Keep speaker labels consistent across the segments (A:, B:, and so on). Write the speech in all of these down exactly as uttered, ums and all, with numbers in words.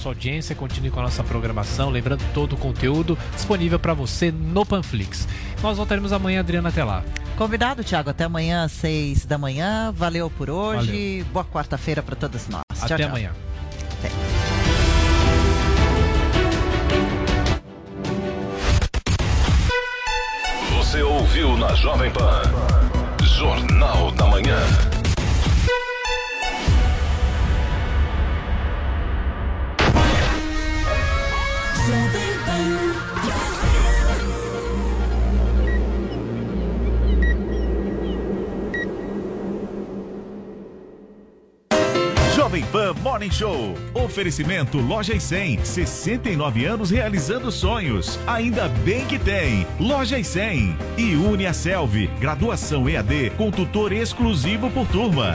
A: sua audiência, continue com a nossa programação. Lembrando, todo o conteúdo disponível para você no Panflix. Nós voltaremos amanhã, Adriana, até lá.
B: Convidado, Thiago, até amanhã às seis da manhã. Valeu por hoje.
A: Valeu.
B: Boa quarta-feira para todos nós.
A: Até
B: tchau, tchau.
A: amanhã.
B: Até.
C: Você ouviu na Jovem Pan Jornal da Manhã.
D: Jovem Pan Morning Show. Oferecimento Lojas cem. sessenta e nove anos realizando sonhos. Ainda bem que tem. Lojas cem. E UniaSelv. Graduação E A D com tutor exclusivo por turma.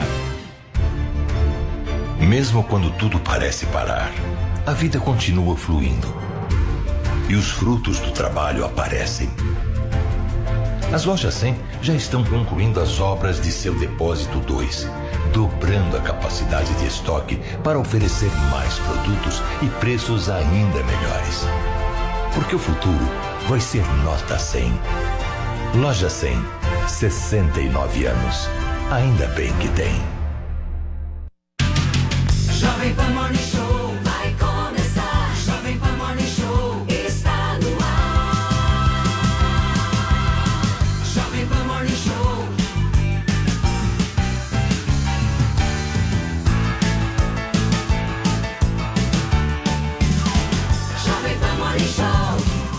E: Mesmo quando tudo parece parar, a vida continua fluindo. E os frutos do trabalho aparecem. As Lojas cem já estão concluindo as obras de seu Depósito dois, dobrando a capacidade de estoque para oferecer mais produtos e preços ainda melhores. Porque o futuro vai ser nota cem. Loja cem, sessenta e nove anos. Ainda bem que tem.
F: Jovem Pan Morning Show vai começar. Jovem Pan Morning Show está no ar. Jovem Pan Morning Show. Jovem Pan Morning Show.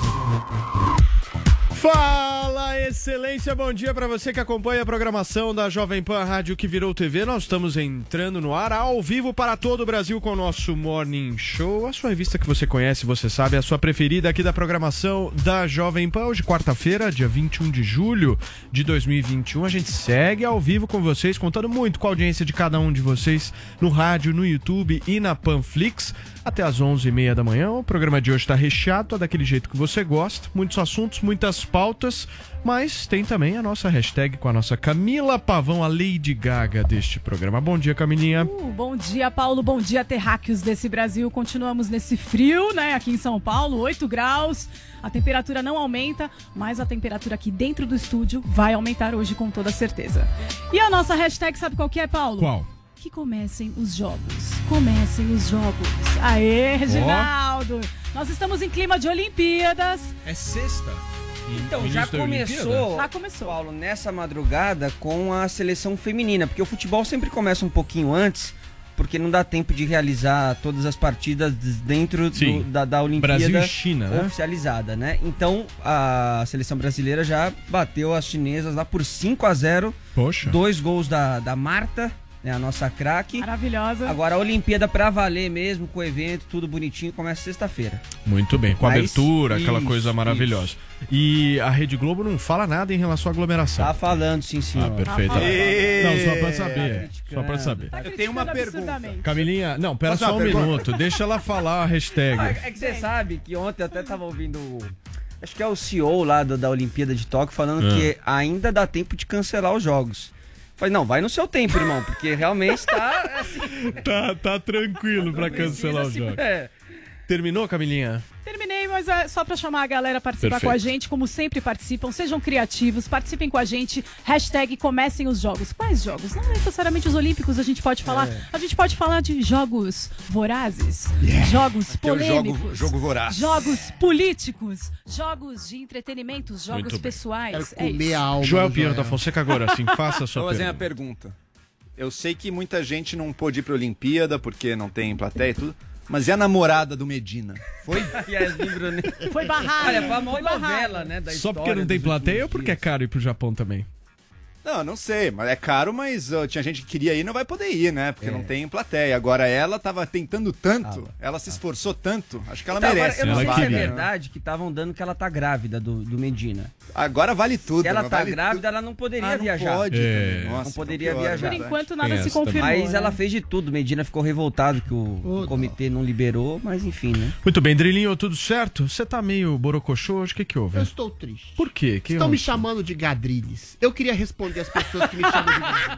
G: Fala, excelência, bom dia para você que acompanha a programação da Jovem Pan Rádio que virou T V. Nós estamos entrando no ar ao vivo para todo o Brasil com o nosso Morning Show, a sua revista que você conhece, você sabe, a sua preferida aqui da programação da Jovem Pan. Hoje, quarta-feira, dia vinte e um de julho de dois mil e vinte e um, a gente segue ao vivo com vocês, contando muito com a audiência de cada um de vocês no rádio, no YouTube e na Panflix. Até às onze e meia da manhã, o programa de hoje está recheado, tá daquele jeito que você gosta, muitos assuntos, muitas pautas, mas tem também a nossa hashtag com a nossa Camila Pavão, a Lady Gaga deste programa. Bom dia, Camilinha.
H: Uh, bom dia, Paulo, bom dia, terráqueos desse Brasil. Continuamos nesse frio, né, aqui em São Paulo, oito graus, a temperatura não aumenta, mas a temperatura aqui dentro do estúdio vai aumentar hoje com toda certeza. E a nossa hashtag, sabe qual que é, Paulo?
G: Qual?
H: Que comecem os jogos. Comecem os jogos. Aê, Reginaldo! Oh. Nós estamos em clima de Olimpíadas.
G: É sexta?
I: Então, já começou,
H: já começou,
I: Paulo, nessa madrugada com a seleção feminina, porque o futebol sempre começa um pouquinho antes, porque não dá tempo de realizar todas as partidas dentro do, da, da Olimpíada
G: Brasil e China, né?
I: Oficializada, né? Então, a seleção brasileira já bateu as chinesas lá por cinco a zero.
G: Poxa.
I: Dois gols da, da Marta, né, a nossa craque.
H: Maravilhosa.
I: Agora a Olimpíada pra valer mesmo, com o evento, tudo bonitinho, começa sexta-feira.
G: Muito bem, com a
I: Mas,
G: abertura,
I: isso,
G: aquela coisa maravilhosa. Isso. E a Rede Globo não fala nada em relação à aglomeração.
I: Tá falando, sim, senhor.
G: Ah, perfeito.
I: Tá
G: não, só pra saber. Tá só pra saber.
H: Tá
J: Eu tenho uma pergunta.
G: Camilinha, não, pera
J: Posso
G: só um
J: pergunta?
G: minuto. Deixa ela falar a hashtag.
I: Ah, é que você sabe que ontem eu até tava ouvindo, acho que é o C E O lá do, da Olimpíada de Tóquio, falando
G: Ah.
I: que ainda dá tempo de cancelar os jogos. Falei, não, vai no seu tempo, irmão, porque realmente tá assim.
G: Tá, tá tranquilo pra
I: precisa
G: cancelar o
I: se-
G: jogo.
I: é.
G: Terminou, Camilinha?
H: Terminei, mas é só pra chamar a galera a participar
G: Perfeito.
H: com a gente, como sempre participam, sejam criativos, participem com a gente, hashtag comecem os jogos. Quais jogos? Não necessariamente os olímpicos a gente pode falar,
J: É.
H: a gente pode falar de jogos vorazes, jogos
J: Que é o
H: polêmicos,
J: jogo, jogo voraz.
H: jogos políticos, jogos de entretenimento, jogos
G: Muito bem.
H: pessoais.
K: Quero
H: É
K: comer
H: isso.
K: a alma
G: Joel
K: do
G: Pinheiro da
K: Joel.
G: Fonseca agora, sim, faça a sua
J: Vou fazer uma
G: pergunta.
J: pergunta. Eu sei que muita gente não pôde ir pra Olimpíada porque não tem plateia e tudo, mas e a namorada do Medina? Foi?
I: Yasmin Brunet.
H: Foi barrado.
I: Olha, foi a maior
H: foi barrado.
I: novela, né, da
G: Só
I: história
G: porque não tem
I: dos
G: plateia ou
I: últimos
G: porque é
I: dias.
G: caro ir pro Japão também?
J: Não, não sei, mas é caro, mas ó, tinha gente que queria ir e não vai poder ir, né? Porque
I: É.
J: não tem plateia. Agora ela tava tentando tanto,
I: Ah,
J: ela se esforçou tanto, acho que ela
I: Então, agora,
J: merece.
I: eu não
G: ela
I: sei se é
G: queria.
I: verdade que estavam dando que ela tá grávida do, do Medina.
J: Agora vale tudo.
I: Se ela
J: não
I: tá
J: vale
I: grávida,
J: tudo.
I: ela não poderia
J: Ah, não
I: viajar.
J: pode
G: É.
J: também. Nossa,
I: Não poderia
J: então pior,
I: viajar.
H: Por
J: é verdade.
H: enquanto nada
G: Tem
H: se
G: essa também.
H: confirmou.
I: Mas
H: né?
I: ela fez de tudo. Medina ficou revoltado que o,
K: Ô,
I: o comitê não liberou, mas enfim, né?
G: Muito bem, Drilinho, tudo certo? Você tá meio borocochô hoje, o que que houve?
K: Eu estou triste.
G: Por quê? Que
K: Estão me
G: onde?
K: chamando de gadriles. Eu queria responder as pessoas que me chamam de gadriles.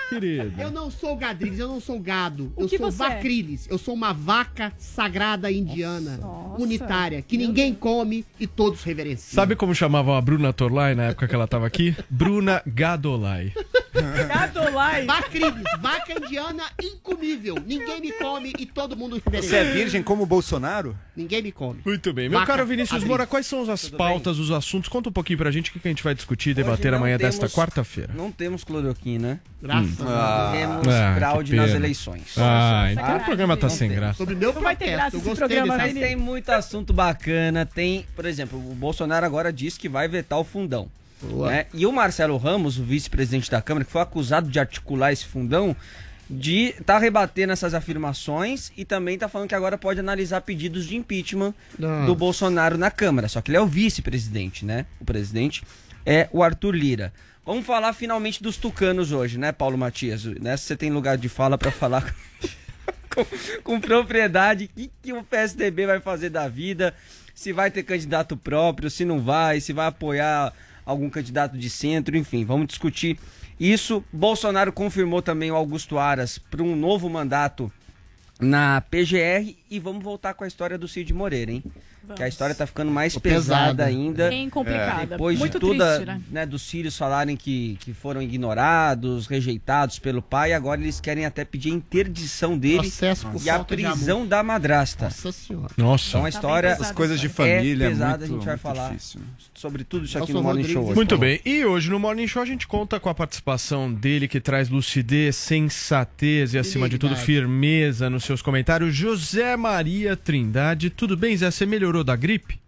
G: querido.
K: Eu não sou Gadriles, eu não sou gado.
H: O
K: eu
H: que
K: sou
H: você é?
K: Vacriles. Eu sou uma vaca sagrada indiana,
H: Nossa.
K: unitária, que ninguém come e todos reverenciam.
G: Sabe como chamavam a Bruna Torlai na época que ela tava aqui? Bruna Gadolai.
H: Gadolai.
K: Vacriles, vaca indiana incomível. Ninguém me come e todo mundo
J: Você
K: reverencia.
J: é virgem como o Bolsonaro?
K: Ninguém me come.
G: Muito bem. Meu
K: Vaca,
G: caro Vinícius
K: Adriles.
G: Moura, quais são as pautas, os assuntos? Conta um pouquinho pra gente o que que a gente vai discutir e debater
I: Hoje não
G: amanhã
I: temos-
G: desta quarta-feira.
I: Não temos cloroquina.
K: Graças
J: Ah.
K: a Deus.
I: Temos
G: Ah, que
I: fraude nas
G: pena.
I: eleições.
G: Ah, então
H: sacanagem,
G: o programa tá
H: gente.
G: sem graça.
K: Sobre meu
H: Não vai ter
K: protesto,
H: graça
K: eu
H: esse
K: gostei
H: programa,
K: desse
I: Mas
H: Vini.
I: tem muito assunto bacana. Tem, por exemplo, o Bolsonaro agora disse que vai vetar o fundão.
K: Boa.
I: Né? E o Marcelo Ramos, o vice-presidente da Câmara, que foi acusado de articular esse fundão, de tá rebatendo essas afirmações e também tá falando que agora pode analisar pedidos de impeachment
K: Não.
I: do Bolsonaro na Câmara. Só que ele é o vice-presidente, né? O presidente é o Arthur Lira. Vamos falar finalmente dos tucanos hoje, né, Paulo Matias? Nessa você tem lugar de fala para falar com, com propriedade o que, que o P S D B vai fazer da vida, se vai ter candidato próprio, se não vai, se vai apoiar algum candidato de centro, enfim, vamos discutir isso. Bolsonaro confirmou também o Augusto Aras para um novo mandato na P G R e vamos voltar com a história do Cid Moreira, hein? Que a história tá ficando mais
K: Tô
I: pesada,
K: pesada.
I: ainda.
H: Bem complicada.
I: Depois
H: Muito
I: de tudo,
H: triste, né?
I: né, dos filhos falarem que, que foram ignorados, rejeitados pelo pai, agora eles querem até pedir a interdição dele
K: Processo por
I: e a
K: falta de
I: prisão
K: amor.
I: da madrasta.
K: Nossa senhora.
G: Nossa.
I: Então a história
H: pesado
J: As coisas de
H: isso
J: família
I: é
J: é
I: pesada,
J: muito,
I: a gente vai
J: muito
I: falar
J: difícil.
I: sobre tudo isso aqui
K: Nelson
I: no Morning
K: Rodrigues.
I: Show hoje.
G: Muito
I: Paulo.
G: bem, e hoje no Morning Show a gente conta com a participação dele que traz lucidez, sensatez e acima de tudo
K: Dignidade.
G: firmeza nos seus comentários, José Maria Trindade. Tudo bem, Zé? Você melhorou da gripe?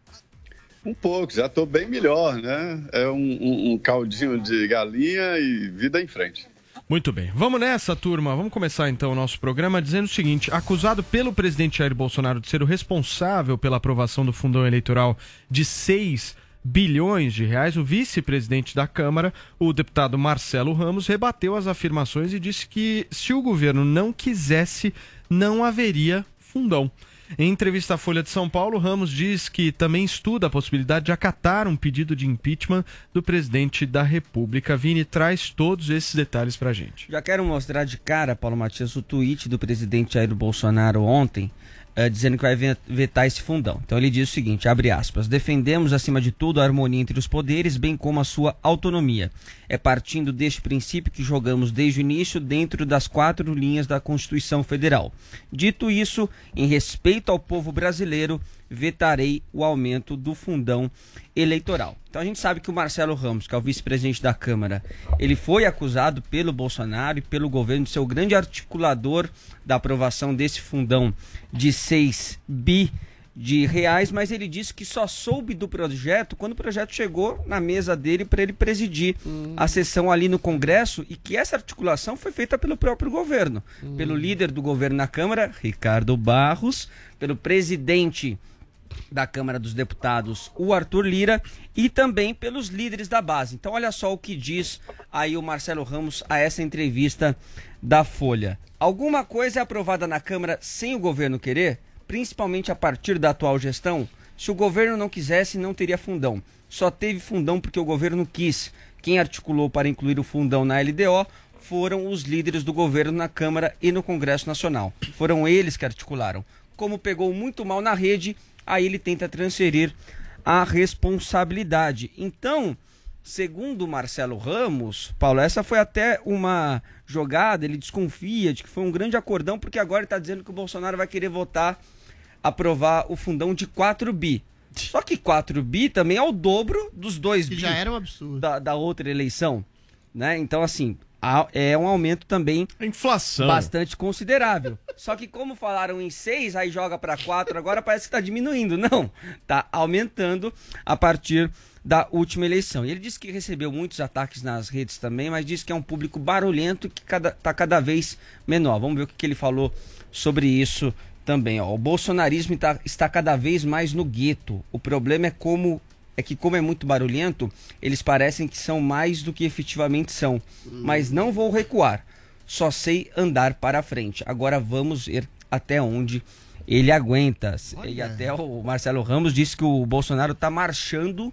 L: Um pouco, já estou bem melhor, né? É um, um- um caldinho de galinha e vida em frente.
G: Muito bem, vamos nessa, turma. Vamos começar então o nosso programa dizendo o seguinte: acusado pelo presidente Jair Bolsonaro de ser o responsável pela aprovação do fundão eleitoral de seis bilhões de reais, o vice-presidente da Câmara, o deputado Marcelo Ramos, rebateu as afirmações e disse que se o governo não quisesse, não haveria fundão. Em entrevista à Folha de São Paulo, Ramos diz que também estuda a possibilidade de acatar um pedido de impeachment do presidente da República. Vini traz todos esses detalhes pra gente.
I: Já quero mostrar de cara, Paulo Matias, o tweet do presidente Jair Bolsonaro ontem, eh, dizendo que vai ve- vetar esse fundão. Então ele diz o seguinte, abre aspas, defendemos acima de tudo a harmonia entre os poderes, bem como a sua autonomia. É partindo deste princípio que jogamos desde o início dentro das quatro linhas da Constituição Federal. Dito isso, em respeito ao povo brasileiro, vetarei o aumento do fundão eleitoral. Então a gente sabe que o Marcelo Ramos, que é o vice-presidente da Câmara, ele foi acusado pelo Bolsonaro e pelo governo de ser o grande articulador da aprovação desse fundão de seis bi de reais, mas ele disse que só soube do projeto quando o projeto chegou na mesa dele para ele presidir a sessão ali no Congresso e que essa articulação foi feita pelo próprio governo, pelo líder do governo na Câmara, Ricardo Barros, pelo presidente da Câmara dos Deputados, o Arthur Lira, e também pelos líderes da base. Então olha só o que diz aí o Marcelo Ramos a essa entrevista da Folha. Alguma coisa é aprovada na Câmara sem o governo querer? Principalmente a partir da atual gestão? Se o governo não quisesse, não teria fundão. Só teve fundão porque o governo quis. Quem articulou para incluir o fundão na L D O foram os líderes do governo na Câmara e no Congresso Nacional. Foram eles que articularam. Como pegou muito mal na rede, aí ele tenta transferir a responsabilidade. Então, segundo Marcelo Ramos, Paulo, essa foi até uma jogada, ele desconfia de que foi um grande acordão, porque agora ele está dizendo que o Bolsonaro vai querer votar, aprovar o fundão de quatro bi. Só que quatro bi também é o dobro dos dois
K: Que
I: bi
K: já era um absurdo.
I: da, da outra eleição, né? Então, assim, há- é um aumento também
G: Inflação.
I: bastante considerável. Só que como falaram em seis, aí joga para quatro, agora parece que está diminuindo. Não, está aumentando a partir da última eleição. E ele disse que recebeu muitos ataques nas redes também, mas disse que é um público barulhento e que está cada, tá cada vez menor. Vamos ver o que, que ele falou sobre isso também. Ó. O bolsonarismo tá, está cada vez mais no gueto. O problema é como é que como é muito barulhento, eles parecem que são mais do que efetivamente são. Mas não vou recuar. Só sei andar para frente. Agora vamos ver até onde ele aguenta.
K: Olha.
I: E até o Marcelo Ramos disse que o Bolsonaro está marchando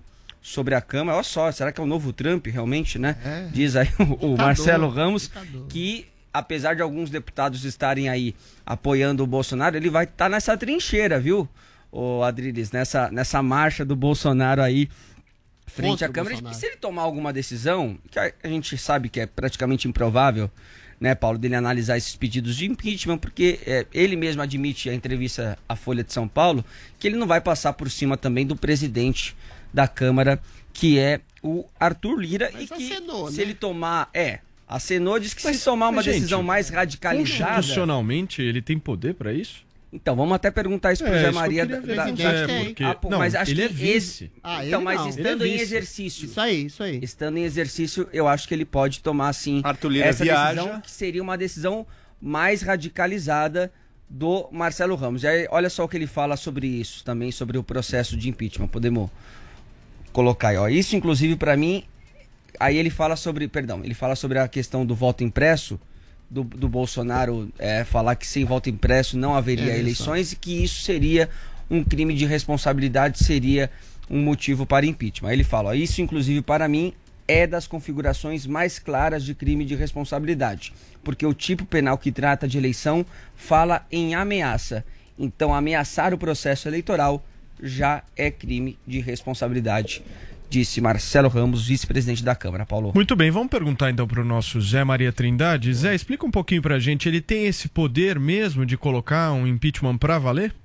I: sobre a Câmara. Olha só, será que é o novo Trump realmente, né?
K: É.
I: Diz aí o, o
K: Ditador,
I: Marcelo Ramos,
K: ditador.
I: que apesar de alguns deputados estarem aí apoiando o Bolsonaro, ele vai estar nessa trincheira, viu, o Adriles, nessa, nessa marcha do Bolsonaro aí frente
K: Contra
I: à
K: o
I: Câmara.
K: Bolsonaro.
I: E se ele tomar alguma decisão, que a, a gente sabe que é praticamente improvável, né, Paulo, dele analisar esses pedidos de impeachment, porque é, ele mesmo admite, a entrevista à Folha de São Paulo, que ele não vai passar por cima também do presidente da Câmara, que é o Arthur Lira.
K: Mas
I: e que
K: acenou,
I: se
K: né?
I: ele tomar... É, acenou, diz que
G: Mas,
I: se tomar uma
G: mas, gente,
I: decisão mais radicalizada...
G: Constitucionalmente, ele tem poder para isso?
I: Então, vamos até perguntar isso pro
G: É,
I: Zé
G: isso que eu
I: Maria.
G: queria ver
I: da-
G: com o
I: da-
G: Zé,
K: tem.
G: porque-
I: Ah, pô,
G: não,
I: mas acho
G: ele
I: que
G: é vice.
I: esse-
K: Ah,
I: então,
K: ele
I: mas
K: não.
I: estando
G: Ele é
I: em
G: vice.
I: exercício,
K: Isso aí, isso aí.
I: estando em exercício, eu acho que ele pode tomar, sim,
J: Arthur Lira
I: essa
J: viaja.
I: decisão, que seria uma decisão mais radicalizada do Marcelo Ramos. E aí, olha só o que ele fala sobre isso, também sobre o processo de impeachment. Podemos colocar aí, ó. Isso, inclusive, para mim, aí ele fala sobre, perdão, ele fala sobre a questão do voto impresso, do, do Bolsonaro é, falar que sem voto impresso não haveria
K: É,
I: eleições e que isso seria um crime de responsabilidade, seria um motivo para impeachment. Aí ele fala, ó, isso inclusive para mim é das configurações mais claras de crime de responsabilidade, porque o tipo penal que trata de eleição fala em ameaça. Então ameaçar o processo eleitoral já é crime de responsabilidade, disse Marcelo Ramos, vice-presidente da Câmara. Paulo.
G: Muito bem, vamos perguntar então para o nosso Zé Maria Trindade. Zé, explica um pouquinho para a gente, ele tem esse poder mesmo de colocar um impeachment para valer?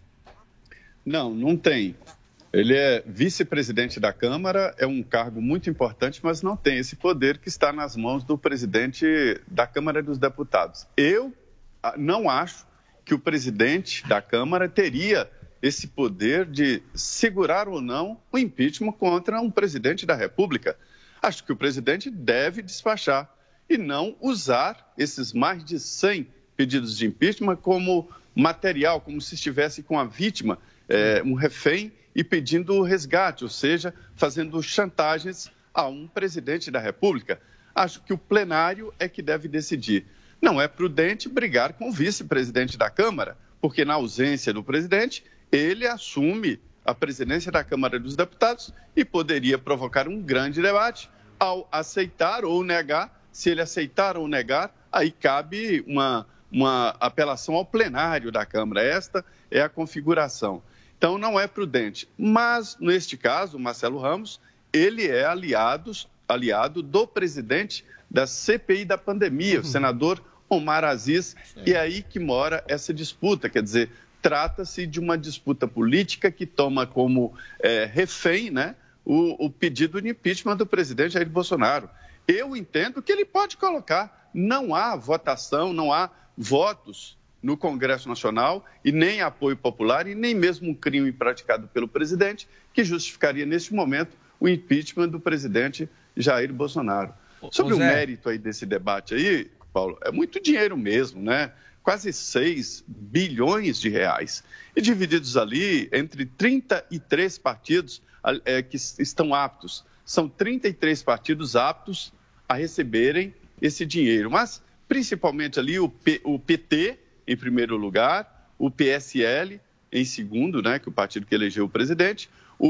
L: Não, não tem. Ele é vice-presidente da Câmara, é um cargo muito importante, mas não tem esse poder que está nas mãos do presidente da Câmara dos Deputados. Eu ah, não acho que o presidente da Câmara teria esse poder de segurar ou não o impeachment contra um presidente da República. Acho que o presidente deve despachar e não usar esses mais de cem pedidos de impeachment como material, como se estivesse com a vítima, é, um refém, e pedindo o resgate, ou seja, fazendo chantagens a um presidente da República. Acho que o plenário é que deve decidir. Não é prudente brigar com o vice-presidente da Câmara, porque na ausência do presidente, ele assume a presidência da Câmara dos Deputados e poderia provocar um grande debate ao aceitar ou negar. Se ele aceitar ou negar, aí cabe uma, uma apelação ao plenário da Câmara. Esta é a configuração. Então, não é prudente. Mas, neste caso, Marcelo Ramos, ele é aliado, aliado do presidente da C P I da pandemia, o senador Omar Aziz, e é aí que mora essa disputa. Quer dizer, trata-se de uma disputa política que toma como é, refém, né, o, o pedido de impeachment do presidente Jair Bolsonaro. Eu entendo que ele pode colocar. Não há votação, não há votos no Congresso Nacional e nem apoio popular e nem mesmo um crime praticado pelo presidente que justificaria, neste momento, o impeachment do presidente Jair Bolsonaro. Sobre o mérito aí desse debate aí, Paulo, é muito dinheiro mesmo, né? Quase seis bilhões de reais. E divididos ali entre trinta e três partidos é, que estão aptos. São trinta e três partidos aptos a receberem esse dinheiro. Mas, principalmente ali, o, P, o P T, em primeiro lugar, o P S L em segundo, né, que é o partido que elegeu o presidente,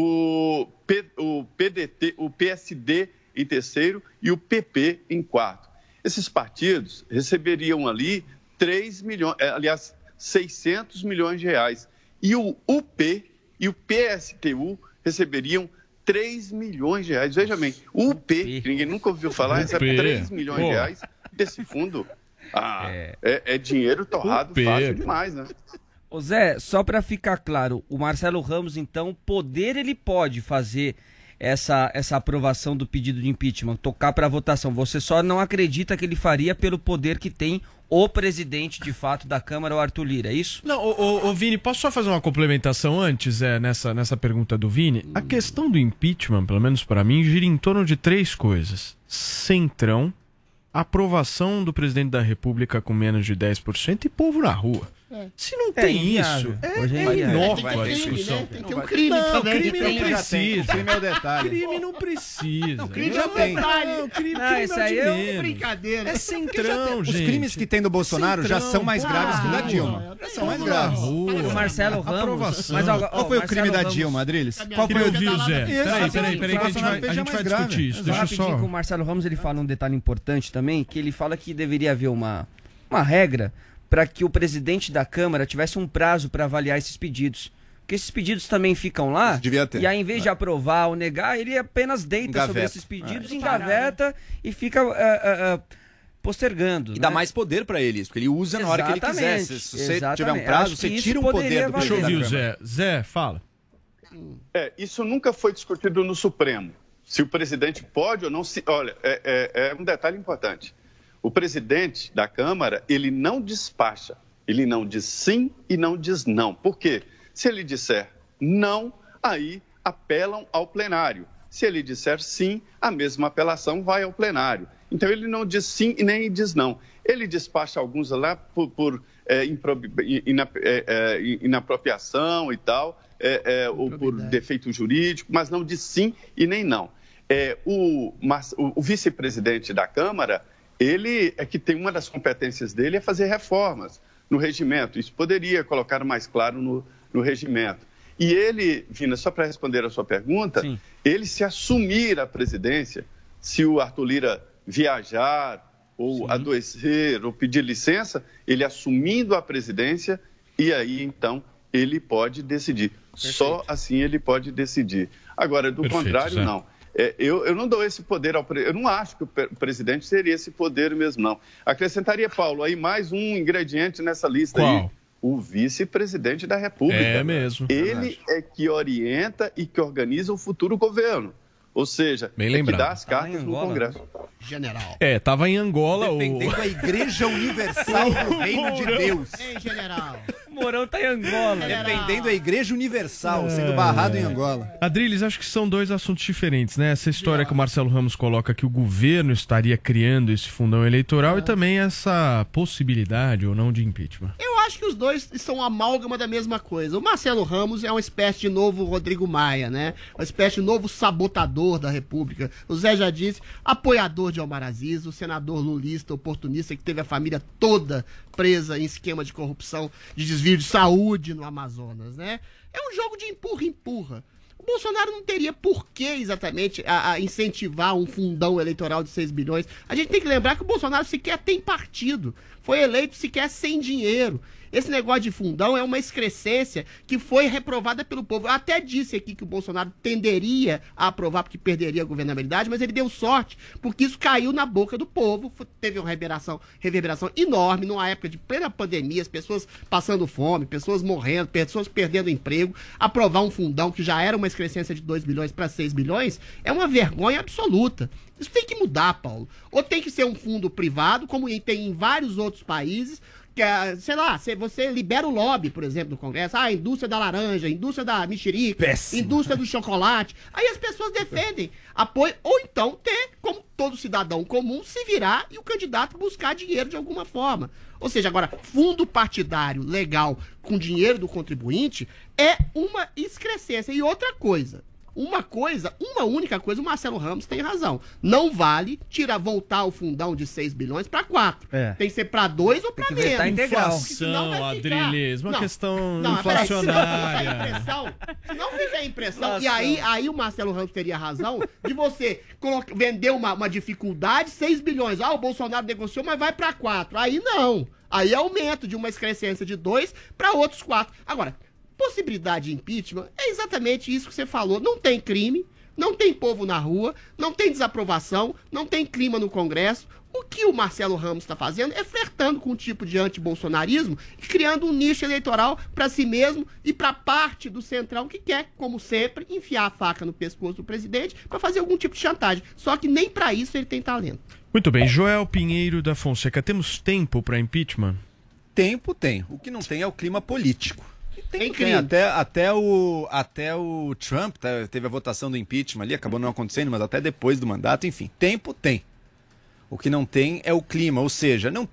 L: o, P, o P D T, o P S D em terceiro e o P P em quarto. Esses partidos receberiam ali três milhões, aliás, seiscentos milhões de reais. E o U P e o P S T U receberiam três milhões de reais. Veja bem, o U P, que ninguém nunca ouviu falar, recebe três milhões de reais desse fundo. Ah, é, é, é dinheiro torrado fácil demais, né?
I: Ô Zé, só para ficar claro, o Marcelo Ramos, então, poder ele pode fazer essa, essa aprovação do pedido de impeachment, tocar para votação. Você só não acredita que ele faria pelo poder que tem o presidente, de fato, da Câmara, o Arthur Lira, é isso?
G: Não, ô, ô, ô Vini, posso só fazer uma complementação antes, é, nessa, nessa pergunta do Vini? A questão do impeachment, pelo menos para mim, gira em torno de três coisas. Centrão, aprovação do presidente da República com menos de dez por cento e povo na rua.
K: É.
G: Se não
I: É
G: tem
I: inviável.
G: isso, é,
I: Hoje é
G: é
I: inviável.
G: inócua
K: Tem
G: a
K: que ter crime,
G: discussão.
K: né? Tem que ter um crime
G: Não,
K: também.
G: crime não
J: Crime já tem,
G: precisa.
J: o crime é o detalhe.
G: Crime não precisa.
J: Não, crime já
G: Não,
J: tem.
G: Não, crime,
I: Não,
G: crime
I: isso
G: é o
I: aí
G: de
I: é um
G: menos.
K: brincadeira.
G: É centrão,
J: Os
G: gente.
J: crimes que tem do Bolsonaro já
G: Centrão,
J: são mais
G: pô,
J: graves que o da
G: na
J: Dilma.
G: rua.
J: Já são mais
G: Vamos na
J: graves.
G: rua.
I: O Marcelo Ramos.
G: Aprovação.
I: Mas, ó, ó,
J: Qual foi o
I: Marcelo
J: crime da
I: Ramos-
J: Dilma, Adriles?
K: Qual
J: Qual
G: Queria
J: foi o
G: ouvir o Zé.
J: Isso,
G: Peraí, peraí, peraí, que a gente vai, a
J: Bolsonaro
G: gente vai
J: mais grave.
G: discutir isso.
I: Só
G: Deixa eu
I: rapidinho
G: só...
I: que o Marcelo Ramos ele fala um detalhe importante também, que ele fala que deveria haver uma, uma regra para que o presidente da Câmara tivesse um prazo para avaliar esses pedidos. Porque esses pedidos também ficam lá,
J: Devia ter.
I: e aí, em vez de aprovar ou negar, ele apenas deita
J: Engaveta.
I: sobre esses pedidos,
J: É.
I: engaveta e fica uh, uh, uh, postergando.
M: E
I: né?
M: dá mais poder pra ele, isso, porque ele usa na hora que ele quiser. Se, se você
I: Exatamente.
M: tiver um
I: Eu
M: prazo,
I: acho
M: você
I: que isso
M: tira um
I: poderia
M: poder do
I: valer.
G: Deixa eu
M: presidente
G: ouvir
M: da
G: o
M: Câmara.
G: Zé. Zé, fala.
L: É, isso nunca foi discutido no Supremo. Se o presidente pode ou não se... Olha, é, é, é um detalhe importante. O presidente da Câmara, ele não despacha. Ele não diz sim e não diz não. Por quê? Se ele disser não, aí apelam ao plenário. Se ele disser sim, a mesma apelação vai ao plenário. Então, ele não diz sim e nem diz não. Ele despacha alguns lá por, por é, improbi, ina, é, é, inapropriação e tal, é, é, ou por defeito jurídico, mas não diz sim e nem não. É, o, o, o vice-presidente da Câmara, ele é que tem uma das competências dele é fazer reformas no regimento. Isso poderia colocar mais claro no, no regimento. E ele, Vina, só para responder a sua pergunta, Sim. ele se assumir a presidência, se o Arthur Lira viajar ou Sim. adoecer ou pedir licença, ele assumindo a presidência e aí então ele pode decidir. Perfeito. Só assim ele pode decidir. Agora, do Perfeito, contrário, Zé. não. É, eu, eu não dou esse poder ao presidente. Eu não acho que o presidente teria esse poder mesmo, não. Acrescentaria, Paulo, aí mais um ingrediente nessa lista
G: Qual?
L: aí. O vice-presidente da República.
G: É mesmo.
L: Ele
G: Verdade.
L: é que orienta e que organiza o futuro governo. Ou seja,
G: Bem
L: é
G: lembrado.
L: que dá as cartas no Congresso.
K: General.
G: É, tava em Angola o...
J: Defendendo a Igreja Universal do Reino de Deus.
K: Ei, general.
I: O Mourão tá em Angola.
J: Defendendo a Igreja Universal, sendo barrado em Angola.
G: Adriles, acho que são dois assuntos diferentes, né? Essa história que o Marcelo Ramos coloca que o governo estaria criando esse fundão eleitoral é. e também essa possibilidade ou não de impeachment.
K: Eu acho que os dois são amálgama da mesma coisa. O Marcelo Ramos é uma espécie de novo Rodrigo Maia, né? Uma espécie de novo sabotador da República. O Zé já disse, apoiador de Omar Aziz, o senador lulista, oportunista, que teve a família toda presa em esquema de corrupção, de desvio de saúde no Amazonas, né? É um jogo de empurra-empurra. O Bolsonaro não teria por que exatamente a, a incentivar um fundão eleitoral de seis bilhões. A gente tem que lembrar que o Bolsonaro sequer tem partido. Foi eleito sequer sem dinheiro. Esse negócio de fundão é uma excrescência que foi reprovada pelo povo. Eu até disse aqui que o Bolsonaro tenderia a aprovar porque perderia a governabilidade, mas ele deu sorte, porque isso caiu na boca do povo. Teve uma reverberação, reverberação enorme numa época de plena pandemia, as pessoas passando fome, pessoas morrendo, pessoas perdendo emprego. Aprovar um fundão que já era uma excrescência de dois bilhões para seis bilhões é uma vergonha absoluta. Isso tem que mudar, Paulo. Ou tem que ser um fundo privado, como tem em vários outros países, que, sei lá, você libera o lobby, por exemplo, do Congresso, ah, a indústria da laranja, a indústria da mexerica,
J: Péssimo.
K: indústria do chocolate. Aí as pessoas defendem apoio, ou então ter, como todo cidadão comum, se virar e o candidato buscar dinheiro de alguma forma. Ou seja, agora, fundo partidário legal com dinheiro do contribuinte é uma excrescência. E outra coisa, uma coisa, uma única coisa, o Marcelo Ramos tem razão. Não vale tirar, voltar o fundão de seis bilhões para quatro.
I: É.
K: Tem que ser para dois ou para menos.
I: vetar integral.
G: Inflação, Adriles, uma
K: Não,
G: questão
K: não,
G: inflacionária.
K: Peraí, senão fica a impressão, senão fica a impressão, e aí, aí o Marcelo Ramos teria razão de você colocar, vender uma, uma dificuldade, seis bilhões. Ah, o Bolsonaro negociou, mas vai para quatro. Aí não. Aí é aumento de uma excrescência de dois para outros quatro. Agora, possibilidade de impeachment é exatamente isso que você falou. Não tem crime, não tem povo na rua, não tem desaprovação, não tem clima no Congresso. O que o Marcelo Ramos está fazendo é flertando com um tipo de antibolsonarismo e criando um nicho eleitoral para si mesmo e para parte do centrão que quer, como sempre, enfiar a faca no pescoço do presidente para fazer algum tipo de chantagem. Só que nem para isso ele tem talento.
G: Muito bem, Joel Pinheiro da Fonseca, temos tempo para impeachment?
J: Tempo tem. O que não tem é o clima político. Tem,
K: Tem
J: tem.
K: crime.
J: Até, até, o, até o Trump tá, teve a votação do impeachment ali, acabou não acontecendo, mas até depois do mandato, enfim, tempo tem. O que não tem é o clima, ou seja, não tem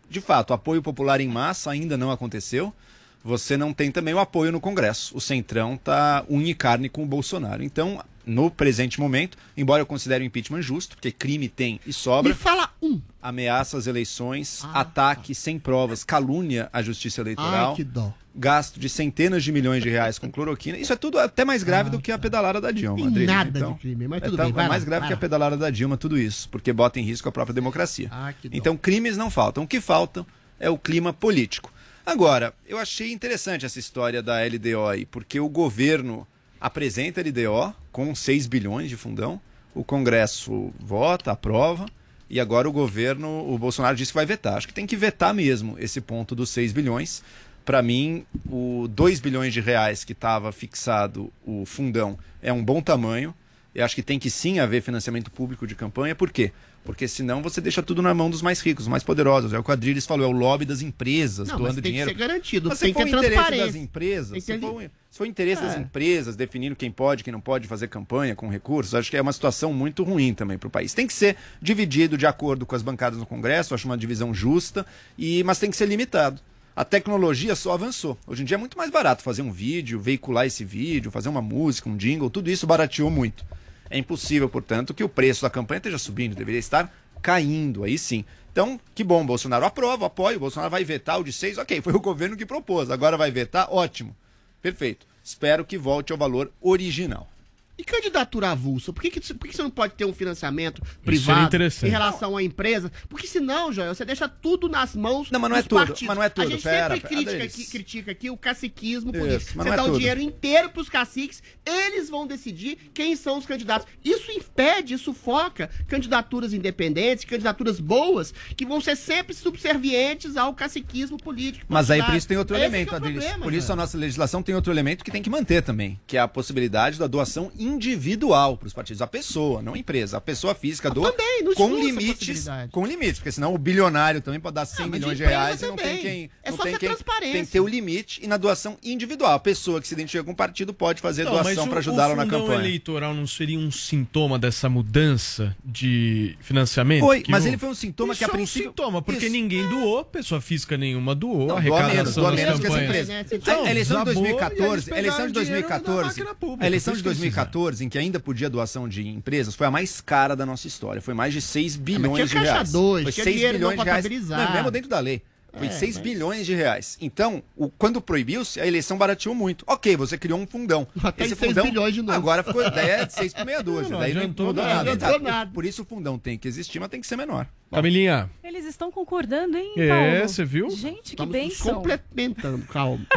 J: de fato, apoio popular em massa ainda não aconteceu. Você não tem também o apoio no Congresso. O Centrão está unha e carne com o Bolsonaro. Então, no presente momento, embora eu considere o impeachment justo, porque crime tem e sobra.
K: Me fala um.
J: Ameaça às eleições,
K: Ah,
J: ataque sem provas, calúnia à justiça eleitoral.
K: Ai, que dó.
J: Gasto de centenas de milhões de reais com cloroquina. Isso é tudo até mais grave do que a pedalada da Dilma,
K: Tem
J: Adriles.
K: nada
J: Então,
K: de crime, mas tudo
J: é tão-
K: bem, vai
J: é mais
K: lá,
J: grave
K: vai
J: que a
K: lá.
J: pedalada da Dilma, tudo isso, porque bota em risco a própria democracia.
K: Ah, que dó.
J: Então, crimes não faltam. O que faltam é o clima político. Agora, eu achei interessante essa história da L D O aí, porque o governo apresenta a L D O com seis bilhões de fundão, o Congresso vota, aprova, e agora o governo, o Bolsonaro disse que vai vetar. Acho que tem que vetar mesmo esse ponto dos seis bilhões. Para mim, o dois bilhões de reais que estava fixado o fundão é um bom tamanho. Eu acho que tem que sim haver financiamento público de campanha. Por quê? Porque senão você deixa tudo na mão dos mais ricos, dos mais poderosos. É o que o Adriles falou, é o lobby das empresas
K: Não, mas
J: doando
K: tem
J: dinheiro.
K: que ser garantido,
J: Mas
K: tem
J: se for
K: que
J: o
K: ter
J: interesse
K: transparência.
J: das empresas,
K: Tem que
J: se
K: ter-
J: for, se for o interesse das
K: É.
J: empresas definindo quem pode, quem não pode fazer campanha com recursos, acho que é uma situação muito ruim também para o país. Tem que ser dividido de acordo com as bancadas no Congresso, acho uma divisão justa, e, mas tem que ser limitado. A tecnologia só avançou. Hoje em dia é muito mais barato fazer um vídeo, veicular esse vídeo, fazer uma música, um jingle, tudo isso barateou muito. É impossível, portanto, que o preço da campanha esteja subindo, deveria estar caindo, aí sim. Então, que bom, Bolsonaro aprova, apoia, o Bolsonaro vai vetar o de seis, ok, foi o governo que propôs, agora vai vetar, ótimo, perfeito. Espero que volte ao valor original.
K: E candidatura avulsa? Por que, que, por que você não pode ter um financiamento
G: seria
K: privado
G: interessante.
K: em relação à empresa? Porque senão, Joel, você deixa tudo nas mãos
J: Não, mas não é
K: dos
J: tudo,
K: partidos.
J: mas não é tudo,
K: A gente
J: pera,
K: sempre
J: pera,
K: critica
J: Adriles.
K: aqui, critica aqui o caciquismo
J: Isso,
K: político.
J: mas
K: Você
J: não é
K: dá o
J: tudo.
K: dinheiro inteiro pros caciques, eles vão decidir quem são os candidatos. Isso impede, isso foca candidaturas independentes, candidaturas boas, que vão ser sempre subservientes ao caciquismo político.
J: Mas aí por
K: partidário.
J: isso tem outro
K: Esse
J: elemento,
K: que é o
J: Adriles.
K: problema,
J: Por isso
K: Joel.
J: a nossa legislação tem outro elemento que tem que manter também, que é a possibilidade da doação individual para os partidos. A pessoa, não a empresa. A pessoa física doa
K: também, não
J: com
K: expulsa a
J: limites,
K: possibilidade.
J: com limites, porque senão o bilionário também pode dar cem
K: Ah, mas
J: milhões
K: de
J: de
K: empresa
J: reais e não tem
K: também.
J: quem...
K: É
J: não
K: só
J: tem
K: ser
J: quem,
K: transparência.
J: tem que ter o limite e na doação individual. A pessoa que se identifica com o partido pode fazer
G: Não, mas
J: doação
G: o-
J: para ajudá-lo
G: o
J: na
G: fundão
J: campanha.
G: eleitoral não seria um sintoma dessa mudança de financiamento?
J: Foi,
G: Que
J: mas
G: o-
J: ele foi um sintoma
G: Isso
J: que a
G: é
J: princípio...
G: um sintoma, porque
J: Isso.
G: ninguém doou, pessoa física nenhuma doou,
J: Não,
G: a
J: doa
G: arrecadação
J: menos, doa
G: das
J: menos que as
G: campanhas.
J: empresas.
G: Então,
J: a eleição de
G: desabou
J: dois mil e
G: e
J: quatorze,
G: eles
J: a eleição de
G: pegaram dinheiro da
J: dois mil e quatorze,
G: máquina pública,
J: a eleição
G: por
J: de
G: isso que eles
J: dois mil e quatorze, em que ainda podia doação de empresas, foi a mais cara da nossa história. Foi mais de seis bilhões
K: tinha
J: de
K: caixa
J: reais.
K: dois,
J: Foi
K: tinha
J: seis
K: dinheiro
J: bilhões
K: não
J: de reais.
K: contabilizado.
J: Não, mesmo dentro da lei. Foi
K: É,
J: seis
K: mas-
J: bilhões de reais. Então, o, quando proibiu-se, a eleição barateou muito. Ok, você criou um fundão.
K: Até
J: Esse
K: em seis
J: fundão
K: bilhões de novo.
J: agora ficou daí é de seis por meia dúzia.
G: Não,
J: Daí não
G: adiantou
J: mudou
G: nada.
J: nada.
K: Não adiantou nada.
J: Por isso o fundão tem que existir, mas tem que ser menor.
G: Camilinha,
H: Eles estão concordando, hein,
G: é,
H: Paulo?
G: você viu?
H: Gente, que
K: Estamos nos
H: bênção.
K: complementando, calma.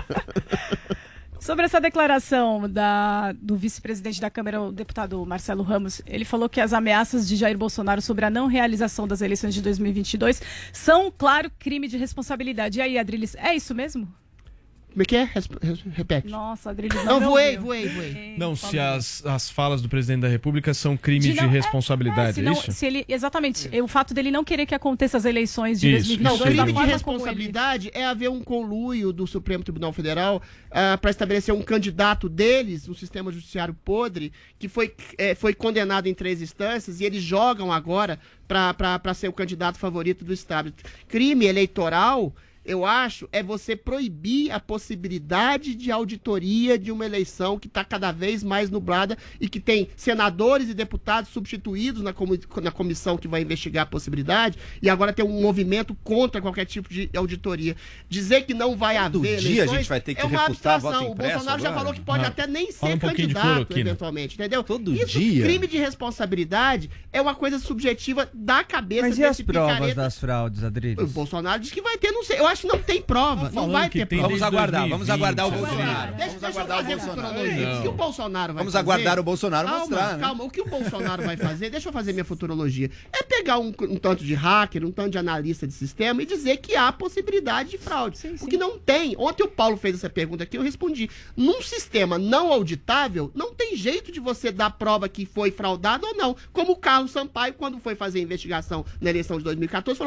H: Sobre essa declaração da, do vice-presidente da Câmara, o deputado Marcelo Ramos, ele falou que as ameaças de Jair Bolsonaro sobre a não realização das eleições de dois mil e vinte e dois são, claro, crime de responsabilidade. E aí, Adriles, é isso mesmo?
K: Como é que é? Resp- res- Repete.
H: Nossa, Adriles, não,
K: Não,
H: me
K: voei,
H: ouviu.
K: voei, voei.
H: Ei,
G: Não,
H: por
G: se
H: favor.
G: as, as falas do presidente da República são crime de,
H: não- é-
G: responsabilidade,
H: se
G: é,
H: não-
G: isso?
H: se ele, exatamente, o fato dele não querer que aconteça as eleições de
G: Isso,
H: dois mil e vinte e
K: Não,
H: dois,
G: isso
K: crime
H: da
K: de
H: forma como ele-
K: responsabilidade é haver um conluio do Supremo Tribunal Federal para estabelecer um candidato deles, um sistema judiciário podre, que foi, eh, foi condenado em três instâncias e eles jogam agora para ser o candidato favorito do Estado. Crime eleitoral, eu acho, é você proibir a possibilidade de auditoria de uma eleição que está cada vez mais nublada e que tem senadores e deputados substituídos na, comi- na comissão que vai investigar a possibilidade e agora tem um movimento contra qualquer tipo de auditoria. Dizer que não vai
J: Todo
K: haver
J: dia a
K: eleições
J: gente vai ter que
K: é uma
J: refutar
K: abstração.
J: voto
K: O
J: impresso
K: Bolsonaro já
J: agora?
K: falou que pode
G: Ah,
K: até nem
G: fala
K: ser
G: um pouquinho de
K: candidato,
G: cloroquina.
K: eventualmente, entendeu?
J: Todo
K: Isso,
J: dia?
K: crime de responsabilidade é uma coisa subjetiva da cabeça
I: Mas e as
K: desse
I: provas
K: picareta.
I: das fraudes,
K: O
I: Adriles?
K: Bolsonaro diz que vai ter, não sei. Eu acho que não tem prova.
G: Tá
K: não
G: falando
K: vai
G: que
K: ter
G: tem
K: prova.
J: Vamos
G: desde
J: aguardar,
G: dois mil e
J: vamos aguardar o
G: vinte,
J: Bolsonaro.
K: Deixa,
J: Vamos
K: deixa eu
J: aguardar o
K: fazer a
J: Bolsonaro.
K: futurologia. O que o
G: Não.
K: Bolsonaro vai
J: Vamos
K: fazer...
J: aguardar o Bolsonaro
K: calma,
J: mostrar, né?
K: Calma, o que o Bolsonaro vai fazer, deixa eu fazer minha futurologia, é pegar um, um tanto de hacker, um tanto de analista de sistema e dizer que há possibilidade de fraude. O que não tem. Ontem o Paulo fez essa pergunta aqui, eu respondi. Num sistema não auditável, não tem jeito de você dar prova que foi fraudado ou não. Como o Carlos Sampaio, quando foi fazer a investigação na eleição de dois mil e quatorze, falou...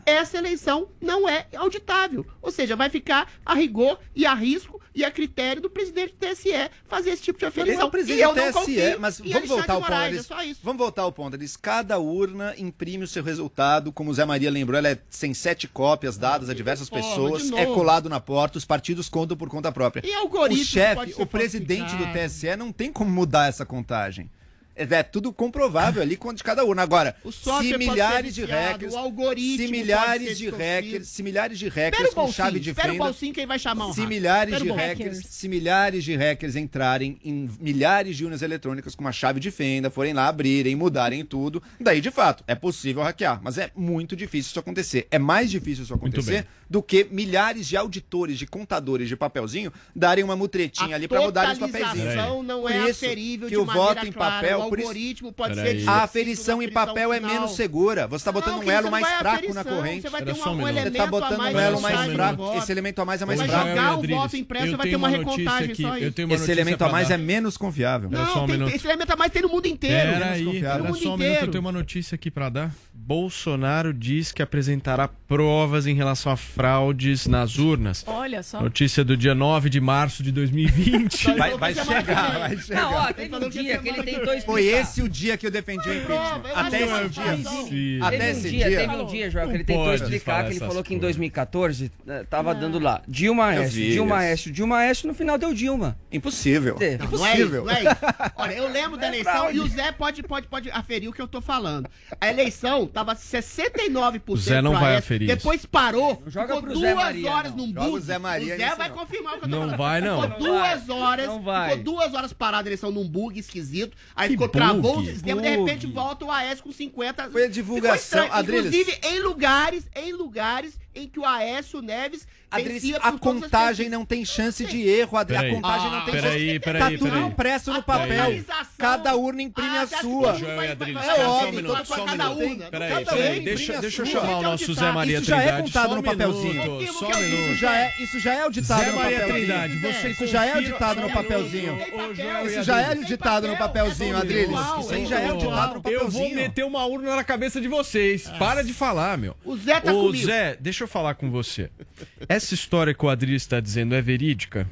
K: essa eleição não é auditável. Ou seja, vai ficar a rigor e a risco e a critério do presidente do T S E fazer esse tipo de
J: Ele é
K: aferição.
J: o presidente
K: E eu
J: do
K: não
J: T S E,
K: confio
J: mas
K: em
J: vamos
K: Alexandre
J: voltar ao
K: de
J: ponto.
K: Moraes,
J: Eles,
K: é só isso.
J: vamos voltar ao ponto. Eles, cada urna imprime o seu resultado, como o Zé Maria lembrou, ela é, tem sete cópias dadas a diversas
K: Porra,
J: pessoas,
K: de
J: é
K: novo.
J: colado na porta, os partidos contam por conta própria.
K: E algoritmo
J: o chefe,
K: pode ser
J: o presidente do
K: falsificado.
J: T S E não tem como mudar essa contagem. É, é tudo comprovável ali quanto de cada urna. Agora,
K: O software
J: se
K: pode ser
J: milhares de
K: viciado,
J: hackers,
K: o algoritmo
J: se
K: pode
J: milhares
K: ser
J: de
K: distorcido.
J: hackers, se milhares de
K: Espera
J: hackers
K: o
J: com
K: Bolsinho,
J: chave de
K: espera o
J: fenda,
K: Bolsinho que ele vai chamar um
J: se
K: hacker.
J: milhares
K: Espera
J: de
K: o
J: hackers,
K: Bolsinho.
J: se milhares de hackers entrarem em milhares de urnas eletrônicas com uma chave de fenda, forem lá abrirem, mudarem tudo, daí de fato é possível hackear, mas é muito difícil isso acontecer. É mais difícil isso acontecer do que milhares de auditores, de contadores de papelzinho darem uma mutretinha
K: A
J: ali para mudarem os papeizinhos.
K: totalização não
J: Por
K: é
J: isso
K: aferível
J: que
K: de
J: o
K: maneira
J: voto em
K: clara.
J: papel,
K: O
J: por isso-
K: algoritmo pode
J: Peraí.
K: ser
J: A
K: distorcido
J: aferição
K: na
J: em
K: aferição
J: papel é
K: final.
J: menos segura. Você está botando
K: Não,
J: um
K: que
J: elo
K: você
J: mais
K: não vai
J: fraco na
K: aferição,
J: corrente.
K: você vai ter
G: Era
K: um-
G: só um
K: um
G: minuto.
J: Você
K: elemento
J: está
K: a
J: botando
K: mais
J: um elo
K: no
J: mais
K: site do
J: fraco.
K: voto.
J: Esse elemento a mais é mais
K: Vai
J: fraco.
K: jogar o voto impresso,
G: eu
K: vai ter
G: tenho
K: uma
G: uma notícia
K: recontagem,
G: aqui,
K: só
G: eu
K: isso.
G: tenho uma
J: Esse
G: notícia
J: elemento
G: pra
J: a mais
G: dar.
J: é menos confiável.
G: Era
K: Não,
G: só um
K: tem-
G: minuto.
K: esse elemento a mais tem no mundo inteiro.
G: Pera
J: menos
G: aí,
J: confiável.
G: era
K: No mundo
G: só um minuto, eu
K: inteiro.
G: tenho uma notícia aqui pra dar. Bolsonaro diz que apresentará provas em relação a fraudes nas urnas.
H: Olha só.
G: Notícia do dia nove de março de dois mil e vinte.
J: Vai, vai chegar, vai chegar.
I: Não, ó, teve um dia que ele tentou explicar.
J: Foi esse o dia que eu defendi o impeachment. Até
K: acho
J: esse
K: que
J: dia.
G: Sim.
J: Até
I: Teve um
J: esse
I: dia,
J: dia.
I: teve um dia, Joel, que
G: Não
I: ele tentou
G: pode
I: explicar
G: falar
I: que ele
G: essas
I: falou que em
G: coisas.
I: dois mil e quatorze eh, tava dando lá Dilma
J: Eu
I: Aécio,
J: vi
I: Dilma
J: isso.
I: Aécio, Dilma Aécio, no final deu Dilma.
J: Impossível.
I: É.
K: Não, não é isso,
J: Impossível.
K: não é isso. Olha, eu lembro da
I: É
K: eleição
I: fraude.
K: e o Zé pode, pode, pode aferir o que eu tô falando. A eleição tava sessenta e nove por cento
G: O Zé não
K: pro
G: vai
K: Aécio,
G: aferir
K: depois parou,
I: Não joga
K: ficou
I: pro
K: duas
I: Zé Maria,
K: horas
I: não.
K: num
J: Joga o
K: bug.
J: Zé Maria
K: O Zé
J: nisso
K: vai
J: não.
K: confirmar o que eu tô
G: Não
K: falando.
G: vai, não.
K: Ficou
I: Não vai,
K: duas horas,
I: não vai.
K: ficou duas horas parado a eleição num bug esquisito, aí
G: Que
K: ficou, travou o
G: bug?
K: sistema, de
I: Bug.
K: repente volta o Aécio com cinquenta.
J: Foi a divulgação,
K: Ficou estranho.
J: Adriles.
K: Inclusive em lugares, em lugares em que o Aécio Neves
J: Adriles,
K: vencia
J: a
K: por todas as
J: contagem
K: pesquisas.
J: não tem chance de erro, Adriles. A
G: Peraí.
J: contagem não
K: Ah,
J: tem
G: peraí,
J: chance.
G: peraí,
J: Tá tudo
G: peraí.
J: impresso no
K: A
J: papel.
K: totalização-
J: Cada urna imprime
K: Ah,
J: a
K: você acha que
J: sua.
K: vai-
G: Joel e
K: vai-
G: Adriles,
K: vai-
J: É
K: vai-
J: óbvio,
K: vai-
J: então
K: vai-
J: só
K: vai-
J: um
K: cada
J: minuto.
K: urna.
G: Peraí,
K: Cada
G: peraí,
K: urna
G: deixa,
K: imprime a
G: deixa eu
K: sua.
G: chamar o
K: Gente,
G: nosso Zé
K: auditar.
G: Maria
J: Isso já é
G: Trindade.
J: contado
G: Só
J: no
G: um
J: papelzinho.
G: minuto,
K: Confirma
G: só
K: que
G: um
K: eu
J: Isso
G: minuto.
J: já é, isso já é auditado
G: Zé
J: no
G: Maria
J: papelzinho.
G: Trindade, você
J: Isso já é
G: confira-
J: auditado no
G: Só um
J: papelzinho.
G: minuto. Ô, Joel
J: Isso
G: e
J: já é
G: Adriles.
J: auditado no papelzinho, Adriles. Isso aí já é auditado no
G: Eu
J: papelzinho.
G: vou meter uma urna na cabeça de vocês. Para de falar, meu.
K: O Zé tá
G: Ô,
K: comigo.
G: Zé, deixa eu falar com você. Essa história que o Adriles está dizendo é verídica?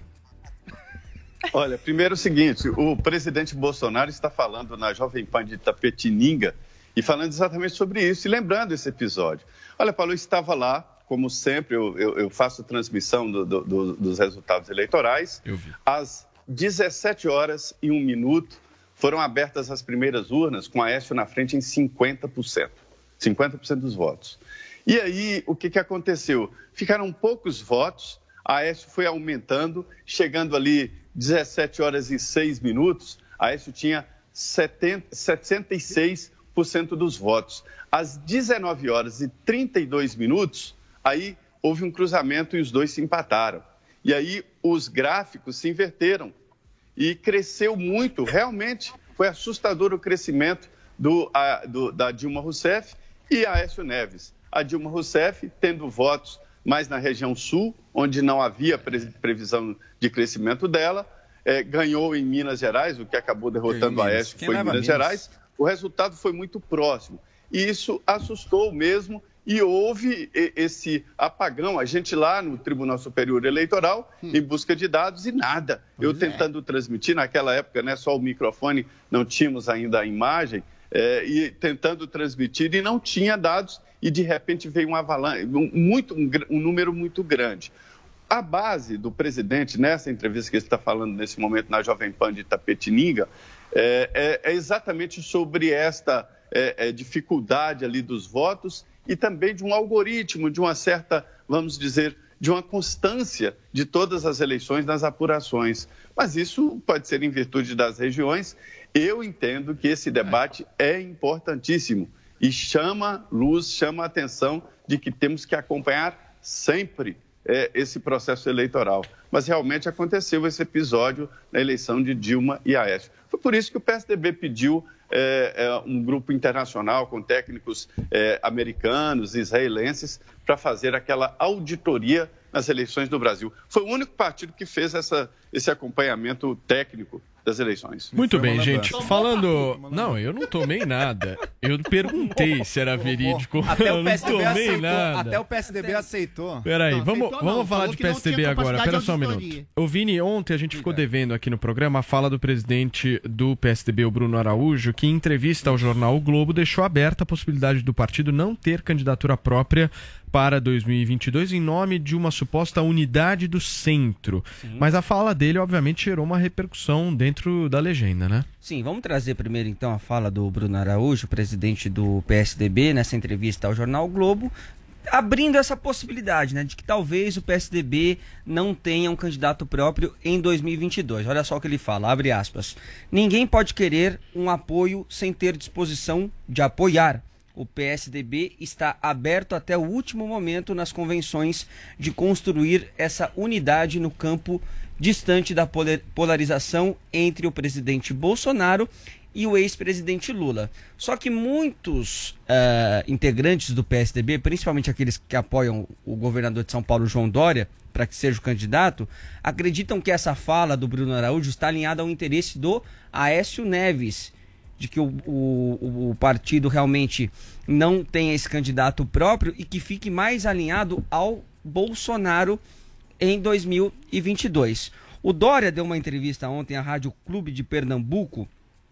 L: Olha, primeiro é o seguinte, o presidente Bolsonaro está falando na Jovem Pan de Itapetininga e falando exatamente sobre isso e lembrando esse episódio. Olha, Paulo, eu estava lá, como sempre, eu, eu, eu faço transmissão do, do, do, dos resultados eleitorais.
G: Eu vi.
L: Às dezessete horas e um minuto foram abertas as primeiras urnas com Aécio na frente em cinquenta por cento. cinquenta por cento dos votos. E aí, o que, que aconteceu? Ficaram poucos votos, Aécio foi aumentando, chegando ali dezessete horas e seis minutos, Aécio tinha setenta, setenta e seis por cento dos votos. Às dezenove horas e trinta e dois minutos, aí houve um cruzamento e os dois se empataram. E aí os gráficos se inverteram e cresceu muito, realmente foi assustador o crescimento do, a, do, da Dilma Rousseff e Aécio Neves. A Dilma Rousseff tendo votos mais na região sul, onde não havia pre- previsão de crescimento dela, eh, ganhou em Minas Gerais, o que acabou derrotando a Aécio,
J: Quem
L: foi em
J: leva
L: Minas
J: Minas?
L: Gerais. O resultado foi muito próximo. E isso assustou mesmo e houve e- esse apagão. A gente lá no Tribunal Superior Eleitoral, em busca de dados e nada. Eu tentando transmitir, naquela época, né, só o microfone, não tínhamos ainda a imagem, eh, e tentando transmitir e não tinha dados e de repente veio um avalanche, um, muito, um, gr- um número muito grande. A base do presidente, nessa entrevista que ele está falando nesse momento na Jovem Pan de Itapetininga, é, é, é exatamente sobre esta é, é, dificuldade ali dos votos e também de um algoritmo, de uma certa, vamos dizer, de uma constância de todas as eleições nas apurações. Mas isso pode ser em virtude das regiões. Eu entendo que esse debate é importantíssimo e chama luz, chama atenção de que temos que acompanhar sempre é, esse processo eleitoral. Mas realmente aconteceu esse episódio na eleição de Dilma e Aécio. Foi por isso que o P S D B pediu é, é, um grupo internacional com técnicos é, americanos, israelenses, para fazer aquela auditoria nas eleições do Brasil. Foi o único partido que fez essa, esse acompanhamento técnico das eleições.
G: Muito bem, gente. Falando... Não, eu não tomei nada. Eu perguntei se era verídico.
J: Até
G: Eu
J: o
G: não
J: P S D B
G: tomei
J: aceitou.
G: nada.
J: Até o P S D B aceitou.
G: Peraí,
K: Não,
G: vamos,
K: aceitou
G: vamos
K: não,
G: falar
K: falou
G: de
K: que não
G: P S D B
K: tinha
G: agora.
K: capacidade
G: Pera
K: de
G: só um
K: auditoria.
G: minuto. Ô, Vini, ontem a gente ficou devendo aqui no programa a fala do presidente do P S D B, o Bruno Araújo, que em entrevista ao jornal O Globo deixou aberta a possibilidade do partido não ter candidatura própria para dois mil e vinte e dois em nome de uma suposta unidade do centro.
I: Sim.
G: Mas a fala dele, obviamente, gerou uma repercussão dentro da legenda, né?
I: Sim, vamos trazer primeiro então a fala do Bruno Araújo, presidente do P S D B, nessa entrevista ao jornal O Globo, abrindo essa possibilidade, né, de que talvez o P S D B não tenha um candidato próprio em dois mil e vinte e dois. Olha só o que ele fala, abre aspas. Ninguém pode querer um apoio sem ter disposição de apoiar. O P S D B está aberto até o último momento nas convenções de construir essa unidade no campo distante da polarização entre o presidente Bolsonaro e o ex-presidente Lula. Só que muitos uh, integrantes do P S D B, principalmente aqueles que apoiam o governador de São Paulo, João Dória, para que seja o candidato, acreditam que essa fala do Bruno Araújo está alinhada ao interesse do Aécio Neves, de que o, o, o partido realmente não tenha esse candidato próprio e que fique mais alinhado ao Bolsonaro em dois mil e vinte e dois. O Dória deu uma entrevista ontem à Rádio Clube de Pernambuco,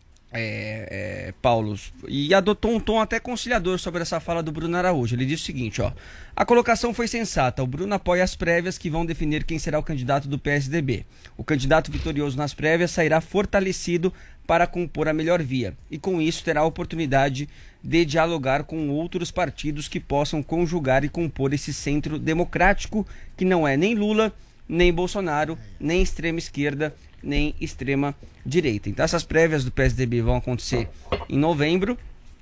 I: é, é, Paulo, e adotou um tom até conciliador sobre essa fala do Bruno Araújo. Ele disse o seguinte, ó: a colocação foi sensata, o Bruno apoia as prévias que vão definir quem será o candidato do P S D B. O candidato vitorioso nas prévias sairá fortalecido para compor a melhor via, e com isso terá a oportunidade de dialogar com outros partidos que possam conjugar e compor esse centro democrático que não é nem Lula, nem Bolsonaro, nem extrema esquerda, nem extrema direita. Então essas prévias do P S D B vão acontecer em novembro.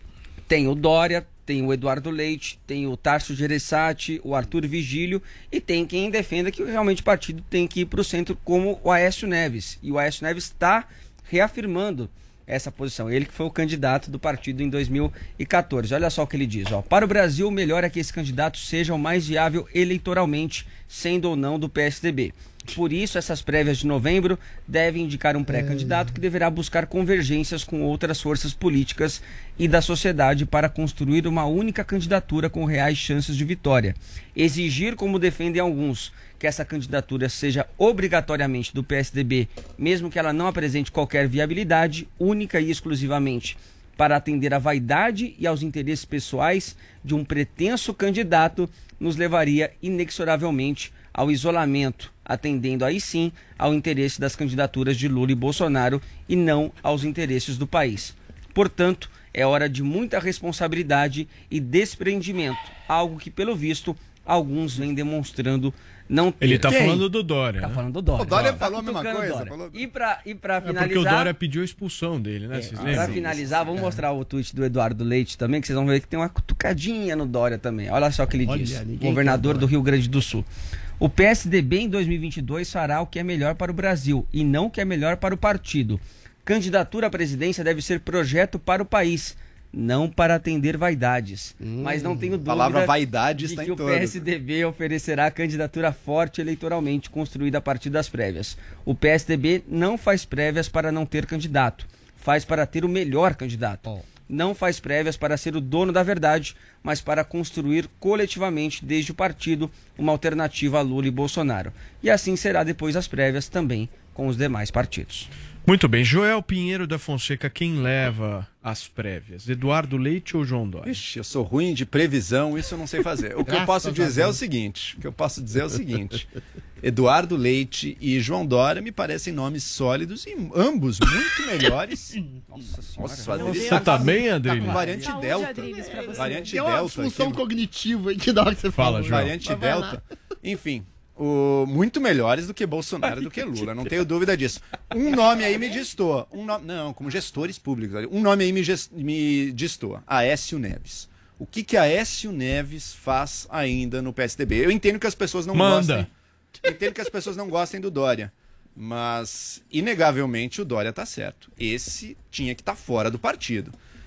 I: Tem o Dória, tem o Eduardo Leite, tem o Tarso Gereissati, o Arthur Vigílio, e tem quem defenda que realmente o partido tem que ir para o centro, como o Aécio Neves. E o Aécio Neves está reafirmando essa posição. Ele que foi o candidato do partido em dois mil e quatorze. Olha só o que ele diz, ó: para o Brasil, o melhor é que esse candidato seja o mais viável eleitoralmente, sendo ou não do P S D B. Por isso, essas prévias de novembro devem indicar um pré-candidato que deverá buscar convergências com outras forças políticas e da sociedade para construir uma única candidatura com reais chances de vitória. Exigir, como defendem alguns, que essa candidatura seja obrigatoriamente do P S D B, mesmo que ela não apresente qualquer viabilidade, única e exclusivamente para atender à vaidade e aos interesses pessoais de um pretenso candidato, nos levaria inexoravelmente ao isolamento, atendendo aí sim ao interesse das candidaturas de Lula e Bolsonaro e não aos interesses do país. Portanto, é hora de muita responsabilidade e desprendimento, algo que, pelo visto, alguns vêm demonstrando não ter.
G: Ele tá
I: Quem?
G: falou do Dória.
I: Tá
G: né?
I: falando do Dória.
J: O Dória
I: Tá
J: falou a mesma
I: cutucando
J: coisa.
I: Dória.
J: Falou...
I: E pra, e pra
G: É
I: finalizar...
G: porque o Dória pediu a expulsão dele, né? Vocês
I: É,
G: lembram?
I: pra finalizar, vamos mostrar o tweet do Eduardo Leite também, que vocês vão ver que tem uma cutucadinha no Dória também. Olha só o que ele
K: Olha,
I: diz,
K: ninguém
I: governador
K: quer
I: do Rio Grande do Sul. O P S D B em dois mil e vinte e dois fará o que é melhor para o Brasil e não o que é melhor para o partido. Candidatura à presidência deve ser projeto para o país, não para atender vaidades.
K: Hum,
I: Mas não tenho dúvida
J: palavra vaidade
I: de
J: está
I: que
J: em
I: o
J: todas.
I: P S D B oferecerá candidatura forte eleitoralmente construída a partir das prévias. O P S D B não faz prévias para não ter candidato, faz para ter o melhor candidato.
K: Oh.
I: Não faz prévias para ser o dono da verdade, mas para construir coletivamente, desde o partido, uma alternativa a Lula e Bolsonaro. E assim será depois das prévias também com os demais partidos.
G: Muito bem. Joel Pinheiro da Fonseca, quem leva as prévias? Eduardo Leite ou João Dória?
J: Ixi, eu sou ruim de previsão, isso eu não sei fazer. O que eu posso dizer é o seguinte, o que eu posso dizer é o seguinte: Eduardo Leite e João Dória me parecem nomes sólidos e ambos muito melhores. Nossa senhora. Nossa, Adriles,
G: Você tá bem, Adriles?
J: Tá com variante
H: Saúde,
J: Delta.
H: Adriles, pra você.
J: Variante
K: Tem uma
J: Delta.
K: disfunção
J: aqui.
K: cognitiva aqui na hora que você
G: Fala,
K: falou.
G: João.
J: Variante
K: Mas vai lá.
J: Delta. Enfim, o, muito melhores do que Bolsonaro e do que Lula, não tenho dúvida disso. Um nome aí me destoa. Um no... Não, como gestores públicos. Um nome aí me, gest... me destoa. Aécio Neves. O que que Aécio Neves faz ainda no P S D B? Eu entendo que as pessoas não
G: Manda.
J: gostem. Eu entendo que as pessoas não gostem do Dória. Mas, inegavelmente, o Dória tá certo. Esse tinha que estar fora do partido.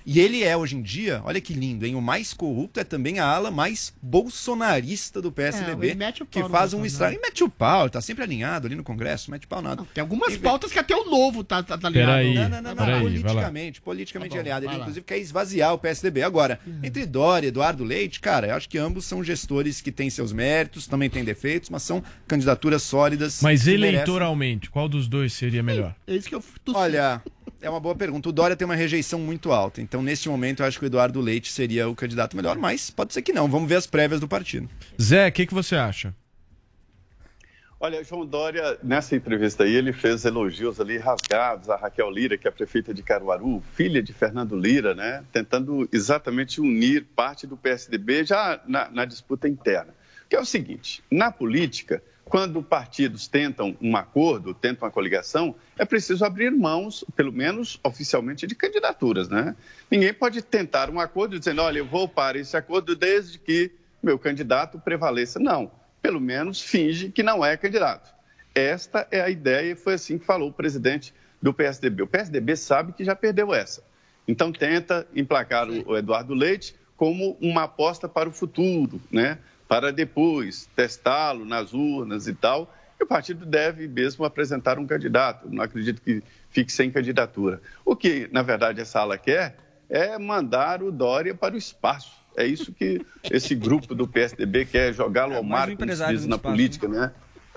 M: E ele é, hoje em dia, olha que lindo, hein? O mais corrupto é também a ala mais bolsonarista do P S D B,
K: É, o
M: que
K: pau no
M: faz um
K: Bolsonaro.
M: estrago. E mete o pau, tá sempre alinhado ali no Congresso, mete o pau nada.
K: Tem algumas
M: E-
K: pautas que até o Novo tá, tá, tá ligado.
A: Peraí,
M: Não, não, não, não.
A: peraí,
M: politicamente, politicamente
K: Tá bom,
M: aliado. Ele,
K: vai lá.
M: inclusive, quer esvaziar o P S D B. Agora, entre Dória e Eduardo Leite, cara, eu acho que ambos são gestores que têm seus méritos, também têm defeitos, mas são candidaturas sólidas.
G: Mas
M: que merecem-
G: eleitoralmente, qual dos dois seria melhor?
K: É isso que eu tossi.
M: Olha, é uma boa pergunta. O Dória tem uma rejeição muito alta. Então, neste momento, eu acho que o Eduardo Leite seria o candidato melhor, mas pode ser que não. Vamos ver as prévias do partido.
G: Zé, o que, que você acha?
L: Olha, João Dória, nessa entrevista aí, ele fez elogios ali rasgados a Raquel Lira, que é a prefeita de Caruaru, filha de Fernando Lira, né? Tentando exatamente unir parte do P S D B já na, na disputa interna. Que é o seguinte, na política, quando partidos tentam um acordo, tentam uma coligação, é preciso abrir mãos, pelo menos oficialmente, de candidaturas, né? Ninguém pode tentar um acordo dizendo, olha, eu vou para esse acordo desde que meu candidato prevaleça. Não. Pelo menos finge que não é candidato. Esta é a ideia e foi assim que falou o presidente do P S D B. O P S D B sabe que já perdeu essa. Então tenta emplacar o, o Eduardo Leite como uma aposta para o futuro, né? Para depois testá-lo nas urnas e tal. E o partido deve mesmo apresentar um candidato. Não acredito que fique sem candidatura. O que, na verdade, essa ala quer é mandar o Dória para o espaço. É isso que esse grupo do P S D B quer, jogá-lo ao mar, como se diz na política, né?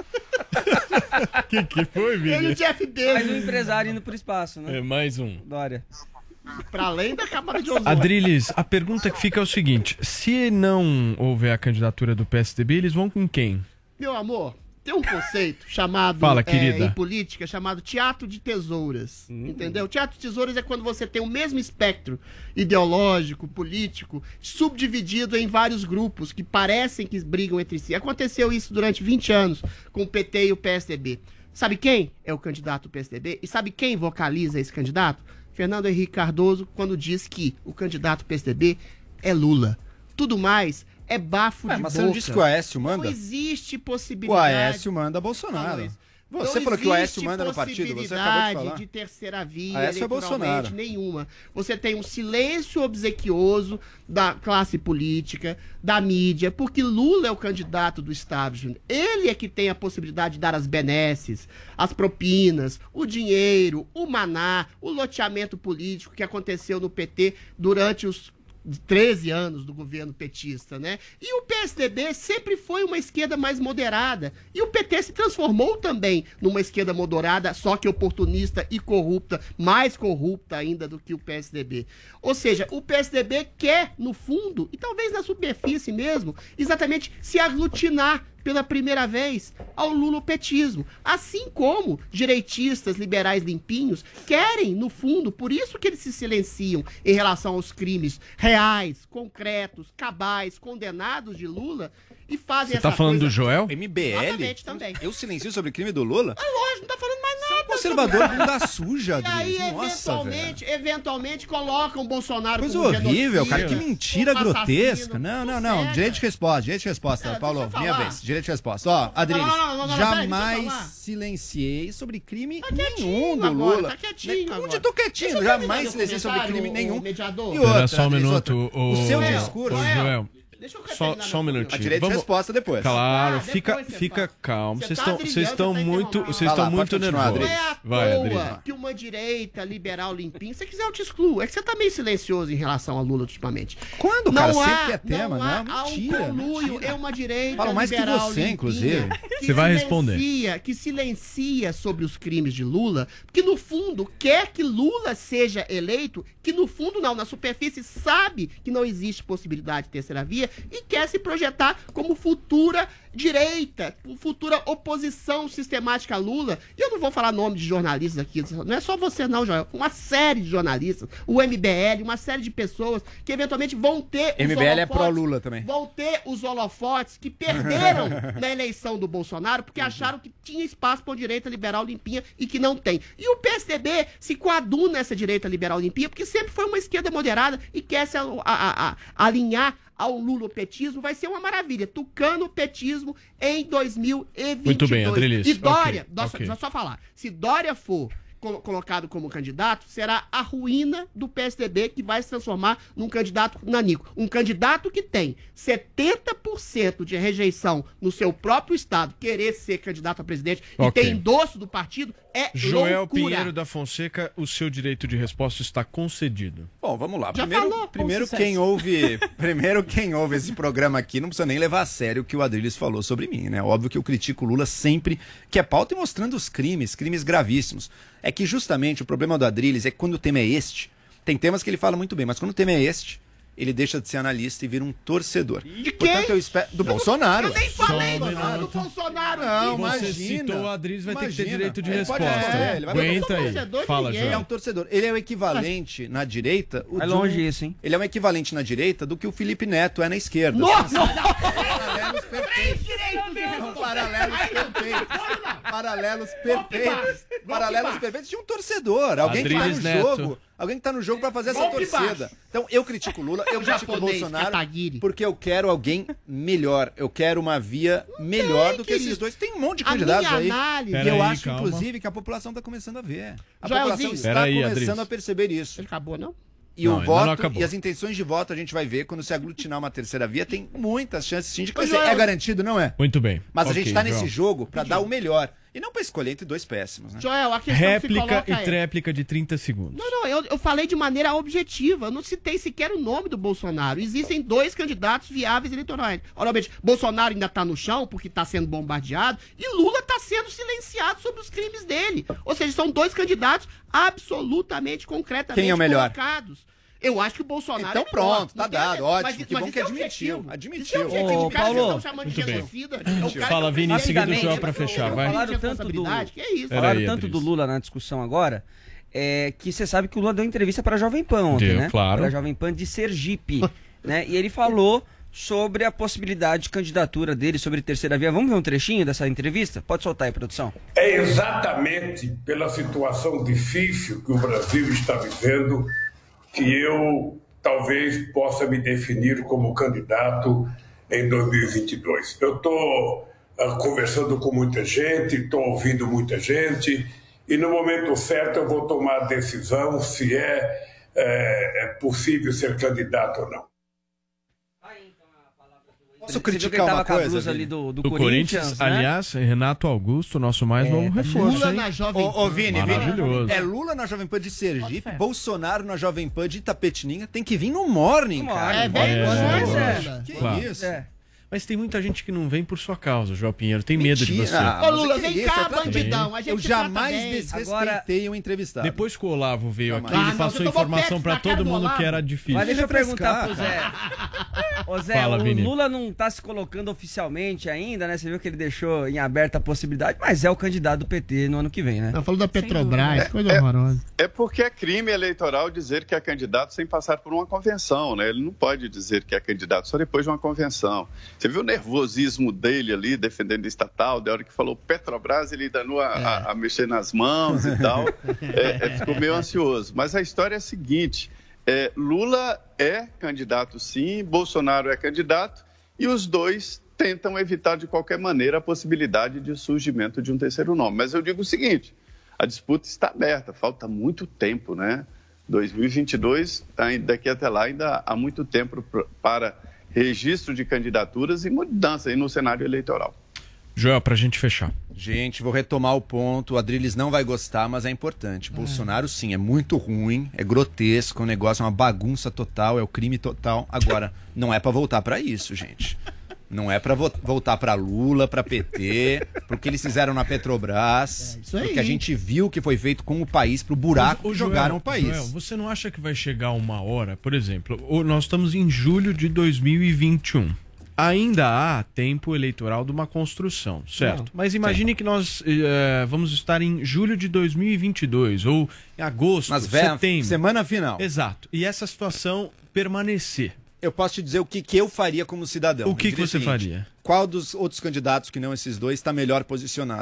G: que que foi, Vini?
K: Ele e o Jeff Bezos.
I: Mais um empresário indo pro espaço, né?
G: É, mais um.
I: Dória.
K: Pra além da Câmara de Ozônio.
G: Adriles, a pergunta que fica é o seguinte: se não houver a candidatura do P S D B, eles vão com quem?
K: Meu amor, tem um conceito chamado
G: Fala,
K: é,
G: querida.
K: em política chamado teatro de tesouras, entendeu? Teatro de tesouras é quando você tem o mesmo espectro ideológico, político, subdividido em vários grupos que parecem que brigam entre si. Aconteceu isso durante vinte anos com o P T e o P S D B. Sabe quem é o candidato do P S D B? E sabe quem vocaliza esse candidato? Fernando Henrique Cardoso, quando diz que o candidato do P S D B é Lula. Tudo mais é bafo
M: Ué,
K: de
M: mas
K: boca.
M: você não disse que o Aécio manda?
K: Não existe
M: O
K: possibilidade.
M: Aécio manda Bolsonaro. Você
K: Não
M: falou que o Aécio
K: existe
M: manda no partido, você acabou de falar.
K: de terceira via,
M: Aécio é
K: eleitoralmente,
M: Bolsonaro.
K: nenhuma. Você tem um silêncio obsequioso da classe política, da mídia, porque Lula é o candidato do establishment. Ele é que tem a possibilidade de dar as benesses, as propinas, o dinheiro, o maná, o loteamento político que aconteceu no P T durante os treze anos do governo petista, né? E o P S D B sempre foi uma esquerda mais moderada. E o P T se transformou também numa esquerda moderada, só que oportunista e corrupta, mais corrupta ainda do que o P S D B. Ou seja, o P S D B quer, no fundo, e talvez na superfície mesmo, exatamente se aglutinar pela primeira vez ao lulopetismo. Assim como direitistas, liberais limpinhos, querem, no fundo, por isso que eles se silenciam em relação aos crimes reais, concretos, cabais, condenados de Lula, e fazem
G: Você
K: essa
G: tá falando
K: coisa...
G: do Joel?
M: M B L?
K: Exatamente, também.
M: Eu silencio sobre o crime do Lula?
K: É lógico, não tá falando mais nada.
M: Conservador, bunda suja,
K: E aí,
M: Adriles. Nossa, velho.
K: eventualmente, eventualmente colocam o Bolsonaro
M: Coisa
K: como
M: horrível,
K: genocida,
M: cara. Que mentira
K: como
M: grotesca.
K: assassino.
M: Não, não,
K: Não
M: não.
K: segue.
M: Direito de resposta, direito de resposta,
K: É,
M: Paulo.
K: deixa eu
M: Minha
K: falar.
M: vez. Direito de resposta. Ó, Adriles,
K: Não, não, não, não, peraí, deixa eu
M: jamais
K: falar.
M: silenciei sobre crime
K: Tá
M: nenhum
K: quietinho
M: do
K: agora,
M: Lula.
K: tá quietinho
M: Onde
K: agora.
M: eu tô quietinho?
K: Deixa eu terminar
M: Jamais
K: meu
M: silenciei sobre
K: comentário,
M: crime
K: o
M: nenhum.
K: mediador.
M: E
G: Pera
M: outra,
G: só um
M: Adriles,
G: minuto.
M: outra.
G: O,
M: O seu
K: Joel,
M: discurso...
G: Ô, Joel,
K: Deixa eu
G: só,
K: terminar
G: só um
K: meu
G: minutinho.
M: A direito de
G: Vamos-
M: resposta depois.
G: Claro,
K: Ah,
G: fica,
K: depois você
G: fica
K: fala.
G: calmo.
K: Você
G: Vocês
K: tá
G: estão
K: brilhando,
G: vocês estão
K: você tá
G: muito,
K: interrompendo.
G: vocês
M: Vai
G: estão
M: lá,
G: muito
M: pode continuar,
G: nervosos.
K: Não é à
G: Vai,
K: toa
G: Adriles.
K: que uma direita liberal limpinha, se você quiser eu te excluo, é que você tá meio silencioso em relação a Lula ultimamente.
M: Quando,
K: Não
M: cara?
K: há,
M: Sempre é tema,
K: não há,
M: não?
K: há um
M: Mentira,
K: conluio,
M: mentira.
K: é uma direita
M: Fala mais que
K: liberal
M: você,
K: limpinha,
M: inclusive.
K: que
G: Você vai
K: silencia- Que silencia sobre os crimes de Lula, que no fundo quer que Lula seja eleito, que no fundo não, na superfície sabe que não existe possibilidade de terceira via e quer se projetar como futura direita, futura oposição sistemática a Lula. E eu não vou falar nome de jornalistas aqui, não é só você não, Joel, uma série de jornalistas, o M B L, uma série de pessoas que eventualmente vão ter os
M: M B L é
K: holofotes-
M: pró-Lula também.
K: Vão ter os holofotes que perderam na eleição do Bolsonaro porque acharam que tinha espaço para uma direita liberal limpinha e que não tem. E o P S D B se coaduna nessa direita liberal limpinha porque sempre foi uma esquerda moderada e quer se a- a- a- alinhar ao lulopetismo, vai ser uma maravilha. Tucano-petismo em dois mil e vinte e dois.
G: Muito bem, Adriles.
K: E Dória,
G: Ok,
K: nossa,
G: ok.
K: deixa eu só falar, se Dória for colo- colocado como candidato, será a ruína do P S D B, que vai se transformar num candidato nanico. Um candidato que tem setenta por cento de rejeição no seu próprio estado, querer ser candidato a presidente
G: Ok.
K: e ter endosso do partido, é
G: Joel
K: loucura.
G: Pinheiro da Fonseca, o seu direito de resposta está concedido.
M: Bom, vamos lá.
K: Já
M: Primeiro,
K: falou,
M: primeiro
K: bom sucesso.
M: quem ouve, primeiro quem ouve esse programa aqui não precisa nem levar a sério o que o Adriles falou sobre mim, né? Óbvio que eu critico o Lula sempre que é pauta e mostrando os crimes, crimes gravíssimos. É que justamente o problema do Adriles é que quando o tema é este, tem temas que ele fala muito bem, mas quando o tema é este, ele deixa de ser analista e vira um torcedor.
K: De quem?
M: Portanto, eu espero do Bolsonaro.
K: Eu nem falei
G: Só um
K: do
G: minuto.
K: Bolsonaro.
M: Não,
K: aqui.
G: Você
M: imagina.
G: citou o Adriles, vai ter que ter
M: Imagina.
G: direito de
M: Ele pode-
G: resposta.
M: é, ele vai-
G: Aguenta
K: Eu não sou
G: aí.
K: torcedor de
G: Fala,
K: ninguém.
M: Ele é
G: Joel.
M: um torcedor. Ele é o equivalente na direita. O
I: É
M: de um-
I: longe isso, hein?
M: Ele é um equivalente na direita do que o Felipe Neto é na esquerda.
K: Nossa!
M: Paralelos perfeitos. São paralelos perfeitos. Paralelos perfeitos. Paralelos perfeitos de um torcedor. Alguém que tá
G: Adriles
M: no
G: Neto.
M: jogo. Alguém que tá no jogo pra fazer essa
K: Golpe
M: torcida.
K: baixo.
M: Então eu critico o Lula, eu critico o
K: japonês,
M: Bolsonaro.
K: Kataguiri.
M: Porque eu quero alguém melhor. Eu quero uma via melhor do que
K: querido.
M: esses dois. Tem um monte de
K: A
M: candidatos
K: minha
M: aí.
K: análise-
M: E
G: Pera
M: eu
G: aí,
M: acho,
G: calma.
M: inclusive, que a população tá começando a ver. A
K: Joelzinho.
M: população está
G: Pera aí,
M: começando
G: Adriles.
M: a perceber isso.
K: Ele acabou, não?
M: E
G: Não,
M: o
G: ainda não
M: voto
G: acabou.
M: e as intenções de voto a gente vai ver quando se aglutinar uma terceira via, tem muitas chances sim de
K: Ô,
M: crescer.
K: Joel-
M: É garantido, não é?
G: Muito bem.
M: Mas a
G: Ok,
M: gente tá nesse
G: Joel.
M: jogo pra dar o melhor. E não pra escolher entre dois péssimos, né?
K: Joel, a questão que se
G: Réplica
K: coloca
G: e
K: é...
G: tréplica de trinta segundos.
K: Não, não, eu, eu falei de maneira objetiva. Eu não citei sequer o nome do Bolsonaro. Existem dois candidatos viáveis eleitorais. Obviamente, Bolsonaro ainda tá no chão porque tá sendo bombardeado e Lula tá sendo silenciado sobre os crimes dele. Ou seja, são dois candidatos absolutamente, concretamente
M: Quem é o melhor?
K: colocados. Eu acho que o Bolsonaro
M: Então
K: é melhor.
M: pronto, tá
K: Não tem-
M: dado, ótimo,
K: mas-
M: que
K: mas
M: bom
K: isso
M: que
K: é
M: admitiu,
K: objetivo.
M: admitiu.
K: Isso é objetivo.
I: Ô,
K: O cara que
I: Paulo,
K: vocês estão chamando de
G: muito bem.
K: genocida. é o
G: Admitiu.
K: cara
G: Fala,
K: que
G: Vini,
K: não
G: em seguida o
K: tem
G: Joel pra fechar, vai.
I: Falaram tanto do-
K: responsabilidade. Que é isso?
G: Pera
I: Falaram
G: aí,
I: tanto do
G: Adriles.
I: Lula na discussão agora, é, que você sabe que o Lula deu entrevista para a Jovem Pan ontem,
G: Deu,
I: né?
G: claro.
I: Para a Jovem Pan de Sergipe, né? E ele falou sobre a possibilidade de candidatura dele sobre terceira via. Vamos ver um trechinho dessa entrevista? Pode soltar aí, produção.
N: É exatamente pela situação difícil que o Brasil está vivendo que eu talvez possa me definir como candidato em dois mil e vinte e dois. Eu estou conversando com muita gente, estou ouvindo muita gente e no momento certo eu vou tomar a decisão se é, é, é possível ser candidato ou não.
M: Posso
I: Você viu que ele
M: criticar
I: tava
M: uma
I: com a
M: coisa?
I: blusa
M: Vini?
I: ali do, do
G: Do
I: Corinthians,
G: Corinthians,
I: né?
G: aliás, Renato Augusto, nosso mais
I: É,
G: novo
I: tá
G: reforço,
K: Lula
G: hein?
K: na Jovem
M: Ô, ô, Vini, Vini,
G: Maravilhoso.
M: é Lula na Jovem Pan de Sergipe,
H: Bota fé.
M: Bolsonaro na Jovem Pan de Itapetininga, tem que vir no Morning,
I: No
M: cara.
K: É, velho,
G: É,
K: mas
G: é,
K: é.
M: Que
G: Claro.
M: isso?
I: É.
G: Mas tem muita gente que não vem por sua causa, João Pinheiro. Tem medo de você.
M: Mentira.
K: Ô, Lula,
M: Mas que
K: vem
M: isso?
K: cá,
M: Eu trato
K: bandidão.
M: bem.
K: A gente
M: Eu
K: trata
M: jamais
K: bem.
M: desrespeitei um entrevistado.
G: Depois que o Olavo veio
M: Calma
G: aqui,
M: aí.
G: ele
K: Ah, não,
G: passou
K: você tomou
G: informação
K: pet
G: pra
K: na cara
G: todo
K: do
G: mundo
K: Olavo.
G: que era difícil.
I: Mas deixa eu
M: Deixa
I: perguntar pro
M: frescar,
I: Zé. Ô Zé,
G: Fala,
I: o
G: Vini.
I: Lula não tá se colocando oficialmente ainda, né? Você viu que ele deixou em aberta a possibilidade, mas é o candidato do P T no ano que vem, né?
K: Não, falou da
H: Sem
K: Petrobras,
H: dúvida.
K: coisa horrorosa.
L: É porque é crime eleitoral dizer que é candidato sem passar por uma convenção, né? Ele não pode dizer que é candidato só depois de uma convenção. Você viu o nervosismo dele ali, defendendo o estatal, da hora que falou Petrobras, ele danou a, a, a mexer nas mãos e tal. É, é, ficou meio ansioso. Mas a história é a seguinte, é, Lula é candidato sim, Bolsonaro é candidato, e os dois tentam evitar de qualquer maneira a possibilidade de surgimento de um terceiro nome. Mas eu digo o seguinte, a disputa está aberta, falta muito tempo, né? dois mil e vinte e dois, daqui até lá, ainda há muito tempo para registro de candidaturas e mudança aí no cenário eleitoral.
G: Joel, pra gente fechar.
M: Gente, vou retomar o ponto. O Adriles não vai gostar, mas é importante. Bolsonaro, sim, é muito ruim, é grotesco, o negócio é uma bagunça total, é o crime total. Agora, não é pra voltar pra isso, gente. Não é pra vo voltar pra Lula, pra P T, pro que eles fizeram na Petrobras,
K: É isso aí.
M: porque a gente viu o que foi feito com o país, pro buraco
G: Ô,
M: que
G: Joel,
M: jogaram o país.
G: Joel, você não acha que vai chegar uma hora, por exemplo, o- nós estamos em julho de dois mil e vinte e um. Ainda há tempo eleitoral de uma construção, certo?
K: Não,
G: Mas imagine que nós eh, vamos estar em julho de dois mil e vinte e dois ou em agosto,
M: Nas vé-
G: setembro.
M: semana final.
G: Exato. E essa situação permanecer.
M: Eu posso te dizer o que, que eu faria como cidadão.
G: O que
M: Eu
G: que
M: diria
G: você
M: seguinte,
G: faria?
M: Qual dos outros candidatos que não esses dois está melhor posicionado?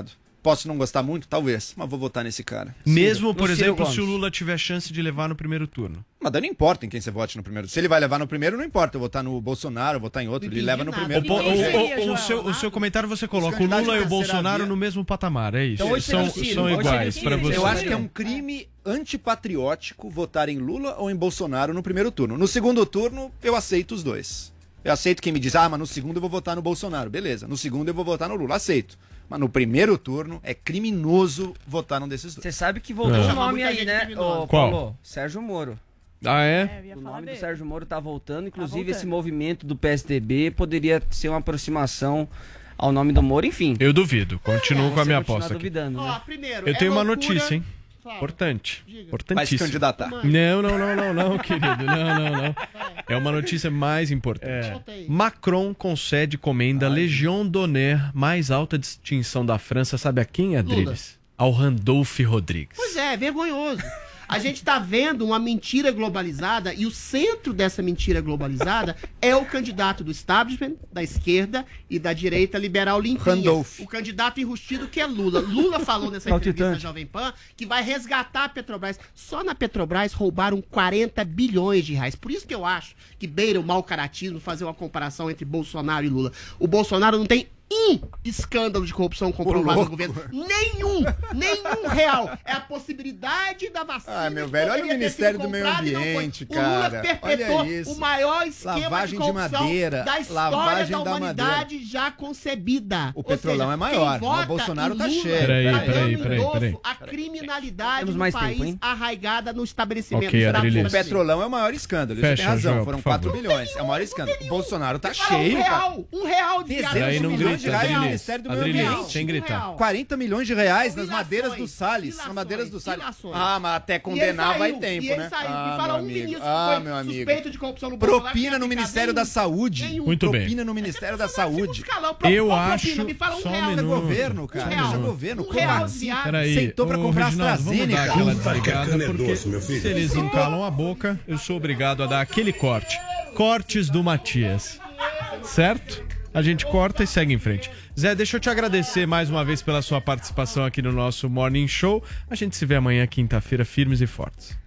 M: Posso não gostar muito? Talvez, mas vou votar nesse cara.
G: Mesmo, por
M: No Ciro
G: exemplo,
M: Gomes.
G: se o Lula tiver chance de levar no primeiro turno.
M: Mas daí não importa em quem você vote no primeiro. Se ele vai levar no primeiro, não importa. Eu votar no Bolsonaro, eu votar em outro. Ele leva no primeiro.
G: O, po- o- o- o seu, o seu comentário você coloca o Lula e o Bolsonaro no mesmo patamar, é isso?
M: Então, hoje
G: são
M: seria o Ciro,
G: são
M: hoje
G: iguais
M: seria o
G: para
M: Ciro.
G: você.
M: Eu acho que é um crime antipatriótico votar em Lula ou em Bolsonaro no primeiro turno. No segundo turno, eu aceito os dois. Eu aceito quem me diz, ah, mas no segundo eu vou votar no Bolsonaro. Beleza. No segundo eu vou votar no Lula. Aceito. Mas no primeiro turno é criminoso votar num desses dois.
I: Você sabe que voltou
G: É.
I: um nome aí, né, ô,
G: Qual?
I: Paulo? Sérgio Moro.
G: Ah, é?
I: O nome do Sérgio Moro tá voltando, inclusive
H: voltando.
I: esse movimento do P S D B poderia ser uma aproximação ao nome do Moro, enfim.
G: Eu duvido. Continuo com a
I: Você
G: minha
I: continuar
G: aposta aqui.
I: duvidando, né?
K: Ó, primeiro,
G: Eu tenho
K: é
G: uma
K: loucura-
G: notícia, hein?
K: Fala.
G: Importante.
K: Diga.
G: Importantíssimo.
M: Vai se candidatar.
G: Não, não, não, não, não, querido. Não, não, não. É uma notícia mais importante.
K: Solta aí.
G: Macron concede comenda Legion d'Honneur, mais alta distinção da França. Sabe a quem, Adriles? Ao Randolph Rodrigues.
K: Pois é, vergonhoso. A gente tá vendo uma mentira globalizada e o centro dessa mentira globalizada é o candidato do establishment, da esquerda e da direita liberal limpinha.
M: Randolph.
K: O candidato enrustido que é Lula. Lula falou nessa entrevista
I: Saltitante.
K: da Jovem Pan que vai resgatar a Petrobras. Só na Petrobras roubaram quarenta bilhões de reais. Por isso que eu acho que beira o mau caratismo fazer uma comparação entre Bolsonaro e Lula. O Bolsonaro não tem um escândalo de corrupção comprovado no governo. Nenhum! Nenhum real! É a possibilidade da vacina.
M: Ah, meu
K: que
M: velho, olha o
K: poderia ter
M: Ministério
K: sido
M: do Meio
K: comprada e não foi.
M: Ambiente,
K: O Lula
M: cara.
K: perpetuou
M: Olha isso.
K: o maior esquema
M: Lavagem
K: de
M: de
K: corrupção
M: madeira,
K: da história
M: lavagem
K: da
M: da
K: humanidade já concebida.
M: O
K: Ou
M: petrolão
K: seja,
M: é maior,
K: quem
M: mas o
K: vota
M: Bolsonaro
K: em
M: tá
K: Lula
M: cheio.
G: Peraí,
K: tá
G: peraí,
K: dando
G: peraí,
K: endosso
G: peraí.
K: à criminalidade
I: Temos
K: do
I: mais
K: país
I: tempo, hein?
K: arraigada no estabelecimento.
G: Ok,
K: Será
G: Adriles.
M: O
K: possível?
M: petrolão é o maior escândalo.
G: Fecha,
M: Você tem razão,
G: Joel,
M: foram
G: por
M: quatro
G: favor.
M: bilhões. É o maior escândalo. O Bolsonaro tá
K: Fala,
M: cheio,
K: um
M: cara.
K: real, um real de
M: Dezenas
G: Aí
M: de
G: não
M: milhões de
G: grita,
M: reais no
G: Adriles.
M: Ministério do Meio
G: Adriles,
M: Ambiente.
G: sem gritar.
M: quarenta milhões de reais nas
K: Ilações,
M: madeiras do Salles. Nas
K: ilações,
M: madeiras do Salles.
K: ilações.
M: Ah, mas até
K: E ele
M: condenar
K: saiu,
M: vai
K: e
M: tempo,
K: ele
M: né?
K: saiu.
M: Ah,
K: Me fala
M: meu
K: um
M: amigo.
K: ministro
M: Ah,
K: que foi
M: meu amigo.
K: suspeito de corrupção no Bolsonaro.
M: Propina no
K: que
M: Ministério
K: aplicado
M: da Saúde.
K: nenhum.
G: Muito bem.
M: Propina no Ministério da Saúde.
G: Eu
K: Qual
G: acho-
K: propina? Me fala um
G: só um
K: real.
M: Isso é
G: minuto.
M: governo, cara.
K: Um
M: Isso é
K: real.
M: governo.
K: Um
M: Como
K: real
M: assim?
K: desviado.
G: Peraí,
M: Sentou pra
G: ô,
M: comprar
G: Reginaldo, vamos dar
M: AstraZeneca.
G: aquela
L: Vai que é
G: desligada, porque
L: canedoso, meu filho.
G: se eles não calam a boca, eu sou obrigado a dar aquele corte. Cortes do Matias. Certo? A gente corta e segue em frente. Zé, deixa eu te agradecer mais uma vez pela sua participação aqui no nosso Morning Show. A gente se vê amanhã, quinta-feira, firmes e fortes.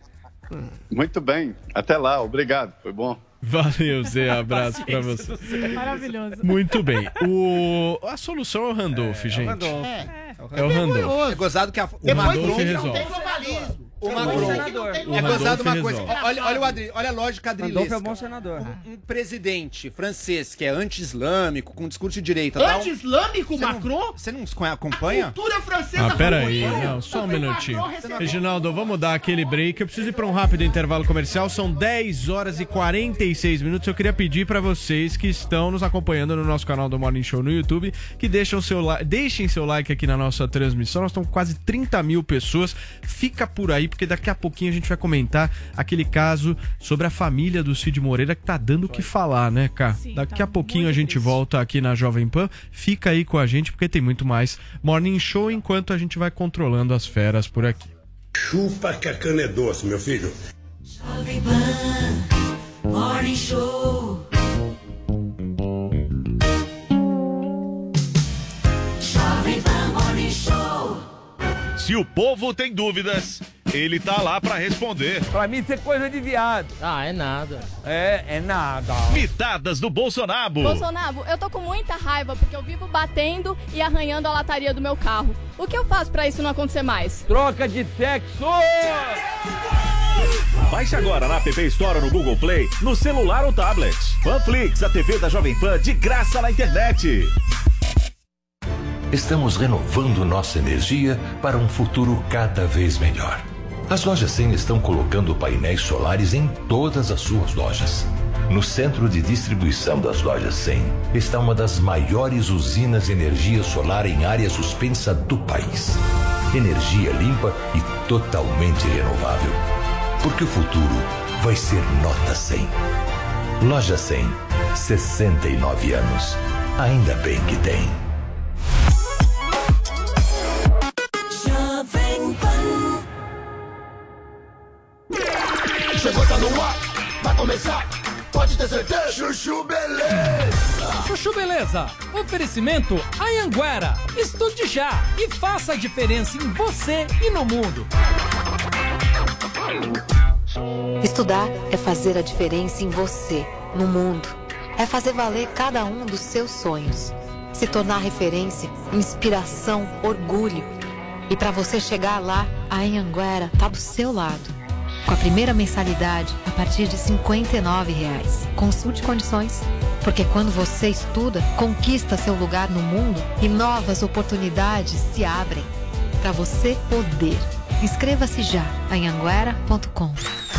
L: Muito bem. Até lá. Obrigado. Foi bom.
G: Valeu, Zé. Abraço pra você.
H: Maravilhoso.
G: Muito bem. O... A solução é o Randolph, gente.
I: Randolph.
G: É o Randolph.
M: É gozado que a, o
K: Depois
G: Randolph
K: disso, não
G: resolve.
K: tem globalismo.
M: O
K: Depois
M: Macron.
K: disso aqui não tem
M: É
K: globalismo.
M: gozado uma
G: Randolph
M: coisa.
G: resolve.
M: Olha, olha, o Adri, olha a lógica
I: Randolph
M: adrilesca.
I: é um bom senador.
M: Um, um presidente francês que é anti-islâmico, com discurso de direita. dá um-
K: Anti-islâmico,
M: Você não-
K: Macron?
M: Você não acompanha?
K: Cultura francesa
G: Ah, peraí,
K: foi
G: não, só um
K: Também
G: minutinho.
K: Macron recebeu-
G: Reginaldo, vamos dar aquele break. Eu preciso ir para um rápido intervalo comercial. São dez horas e quarenta e seis minutos. Eu queria pedir para vocês que estão nos acompanhando no nosso canal do Morning Show no YouTube que deixam seu like, deixem seu like aqui na nossa transmissão. Nós estamos com quase trinta mil pessoas. Fica por aí, porque daqui a pouquinho a gente vai comentar aquele caso sobre a família do Cid Moreira que tá dando o que falar, né, Cá?
H: Sim,
G: Daqui
H: tá
G: a pouquinho a
H: muito
G: gente
H: triste.
G: volta aqui na Jovem Pan. Fica aí com a gente, porque tem muito mais Morning Show enquanto a gente vai controlando as feras por aqui.
N: Chupa que a cana é doce, meu filho.
F: Jovem Pan Morning Show. Jovem Pan Morning Show.
D: Se o povo tem dúvidas, ele tá lá pra responder.
O: Pra mim isso é coisa de viado.
P: Ah, é nada.
O: É, é nada.
D: Mitadas do Bolsonaro.
Q: Bolsonaro, eu tô com muita raiva porque eu vivo batendo e arranhando a lataria do meu carro. O que eu faço pra isso não acontecer mais?
O: Troca de sexo!
D: Baixe agora na App Store ou no Google Play, no celular ou tablet. Panflix, a T V da Jovem Pan de graça na internet.
E: Estamos renovando nossa energia para um futuro cada vez melhor. As lojas cem estão colocando painéis solares em todas as suas lojas. No centro de distribuição das lojas cem está uma das maiores usinas de energia solar em área suspensa do país. Energia limpa e totalmente renovável. Porque o futuro vai ser nota cem. Loja cem, sessenta e nove anos. Ainda bem que tem.
F: Jovem Pan.
R: Chegou, tá no ar, vai começar.
F: pode ter certeza. Chuchu Beleza.
P: Chuchu Beleza. Oferecimento Anhanguera. Estude já e faça a diferença em você e no mundo.
R: Estudar é fazer a diferença em você, no mundo. É fazer valer cada um dos seus sonhos. Se tornar referência, inspiração, orgulho. E para você chegar lá, a Anhanguera tá do seu lado. Com a primeira mensalidade a partir de cinquenta e nove reais. Consulte condições. Porque quando você estuda, conquista seu lugar no mundo e novas oportunidades se abrem. Para você poder. Inscreva-se já em anhanguera ponto com.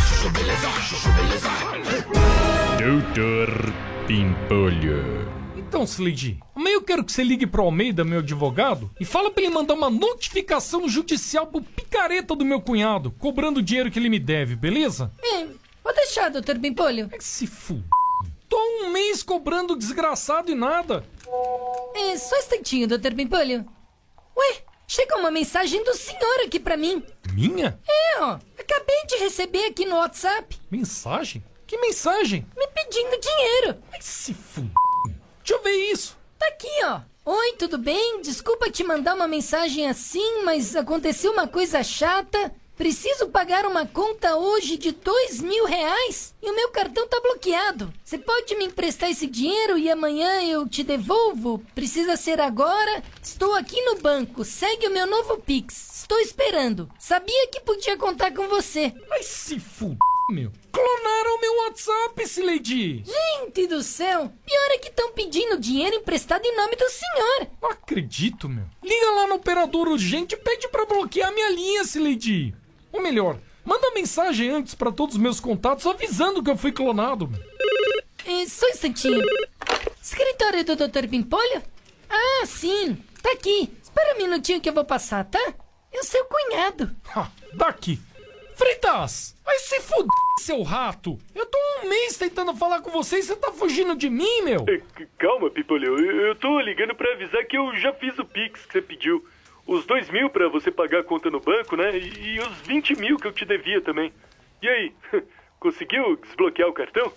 S: Doutor Pimpolho.
P: Então, Slade, amanhã eu quero que você ligue pro Almeida, meu advogado, e fala pra ele mandar uma notificação judicial pro picareta do meu cunhado, cobrando o dinheiro que ele me deve, beleza?
T: É, pode deixar, doutor Pimpolho.
P: É que se f... Tô há um mês cobrando desgraçado e nada.
T: É, só um instantinho, doutor Pimpolho. Ué, chegou uma mensagem do senhor aqui pra mim.
P: Minha?
T: É, ó, acabei de receber aqui no WhatsApp.
P: Mensagem? Que mensagem?
T: Me pedindo dinheiro.
P: Ai, se f... Deixa eu ver isso.
T: Tá aqui, ó. Oi, tudo bem? Desculpa te mandar uma mensagem assim, mas aconteceu uma coisa chata. Preciso pagar uma conta hoje de dois mil reais e o meu cartão tá bloqueado. Você pode me emprestar esse dinheiro e amanhã eu te devolvo? Precisa ser agora? Estou aqui no banco. Segue o meu novo Pix. Estou esperando. Sabia que podia contar com você.
P: Ai, se f... meu. Clonaram meu WhatsApp, Slade.
T: Gente do céu. Pior é que estão pedindo dinheiro emprestado em nome do senhor.
P: Não acredito, meu. Liga lá no operador urgente e pede pra bloquear minha linha, Slade. Ou melhor, manda mensagem antes pra todos os meus contatos avisando que eu fui clonado, meu.
T: É, só um instantinho. Escritório do doutor Pimpolho? Ah, sim. Tá aqui. Espera um minutinho que eu vou passar, tá? É o seu cunhado.
P: Ha, daqui. Fritas! Vai se fuder, seu rato! Eu tô há um mês tentando falar com você e você tá fugindo de mim, meu!
U: Calma, Pipolho. Eu, eu tô ligando pra avisar que eu já fiz o Pix que você pediu. Os dois mil pra você pagar a conta no banco, né? E, e os vinte mil que eu te devia também. E aí? Conseguiu desbloquear o cartão?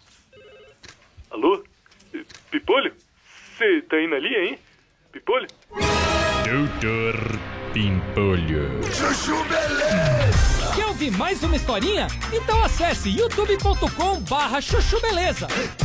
U: Alô? Pipolho? Você tá indo ali, hein? Pipolho?
S: Doutor Pimpolho.
F: Chuchu Beleza!
P: Quer ouvir mais uma historinha? Então acesse youtube ponto com barra chuchu beleza.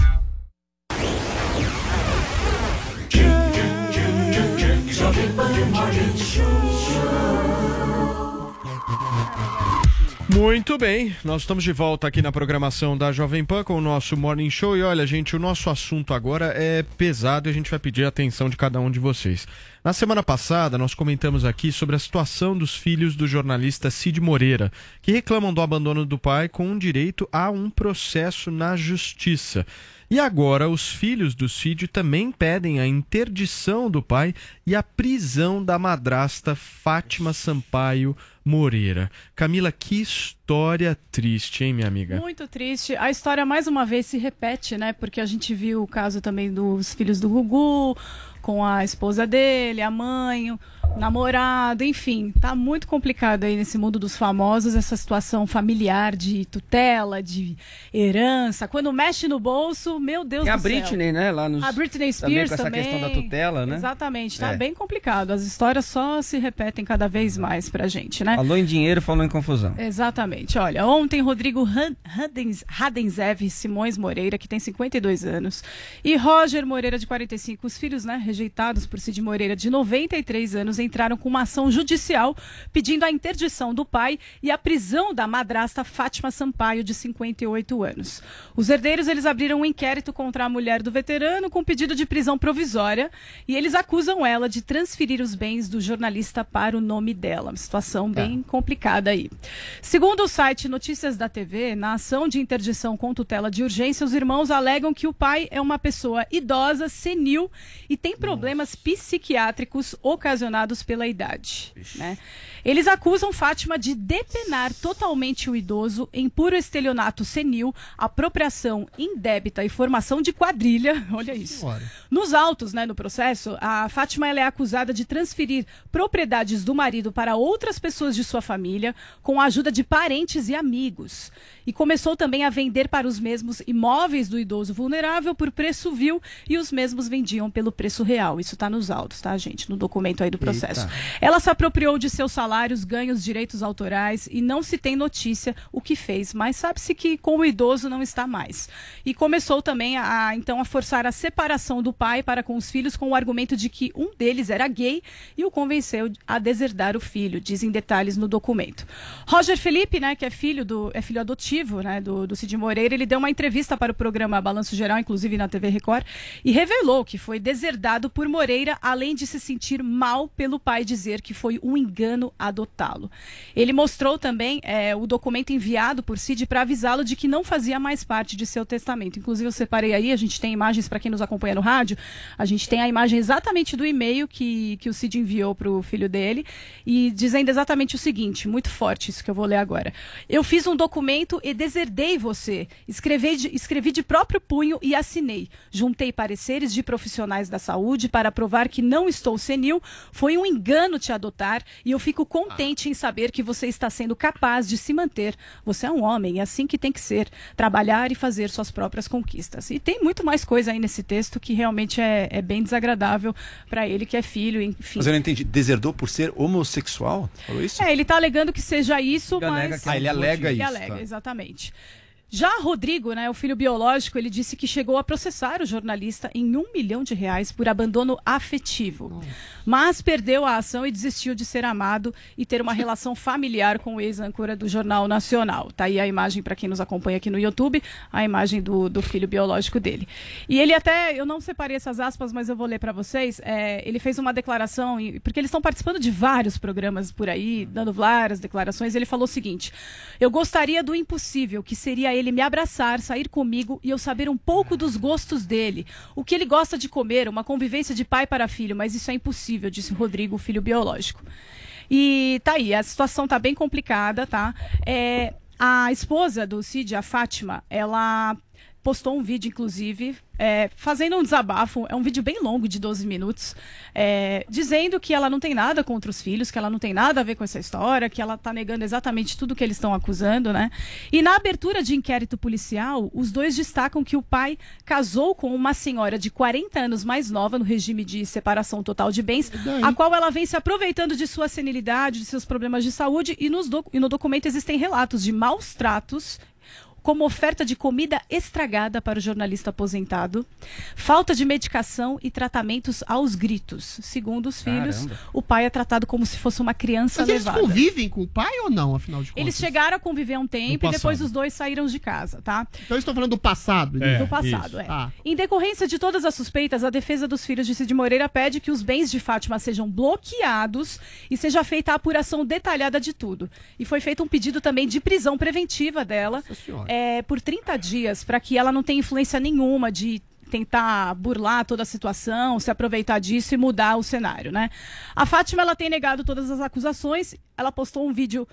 G: Muito bem, nós estamos de volta aqui na programação da Jovem Pan com o nosso Morning Show. E olha, gente, o nosso assunto agora é pesado e a gente vai pedir a atenção de cada um de vocês. Na semana passada, nós comentamos aqui sobre a situação dos filhos do jornalista Cid Moreira, que reclamam do abandono do pai com direito a um processo na justiça. E agora, os filhos do Cid também pedem a interdição do pai e a prisão da madrasta Fátima Sampaio Moreira. Camila, que história triste, hein, minha amiga?
H: Muito triste. A história, mais uma vez, se repete, né? Porque a gente viu o caso também dos filhos do Gugu, com a esposa dele, a mãe, o namorado, enfim. Tá muito complicado aí nesse mundo dos famosos, essa situação familiar de tutela, de herança. Quando mexe no bolso, meu Deus
I: e
H: do
I: a
H: céu.
I: Britney, né? Lá nos...
H: A Britney Spears
I: também. Com essa
H: também.
I: questão da tutela, né?
H: Exatamente. Tá
I: É.
H: bem complicado. As histórias só se repetem cada vez mais pra gente, né?
I: Falou em dinheiro, falou em confusão.
H: Exatamente. Olha, ontem Rodrigo Radens- Radenzev Simões Moreira, que tem cinquenta e dois anos, e Roger Moreira, de quarenta e cinco, os filhos, né, rejeitados por Cid Moreira, de noventa e três anos, entraram com uma ação judicial pedindo a interdição do pai e a prisão da madrasta Fátima Sampaio, de cinquenta e oito anos. Os herdeiros, eles abriram um inquérito contra a mulher do veterano com pedido de prisão provisória e eles acusam ela de transferir os bens do jornalista para o nome dela. Uma situação bem complicada aí. Segundo o site Notícias da T V, na ação de interdição com tutela de urgência, os irmãos alegam que o pai é uma pessoa idosa, senil e tem problemas psiquiátricos ocasionados pressionados pela idade. Né? Eles acusam Fátima de depenar totalmente o idoso em puro estelionato senil, apropriação indébita e formação de quadrilha. Olha isso.
K: Senhora.
H: Nos autos, né, no processo, a Fátima ela é acusada de transferir propriedades do marido para outras pessoas de sua família, com a ajuda de parentes e amigos. E começou também a vender para os mesmos imóveis do idoso vulnerável por preço vil e os mesmos vendiam pelo preço real. Isso está nos autos, tá, gente? No documento aí do processo. Eita. Ela se apropriou de seus salários, ganhos, direitos autorais e não se tem notícia o que fez, mas sabe-se que com o idoso não está mais. E começou também a, a, então a forçar a separação do pai para com os filhos com o argumento de que um deles era gay e o convenceu a deserdar o filho, dizem detalhes no documento. Roger Felipe, né, que é filho do é filho adotivo, né, do, do Cid Moreira, ele deu uma entrevista para o programa Balanço Geral, inclusive na T V Record, e revelou que foi deserdado por Moreira, além de se sentir mal pelo pai dizer que foi um engano adotá-lo. Ele mostrou também é, o documento enviado por Cid para avisá-lo de que não fazia mais parte de seu testamento. Inclusive eu separei aí, a gente tem imagens para quem nos acompanha no rádio, a gente tem a imagem exatamente do e-mail que, que o Cid enviou para o filho dele, e dizendo exatamente o seguinte, muito forte isso que eu vou ler agora. Eu fiz um documento e deserdei você. Escrevi de, escrevi de próprio punho e assinei. Juntei pareceres de profissionais da saúde para provar que não estou senil. Foi um engano te adotar e eu fico contente em saber que você está sendo capaz de se manter. Você é um homem, é assim que tem que ser. Trabalhar e fazer suas próprias conquistas. E tem muito mais coisa aí nesse texto que realmente é, é bem desagradável para ele, que é filho, enfim.
M: Mas eu não entendi. Deserdou por ser homossexual? Falou isso?
H: É, ele está alegando que seja isso,
M: ele
H: mas...
M: Ah, ele alega
H: ele
M: isso.
H: alega,
M: tá.
H: Exatamente. Já Rodrigo, né, o filho biológico, ele disse que chegou a processar o jornalista em um milhão de reais por abandono afetivo. Mas perdeu a ação e desistiu de ser amado e ter uma relação familiar com o ex-âncora do Jornal Nacional. Tá aí a imagem para quem nos acompanha aqui no YouTube, a imagem do, do filho biológico dele. E ele até, eu não separei essas aspas, mas eu vou ler para vocês. É, ele fez uma declaração, porque eles estão participando de vários programas por aí, dando várias declarações. Ele falou o seguinte: eu gostaria do impossível, que seria ele me abraçar, sair comigo e eu saber um pouco dos gostos dele, o que ele gosta de comer, uma convivência de pai para filho, mas isso é impossível, disse Rodrigo, o filho biológico. E tá aí, a situação tá bem complicada, tá? É, a esposa do Cid, a Fátima, ela postou um vídeo, inclusive, é, fazendo um desabafo, é um vídeo bem longo, de doze minutos, é, dizendo que ela não tem nada contra os filhos, que ela não tem nada a ver com essa história, que ela está negando exatamente tudo que eles estão acusando, né? E na abertura de inquérito policial, os dois destacam que o pai casou com uma senhora de quarenta anos mais nova, no regime de separação total de bens, a qual ela vem se aproveitando de sua senilidade, de seus problemas de saúde, e, nos do, e no documento existem relatos de maus tratos, como oferta de comida estragada para o jornalista aposentado, falta de medicação e tratamentos aos gritos. Segundo os filhos, Caramba. o pai é tratado como se fosse uma criança
K: Mas
H: levada.
K: eles convivem com o pai ou não, afinal de contas?
H: Eles chegaram a conviver um tempo e depois os dois saíram de casa, tá?
K: Então eles estão falando do passado.
H: É, do passado, isso. é. Ah. Em decorrência de todas as suspeitas, a defesa dos filhos de Cid Moreira pede que os bens de Fátima sejam bloqueados e seja feita a apuração detalhada de tudo. E foi feito um pedido também de prisão preventiva dela. É, por trinta dias, para que ela não tenha influência nenhuma de tentar burlar toda a situação, se aproveitar disso e mudar o cenário, né? A Fátima, ela tem negado todas as acusações. Ela postou um vídeo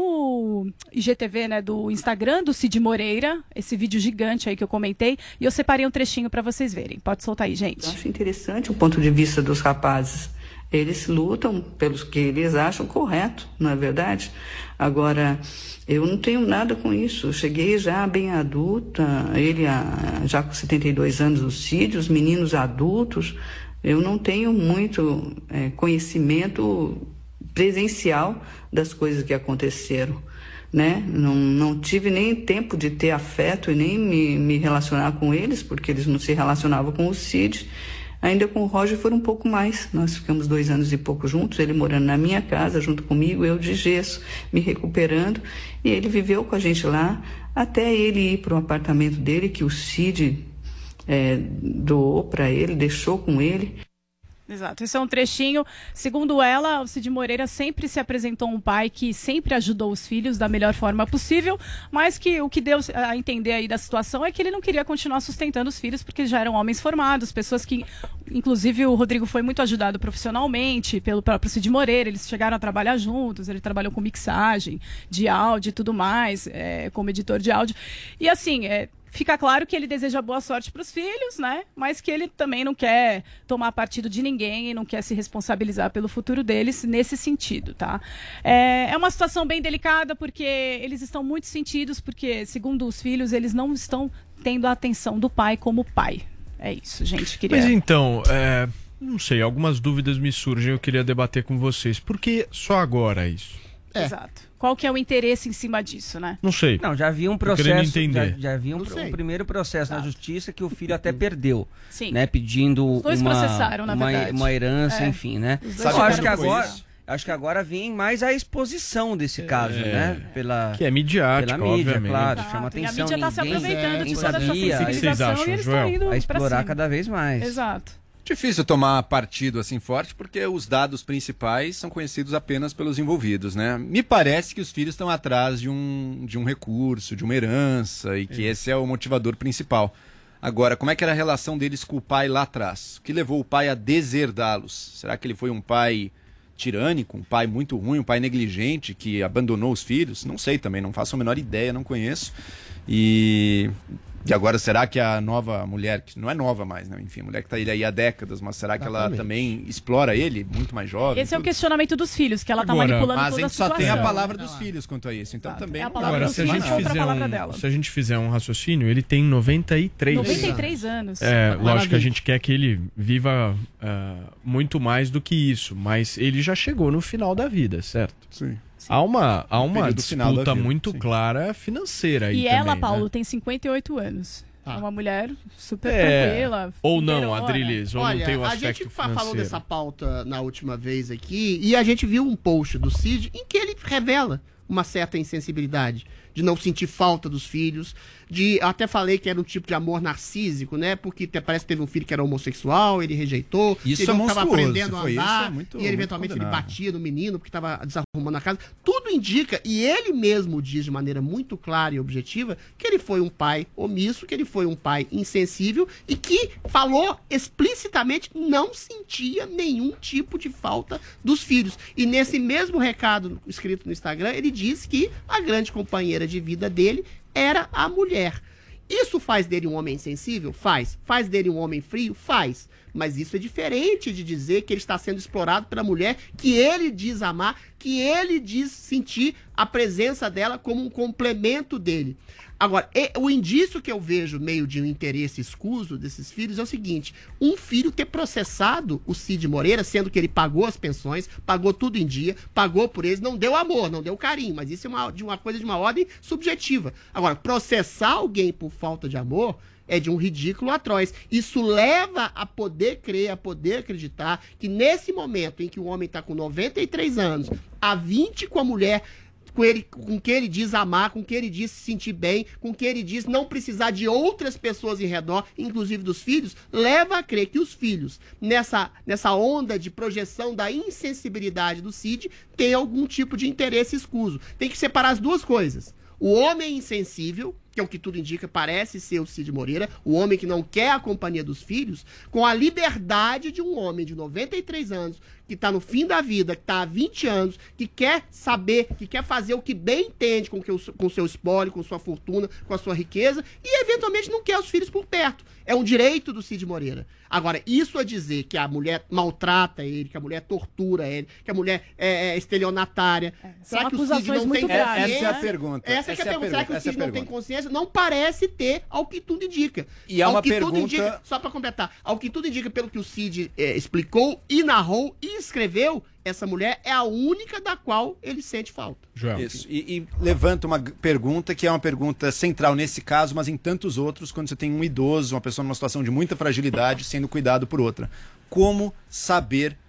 H: no I G T V, né, do Instagram do Cid Moreira, esse vídeo gigante aí que eu comentei, e eu separei um trechinho para vocês verem. Pode soltar aí, gente.
B: Eu acho interessante o ponto de vista dos rapazes. Eles lutam pelos que eles acham correto, não é verdade? Agora, eu não tenho nada com isso. Eu cheguei já bem adulta, ele já com setenta e dois anos, o Cid, os meninos adultos. Eu não tenho muito é, conhecimento presencial das coisas que aconteceram, né? Não, não tive nem tempo de ter afeto e nem me, me relacionar com eles, porque eles não se relacionavam com o Cid. Ainda com o Roger foram um pouco mais. Nós ficamos dois anos e pouco juntos, ele morando na minha casa, junto comigo, eu de gesso, me recuperando. E ele viveu com a gente lá, até ele ir para o apartamento dele, que o Cid é, doou para ele, deixou com ele.
H: Exato, esse é um trechinho. Segundo ela, o Cid Moreira sempre se apresentou um pai que sempre ajudou os filhos da melhor forma possível, mas que o que deu a entender aí da situação é que ele não queria continuar sustentando os filhos porque já eram homens formados, pessoas que, inclusive o Rodrigo foi muito ajudado profissionalmente pelo próprio Cid Moreira, eles chegaram a trabalhar juntos, ele trabalhou com mixagem de áudio e tudo mais, é, como editor de áudio. E assim, é, fica claro que ele deseja boa sorte para os filhos, né? Mas que ele também não quer tomar partido de ninguém e não quer se responsabilizar pelo futuro deles nesse sentido, tá? É, é uma situação bem delicada porque eles estão muito sentidos, porque, segundo os filhos, eles não estão tendo a atenção do pai como pai. É isso, gente. Queria...
G: Mas então, é, não sei, algumas dúvidas me surgem, eu queria debater com vocês. Por que só agora isso?
H: É. Exato. Qual que é o interesse em cima disso, né?
G: Não sei.
I: Não, já havia um
G: Tô querendo
I: processo, já,
G: entender.
I: já havia um, um primeiro processo na justiça que o filho até perdeu,
H: Sim.
I: né, pedindo
H: Os dois
I: uma,
H: processaram, na
I: uma,
H: verdade.
I: uma herança,
H: É.
I: enfim, né?
H: Os dois
I: Eu acho que
H: tiveram
I: agora,
H: isso.
I: acho que agora vem mais a exposição desse caso,
G: É.
I: né? Pela
G: Que é midiática,
I: pela mídia,
G: obviamente.
I: claro,
H: Exato.
I: chama
H: E a
I: atenção.
H: mídia tá se
I: ninguém-
H: aproveitando de
I: ninguém
H: toda essa
I: sabia,
H: sensibilização
G: O que vocês acham,
H: e eles
G: Joel?
H: estão indo
I: a
H: pra
I: explorar
H: cima.
I: cada vez mais.
H: Exato.
M: Difícil tomar partido assim forte, porque os dados principais são conhecidos apenas pelos envolvidos, né? Me parece que os filhos estão atrás de um, de um recurso, de uma herança, e que esse é o motivador principal. Agora, como é que era a relação deles com o pai lá atrás? O que levou o pai a deserdá-los? Será que ele foi um pai tirânico, um pai muito ruim, um pai negligente que abandonou os filhos? Não sei também, não faço a menor ideia, não conheço. E... E agora, será que a nova mulher, que não é nova mais, né? Enfim, a mulher que está aí há décadas, mas será que ela
K: Exatamente.
G: também
M: explora ele, muito mais jovem?
H: Esse é o questionamento dos filhos, que ela tá
G: Agora,
H: manipulando
M: Mas a
H: toda a
M: gente só
H: situação.
M: tem a palavra dos filhos quanto a isso, então também...
H: É a
M: não-
H: palavra
G: Agora,
H: dos
G: se a,
H: filhos
G: gente
H: contra a
G: fizer
H: palavra
G: um,
H: dela.
G: se a gente fizer um raciocínio, ele tem noventa e três.
H: noventa e três anos.
G: É, lógico que a
K: Maravilha.
G: gente quer que ele viva ah, muito mais do que isso, mas ele já chegou no final da vida, certo?
M: Sim.
G: Há uma, há uma
M: período final da
G: disputa
M: vida,
G: muito
M: sim.
G: clara financeira aí
H: E
G: também,
H: ela,
G: né?
H: Paulo, tem cinquenta e oito anos. É uma mulher super
G: É.
H: tranquila.
G: Ou não,
H: inteirona.
G: Adriles, ou
K: Olha,
G: não tem o
K: a
G: aspecto
K: gente fa-
G: financeiro.
K: falou dessa pauta na última vez aqui e a gente viu um post do Cid em que ele revela uma certa insensibilidade, de não sentir falta dos filhos, de eu até falei que era um tipo de amor narcísico, né? Porque te- parece que teve um filho que era homossexual, ele rejeitou,
M: Isso
K: ele
M: é
K: não tava
M: monstruoso,
K: aprendendo a
M: foi isso,
K: andar,
M: é muito-
K: e ele,
M: muito
K: eventualmente ele
M: condenável.
K: batia no menino porque estava desarrumando a casa. Tudo indica, e ele mesmo diz de maneira muito clara e objetiva, que ele foi um pai omisso, que ele foi um pai insensível e que falou explicitamente não sentia nenhum tipo de falta dos filhos. E nesse mesmo recado escrito no Instagram, ele disse que a grande companheira de vida dele era a mulher. Isso faz dele um homem insensível? Faz. Faz dele um homem frio? Faz. Mas isso é diferente de dizer que ele está sendo explorado pela mulher que ele diz amar, que ele diz sentir a presença dela como um complemento dele. Agora, e- o indício que eu vejo meio de um interesse escuso desses filhos é o seguinte: um filho ter processado o Cid Moreira, sendo que ele pagou as pensões, pagou tudo em dia, pagou por eles, não deu amor, não deu carinho, mas isso é uma, de uma coisa de uma ordem subjetiva. Agora, processar alguém por falta de amor é de um ridículo atroz. Isso leva a poder crer, a poder acreditar que nesse momento em que o homem está com noventa e três anos, há vinte com a mulher, com ele, com que ele diz amar, com que ele diz se sentir bem, com que ele diz não precisar de outras pessoas em redor, inclusive dos filhos, leva a crer que os filhos, nessa, nessa onda de projeção da insensibilidade do Cid, têm algum tipo de interesse escuso. Tem que separar as duas coisas. O homem insensível, que é o que tudo indica, parece ser o Cid Moreira, o homem que não quer a companhia dos filhos, com a liberdade de um homem de noventa e três anos, que está no fim da vida, que está há vinte anos, que quer saber, que quer fazer o que bem entende com o com seu espólio, com sua fortuna, com a sua riqueza, e eventualmente não quer os filhos por perto. É um direito do Cid Moreira. Agora, isso a dizer que a mulher maltrata ele, que a mulher tortura ele, que a mulher é, é estelionatária.
H: são
K: Será que o Cid
H: acusações
K: não
H: muito
K: tem
H: graves,
K: consciência?
M: Essa é a pergunta.
K: Essa, que é a pergunta. Será que o
M: essa é a
K: Cid não tem
M: pergunta.
K: consciência? Não parece ter, ao que tudo indica.
M: E é
K: Ao
M: uma
K: que tudo
M: pergunta-
K: indica, só para completar, ao que tudo indica, pelo que o Cid eh, explicou e narrou e escreveu, essa mulher é a única da qual ele sente falta.
G: Joel.
M: Isso. E, e levanta uma g- pergunta que é uma pergunta central nesse caso, mas em tantos outros, quando você tem um idoso, uma pessoa numa situação de muita fragilidade, sendo cuidado por outra. Como saber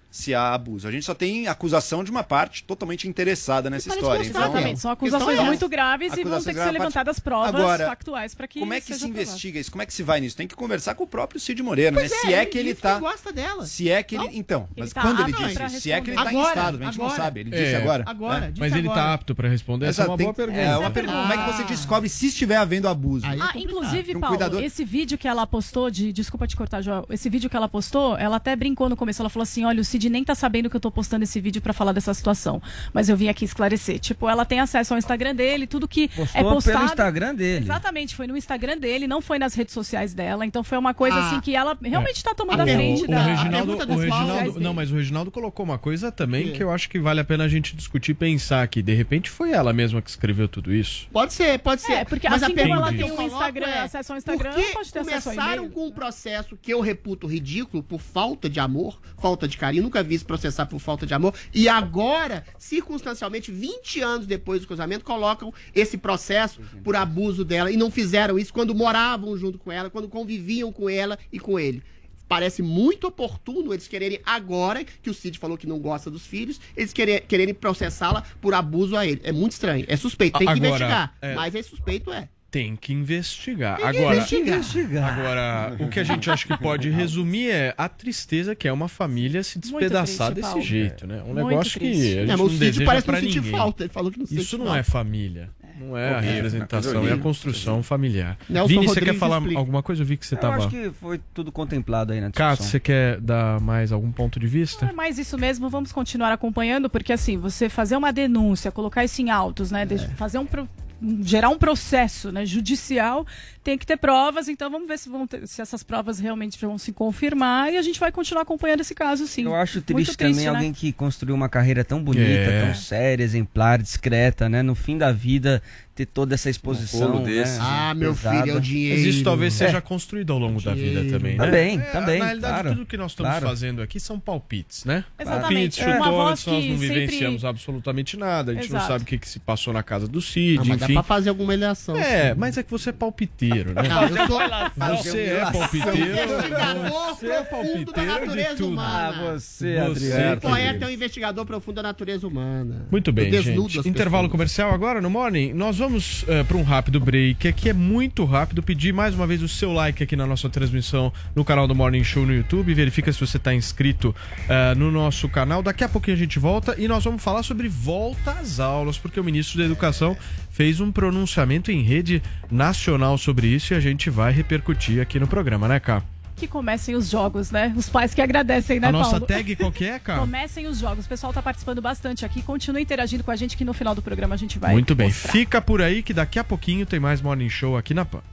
M: se há abuso. A gente só tem acusação de uma parte totalmente interessada nessa história. Então,
H: Exatamente, são acusações
M: é
H: muito graves e vão
M: Acusações
H: ter que
M: graves,
H: ser levantadas provas
M: Agora,
H: factuais para que
M: como é que
H: seja
M: se
H: aprovado.
M: investiga isso? Como é que se vai nisso? Tem que conversar com o próprio Cid Moreira,
K: Pois
M: né?
K: é,
M: se é
K: ele
M: que ele
K: disse
M: tá...
K: que gosta dela.
M: Se é que ele...
K: Não?
M: Então,
H: Ele
M: mas
H: tá
M: quando ele
H: apto
M: disse
H: pra
M: isso? Se é que ele tá
K: responder.
M: em
K: Agora,
M: estado, a gente não
K: agora.
M: sabe. Ele
G: É,
M: disse agora.
K: Agora,
M: É.
K: disse
G: Mas ele
K: agora.
G: tá apto pra responder? Essa é uma
M: tem-
G: boa pergunta.
M: É uma pergunta. Como é que você descobre se estiver havendo abuso?
K: Aí é
H: Ah,
K: complicado.
H: inclusive,
M: Um
H: Paulo,
M: cuidador-
H: esse vídeo que ela postou de. Desculpa te cortar, Joel. Esse vídeo que ela postou, ela até brincou no começo. Ela falou assim: olha, o Cid nem tá sabendo que eu tô postando esse vídeo pra falar dessa situação. Mas eu vim aqui esclarecer. Tipo, ela tem acesso ao Instagram dele, tudo que
I: Postou
H: é postado.
I: pelo Instagram dele.
H: Exatamente, foi no Instagram dele, não foi nas redes sociais dela. Então foi uma coisa
K: Ah.
H: assim que ela realmente tá tomando
G: É,
H: a frente
G: o,
H: da.
G: o Reginaldo,
K: pergunta
G: o
K: das
G: Reginaldo-
H: sociais
G: não,
H: dele.
G: mas o Reginaldo colocou uma coisa também
K: Que?
G: que eu acho que vale a pena a gente discutir e pensar aqui. De repente foi ela mesma que escreveu tudo isso.
K: Pode ser, pode ser.
H: É, porque
K: Mas
H: assim
K: a
H: como
K: pergunta
H: ela
K: que
H: tem
K: eu
H: um
K: coloco
H: Instagram,
K: é,
H: acesso ao Instagram,
K: por que
H: pode ter acesso ao
K: começaram
H: e-mail.
K: com um processo que eu reputo ridículo por falta de amor, falta de carinho, nunca vi se processar por falta de amor, e agora, circunstancialmente, vinte anos depois do casamento, colocam esse processo por abuso dela, e não fizeram isso quando moravam junto com ela, quando conviviam com ela e com ele. Parece muito oportuno eles quererem agora, que o Cid falou que não gosta dos filhos, eles querer, quererem processá-la por abuso a ele. É muito estranho. É suspeito, tem que
G: Agora,
K: investigar.
G: é-
K: Mas é suspeito, é.
G: Tem que investigar.
K: Tem que
G: agora,
K: investigar.
G: agora, o que a gente acha que pode resumir é a tristeza que é uma família se despedaçar
H: triste,
G: desse
H: Paulo.
G: jeito, né? Um
H: Muito
G: negócio
H: triste.
G: que a gente
K: É, mas o
G: não
K: Cid
G: deseja
K: parece
G: pra
K: não sentir
G: ninguém.
K: falta. Ele falou que não sente
G: Isso não
K: falta.
G: é família. Não é a
J: Horrível,
G: representação,
J: coisa
G: é a
J: horrível.
G: construção familiar.
K: Nelson
G: Vini, você
K: Rodrigues
G: quer falar
K: explica.
G: alguma coisa? Eu vi que você
I: Eu
G: tava...
I: acho que foi tudo contemplado aí na discussão.
G: Cato, você quer dar mais algum ponto de vista?
H: É mais isso mesmo, vamos continuar acompanhando, porque assim, você fazer uma denúncia, colocar isso em autos, né? de- Fazer um. pro- gerar um processo, né, judicial, tem que ter provas, então vamos ver se, vão ter- se essas provas realmente vão se confirmar e a gente vai continuar acompanhando esse caso, sim.
I: Eu acho triste,
H: Muito
I: também
H: triste, né?
I: alguém que construiu uma carreira tão bonita,
G: É.
I: tão séria, exemplar, discreta, né? No fim da vida, ter toda essa exposição.
J: rolo desse.
I: né,
K: Ah, meu
I: pesada.
K: filho, é o dinheiro.
G: Mas isso talvez
I: É.
G: seja construído ao longo da vida
K: Dinheiro.
G: também, né?
I: Também,
G: É,
I: também,
G: Na realidade,
I: claro,
G: tudo que nós estamos
I: claro.
G: fazendo aqui são palpites, né?
H: Exatamente.
G: Palpites,
H: É. Uma voz
G: chutômetros, nós
H: que
G: não
H: sempre-
G: vivenciamos absolutamente nada, a gente não
H: Exato.
G: sabe o que, que se passou na casa do Cid,
K: Não, mas dá
G: enfim.
K: pra fazer alguma ilhação.
G: É,
K: sim.
G: mas é que você é palpiteiro, né?
K: Não, eu sou
G: Você é palpiteiro,
K: investigador
G: você é
K: profundo da
G: palpiteiro de
K: natureza
G: tudo.
K: humana.
I: Ah, você,
G: Você,
I: Adriano.
K: O poeta é um investigador profundo da natureza humana.
G: Muito bem,
K: Eu desnudo
G: gente.
K: as
G: Intervalo
K: pessoas.
G: comercial agora no Morning. Nós vamos para um rápido break. Aqui é muito rápido. Pedir mais uma vez o seu like aqui na nossa transmissão no canal do Morning Show no YouTube. Verifica se você está inscrito eh, no nosso canal. Daqui a pouquinho a gente volta e nós vamos falar sobre volta às aulas, porque o ministro da Educação fez um pronunciamento em rede nacional sobre isso e a gente vai repercutir aqui no programa, né, Cá?
H: Que comecem os jogos, né? Os pais que agradecem, né,
G: A nossa
H: Paulo?
G: tag qual que é, Cá?
H: Comecem os jogos. O pessoal tá participando bastante aqui. Continue interagindo com a gente que no final do programa a gente vai
G: Muito bem.
H: mostrar.
G: Fica por aí que daqui a pouquinho tem mais Morning Show aqui na Pan.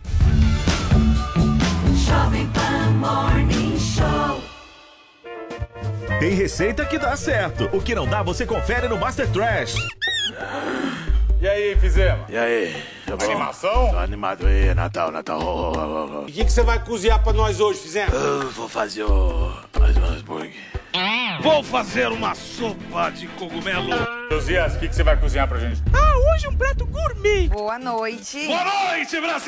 F: Jovem Pan Morning Show.
D: Tem receita que dá certo. O que não dá, você confere no Master Trash.
C: E aí, fizemos?
V: E aí? Tá bom?
C: Animação?
V: Tô animado aí, Natal, Natal. Oh, oh, oh, oh.
C: O que que você vai cozinhar pra nós hoje, fizemos?
V: Eu vou fazer o... mais um hambúrguer. Vou fazer uma sopa de cogumelo.
C: Josias, o que que você vai cozinhar pra gente?
V: Ah, hoje um prato gourmet.
W: Boa noite.
V: Boa noite, Brasil!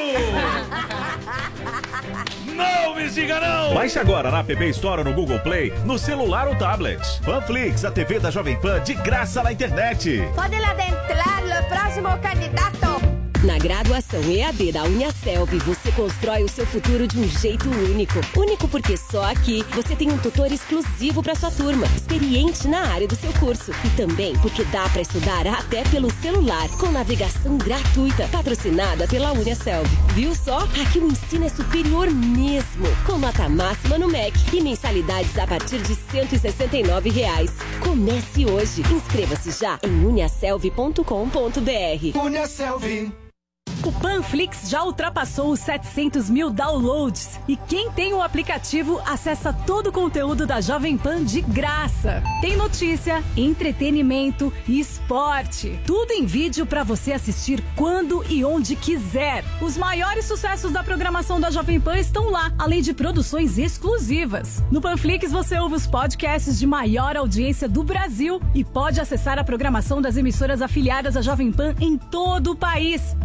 V: Não me siga, não!
D: Baixe agora na App Store ou no Google Play, no celular ou tablet. Panflix, a T V da Jovem Pan, de graça na internet.
W: Pode adentrar o próximo candidato.
X: Na graduação E A D da Uniaselv, você constrói o seu futuro de um jeito único. Único porque só aqui você tem um tutor exclusivo para sua turma, experiente na área do seu curso. E também porque dá para estudar até pelo celular, com navegação gratuita, patrocinada pela Uniaselv. Viu só? Aqui o ensino é superior mesmo, com nota máxima no M E C e mensalidades a partir de cento e sessenta e nove reais. Comece hoje. Inscreva-se já em uniaselv ponto com ponto br.
F: Uniaselv.
H: O Panflix já ultrapassou os setecentos mil downloads e quem tem o aplicativo acessa todo o conteúdo da Jovem Pan de graça. Tem notícia, entretenimento e esporte. Tudo em vídeo para você assistir quando e onde quiser. Os maiores sucessos da programação da Jovem Pan estão lá, além de produções exclusivas. No Panflix você ouve os podcasts de maior audiência do Brasil e pode acessar a programação das emissoras afiliadas à Jovem Pan em todo o país. Você vai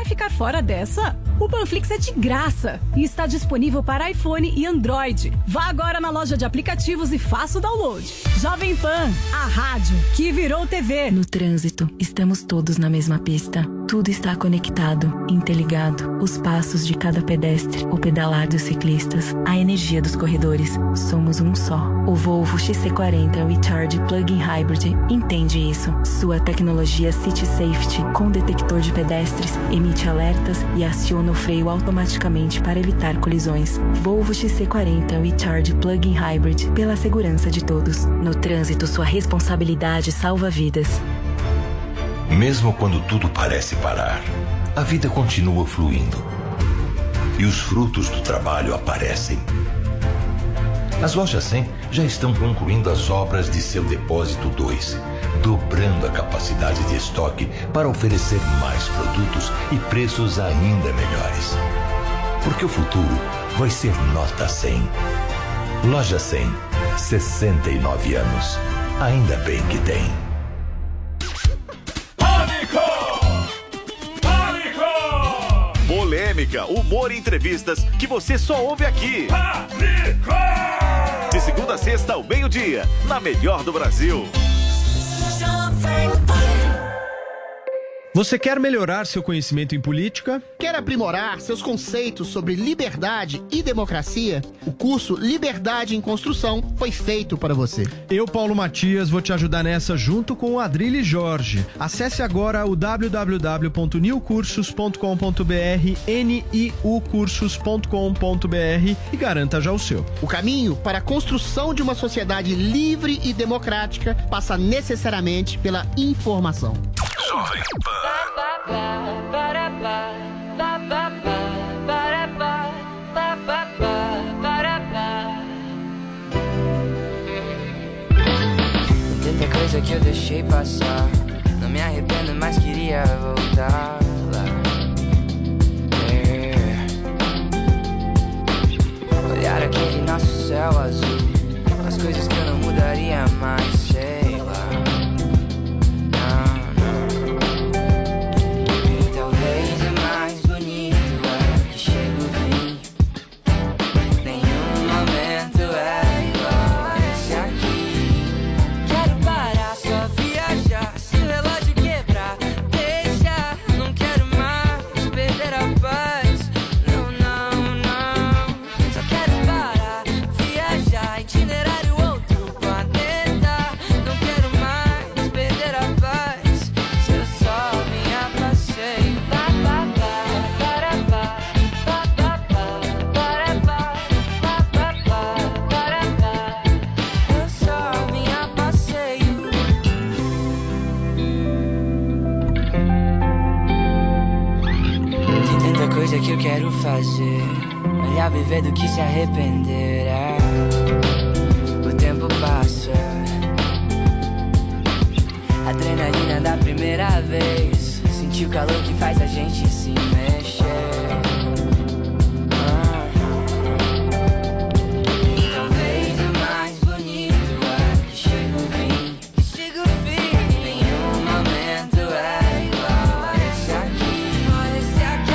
H: ficar fora dessa? O Panflix é de graça e está disponível para iPhone e Android. Vá agora na loja de aplicativos e faça o download. Jovem Pan, a rádio que virou T V.
A: No trânsito, estamos todos na mesma pista. Tudo está conectado, interligado. Os passos de cada pedestre, o pedalar dos ciclistas, a energia dos corredores. Somos um só. O Volvo X C quarenta Recharge Plug-in Hybrid entende isso. Sua tecnologia City Safety com detector de pedestres emite alertas e aciona o freio automaticamente para evitar colisões. Volvo X C quarenta Recharge Plug-in Hybrid, pela segurança de todos. No trânsito, sua responsabilidade salva vidas.
E: Mesmo quando tudo parece parar, a vida continua fluindo. E os frutos do trabalho aparecem. As lojas cem já estão concluindo as obras de seu depósito dois, dobrando a capacidade de estoque para oferecer mais produtos e preços ainda melhores. Porque o futuro vai ser nota cem. Loja cem, sessenta e nove anos. Ainda bem que tem.
D: Polêmica, humor e entrevistas que você só ouve aqui. De segunda a sexta ao meio-dia, na melhor do Brasil.
G: Você quer melhorar seu conhecimento em política?
K: Quer aprimorar seus conceitos sobre liberdade e democracia? O curso Liberdade em Construção foi feito para você.
G: Eu, Paulo Matias, vou te ajudar nessa junto com o Adrilles Jorge. Acesse agora o w w w ponto new cursos ponto com ponto b r, n i u cursos ponto com ponto b r e garanta já o seu.
K: O caminho para a construção de uma sociedade livre e democrática passa necessariamente pela informação.
F: Jovem Pan.
L: Tanta coisa que eu deixei passar, não me arrependo, mas queria voltar lá. Yeah. Olhar aquele nosso céu azul, as coisas que eu não mudaria mais, sei lá. Que eu quero fazer, melhor viver do que se arrepender. É. O tempo passa, adrenalina da primeira vez, sentir o calor que faz a gente se mexer. Ah. E talvez o mais bonito é que chega o fim, que chega o fim. Nenhum momento é igual a esse aqui. Esse aqui.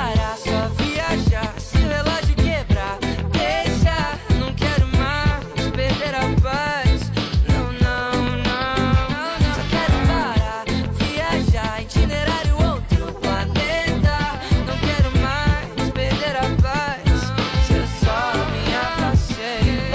L: Se o relógio quebrar, deixa. Não quero mais perder a paz. Não, não, não. Só quero parar, viajar, itinerário outro planeta. Não quero mais perder a paz. Se eu só me afastei.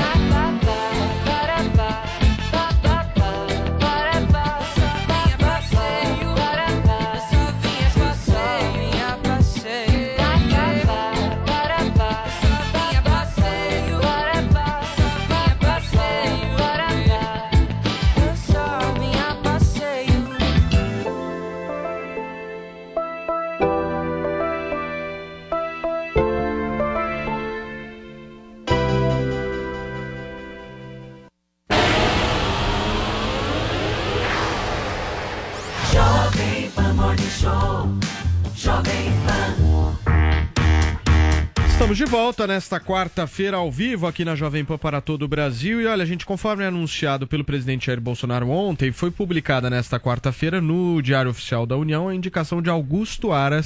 F: Jovem Pan Morning Show. Jovem Pan.
G: Estamos de volta nesta quarta-feira ao vivo aqui na Jovem Pan para todo o Brasil. E olha, gente, conforme anunciado pelo presidente Jair Bolsonaro ontem, foi publicada nesta quarta-feira no Diário Oficial da União a indicação de Augusto Aras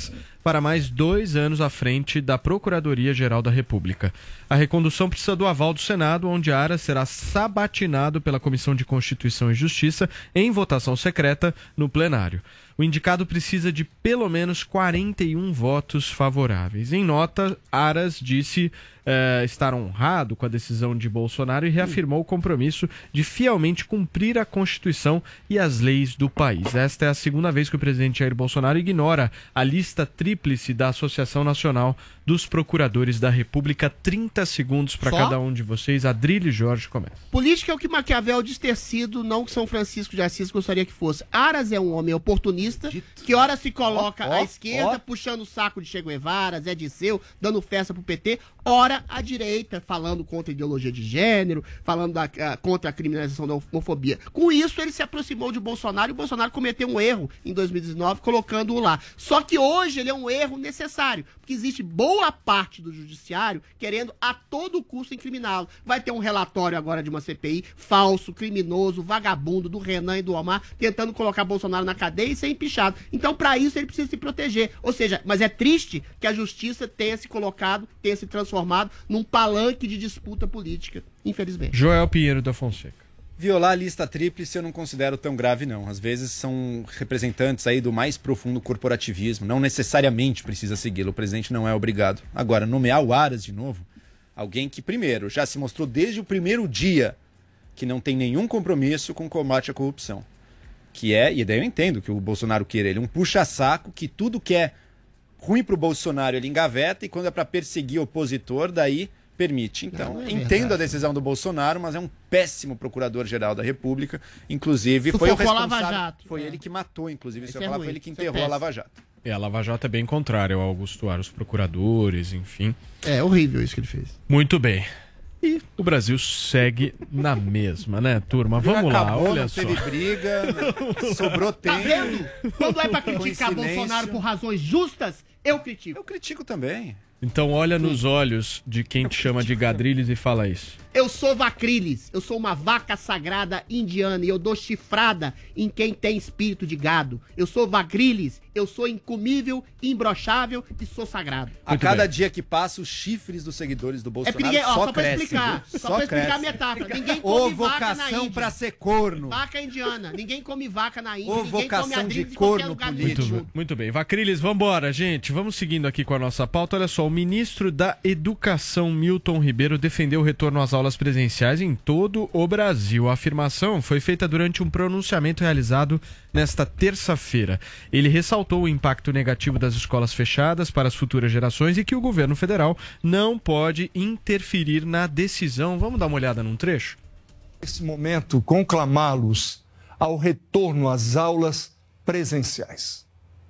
G: para mais dois anos à frente da Procuradoria-Geral da República. A recondução precisa do aval do Senado, onde Aras será sabatinado pela Comissão de Constituição e Justiça em votação secreta no plenário. O indicado precisa de pelo menos quarenta e um votos favoráveis. Em nota, Aras disse eh, estar honrado com a decisão de Bolsonaro e reafirmou o compromisso de fielmente cumprir a Constituição e as leis do país. Esta é a segunda vez que o presidente Jair Bolsonaro ignora a lista tríplice da Associação Nacional dos Procuradores da República. trinta segundos para
K: Só?
G: cada um de vocês. Adrilho e Jorge começa.
K: Política é o que Maquiavel diz ter sido, não que São Francisco de Assis gostaria que fosse. Aras é um homem oportunista, que ora se coloca
J: Ó, ó,
K: à esquerda,
J: ó.
K: puxando o saco de Che Guevara, Zé Disseu, dando festa pro P T, ora à direita, falando contra a ideologia de gênero, falando da, ah, contra a criminalização da homofobia. Com isso, ele se aproximou de Bolsonaro e o Bolsonaro cometeu um erro em dois mil e dezenove, colocando-o lá. Só que hoje ele é um erro necessário, porque existe boa parte do judiciário querendo a todo custo incriminá-lo. Vai ter um relatório agora de uma C P I falso, criminoso, vagabundo do Renan e do Omar, tentando colocar Bolsonaro na cadeia e ser empichado. Então, para isso, ele precisa se proteger. Ou seja, mas é triste que a justiça tenha se colocado, tenha se transformado num palanque de disputa política, infelizmente.
G: Joel Pinheiro da Fonseca.
J: Violar a lista tríplice eu não considero tão grave, não. Às vezes são representantes aí do mais profundo corporativismo. Não necessariamente precisa segui-lo. O presidente não é obrigado. Agora, nomear o Aras de novo, alguém que, primeiro, já se mostrou desde o primeiro dia que não tem nenhum compromisso com o combate à corrupção. Que é, e daí eu entendo que o Bolsonaro queira ele, um puxa-saco que tudo que é ruim pro Bolsonaro ele engaveta e quando é para perseguir opositor, daí permite. Então,
K: Não, não é
J: entendo
K: verdade.
J: a decisão do Bolsonaro, mas é um péssimo procurador-geral da República. Inclusive, foi o
K: Sufocou a Lava
J: responsável.
K: Jato.
J: Foi
K: É.
J: ele que matou, inclusive,
K: Isso
J: se eu
K: é
J: falar,
K: ruim,
J: foi ele que
K: isso é
J: enterrou a
K: péssimo.
J: Lava Jato.
G: É, a Lava Jato é bem contrário ao Augusto Aras, os procuradores, enfim.
K: É horrível isso que ele fez.
G: Muito bem. E o Brasil segue na mesma, né, turma? Vamos lá,
J: Acabou,
G: olha
J: não
G: só.
J: teve briga, sobrou tempo.
K: Tá vendo? Quando é pra criticar
J: Foi em silêncio.
K: Bolsonaro por razões justas, eu critico.
J: Eu critico também.
G: Então olha nos olhos de quem te chama de Gadriles e fala isso.
K: Eu sou Vacrilis, eu sou uma vaca sagrada indiana e eu dou chifrada em quem tem espírito de gado. Eu sou Vacrilis, eu sou incomível, imbrochável e sou sagrado.
J: A cada dia que passa, os chifres dos seguidores do
K: É
J: Bolsonaro
K: porque ninguém, ó,
J: só,
K: só pra
J: crescem,
K: explicar,
J: viu?
K: só, pra explicar a metáfora. Ninguém come
J: Ô,
K: vaca na
J: vocação
K: Índia.
J: pra ser corno.
K: Vaca indiana, ninguém come vaca na Índia,
J: Ô,
K: ninguém come
J: vocação
K: adriles
J: de
K: em qualquer
J: corno
K: lugar do
J: político.
K: mundo.
G: Muito, muito bem. Vacriles, vambora, gente. Vamos seguindo aqui com a nossa pauta. Olha só, o ministro da Educação, Milton Ribeiro, defendeu o retorno às aulas presenciais em todo o Brasil. A afirmação foi feita durante um pronunciamento realizado nesta terça-feira. Ele ressaltou o impacto negativo das escolas fechadas para as futuras gerações e que o governo federal não pode interferir na decisão. Vamos dar uma olhada num trecho?
N: Nesse momento, conclamá-los ao retorno às aulas presenciais.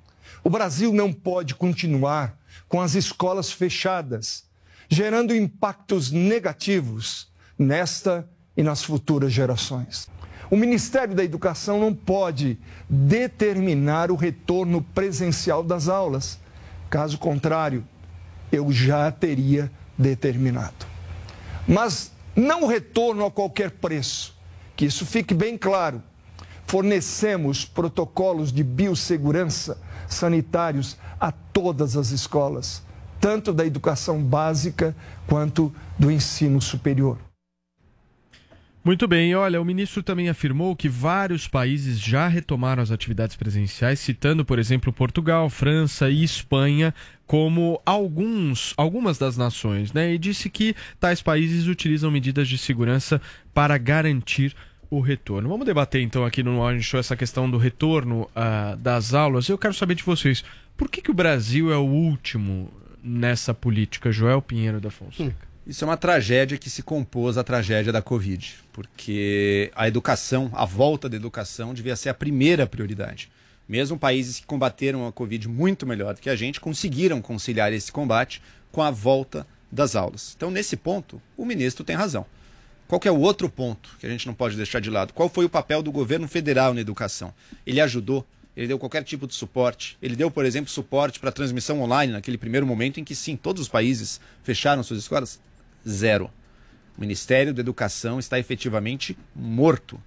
N: O Brasil não pode continuar com as escolas fechadas, gerando impactos negativos nesta e nas futuras gerações. O Ministério da Educação não pode determinar o retorno presencial das aulas. Caso contrário, eu já teria determinado. Mas não o retorno a qualquer preço, que isso fique bem claro. Fornecemos protocolos de biossegurança sanitários a todas as escolas, tanto da educação básica quanto do ensino superior.
G: Muito bem, olha, o ministro também afirmou que vários países já retomaram as atividades presenciais, citando, por exemplo, Portugal, França e Espanha como alguns, algumas das nações, né? E disse que tais países utilizam medidas de segurança para garantir o retorno. Vamos debater então aqui no Morning Show essa questão do retorno uh, das aulas. Eu quero saber de vocês, por que, que o Brasil é o último nessa política? Joel Pinheiro da Fonseca.
J: Isso é uma tragédia que se compôs à tragédia da Covid, porque a educação, a volta da educação devia ser a primeira prioridade. Mesmo países que combateram a Covid muito melhor do que a gente, conseguiram conciliar esse combate com a volta das aulas. Então, nesse ponto, o ministro tem razão. Qual que é o outro ponto que a gente não pode deixar de lado? Qual foi o papel do governo federal na educação? Ele ajudou? Ele deu qualquer tipo de suporte? Ele deu, por exemplo, suporte para a transmissão online naquele primeiro momento em que, sim, todos os países fecharam suas escolas? Zero. O Ministério da Educação está efetivamente morto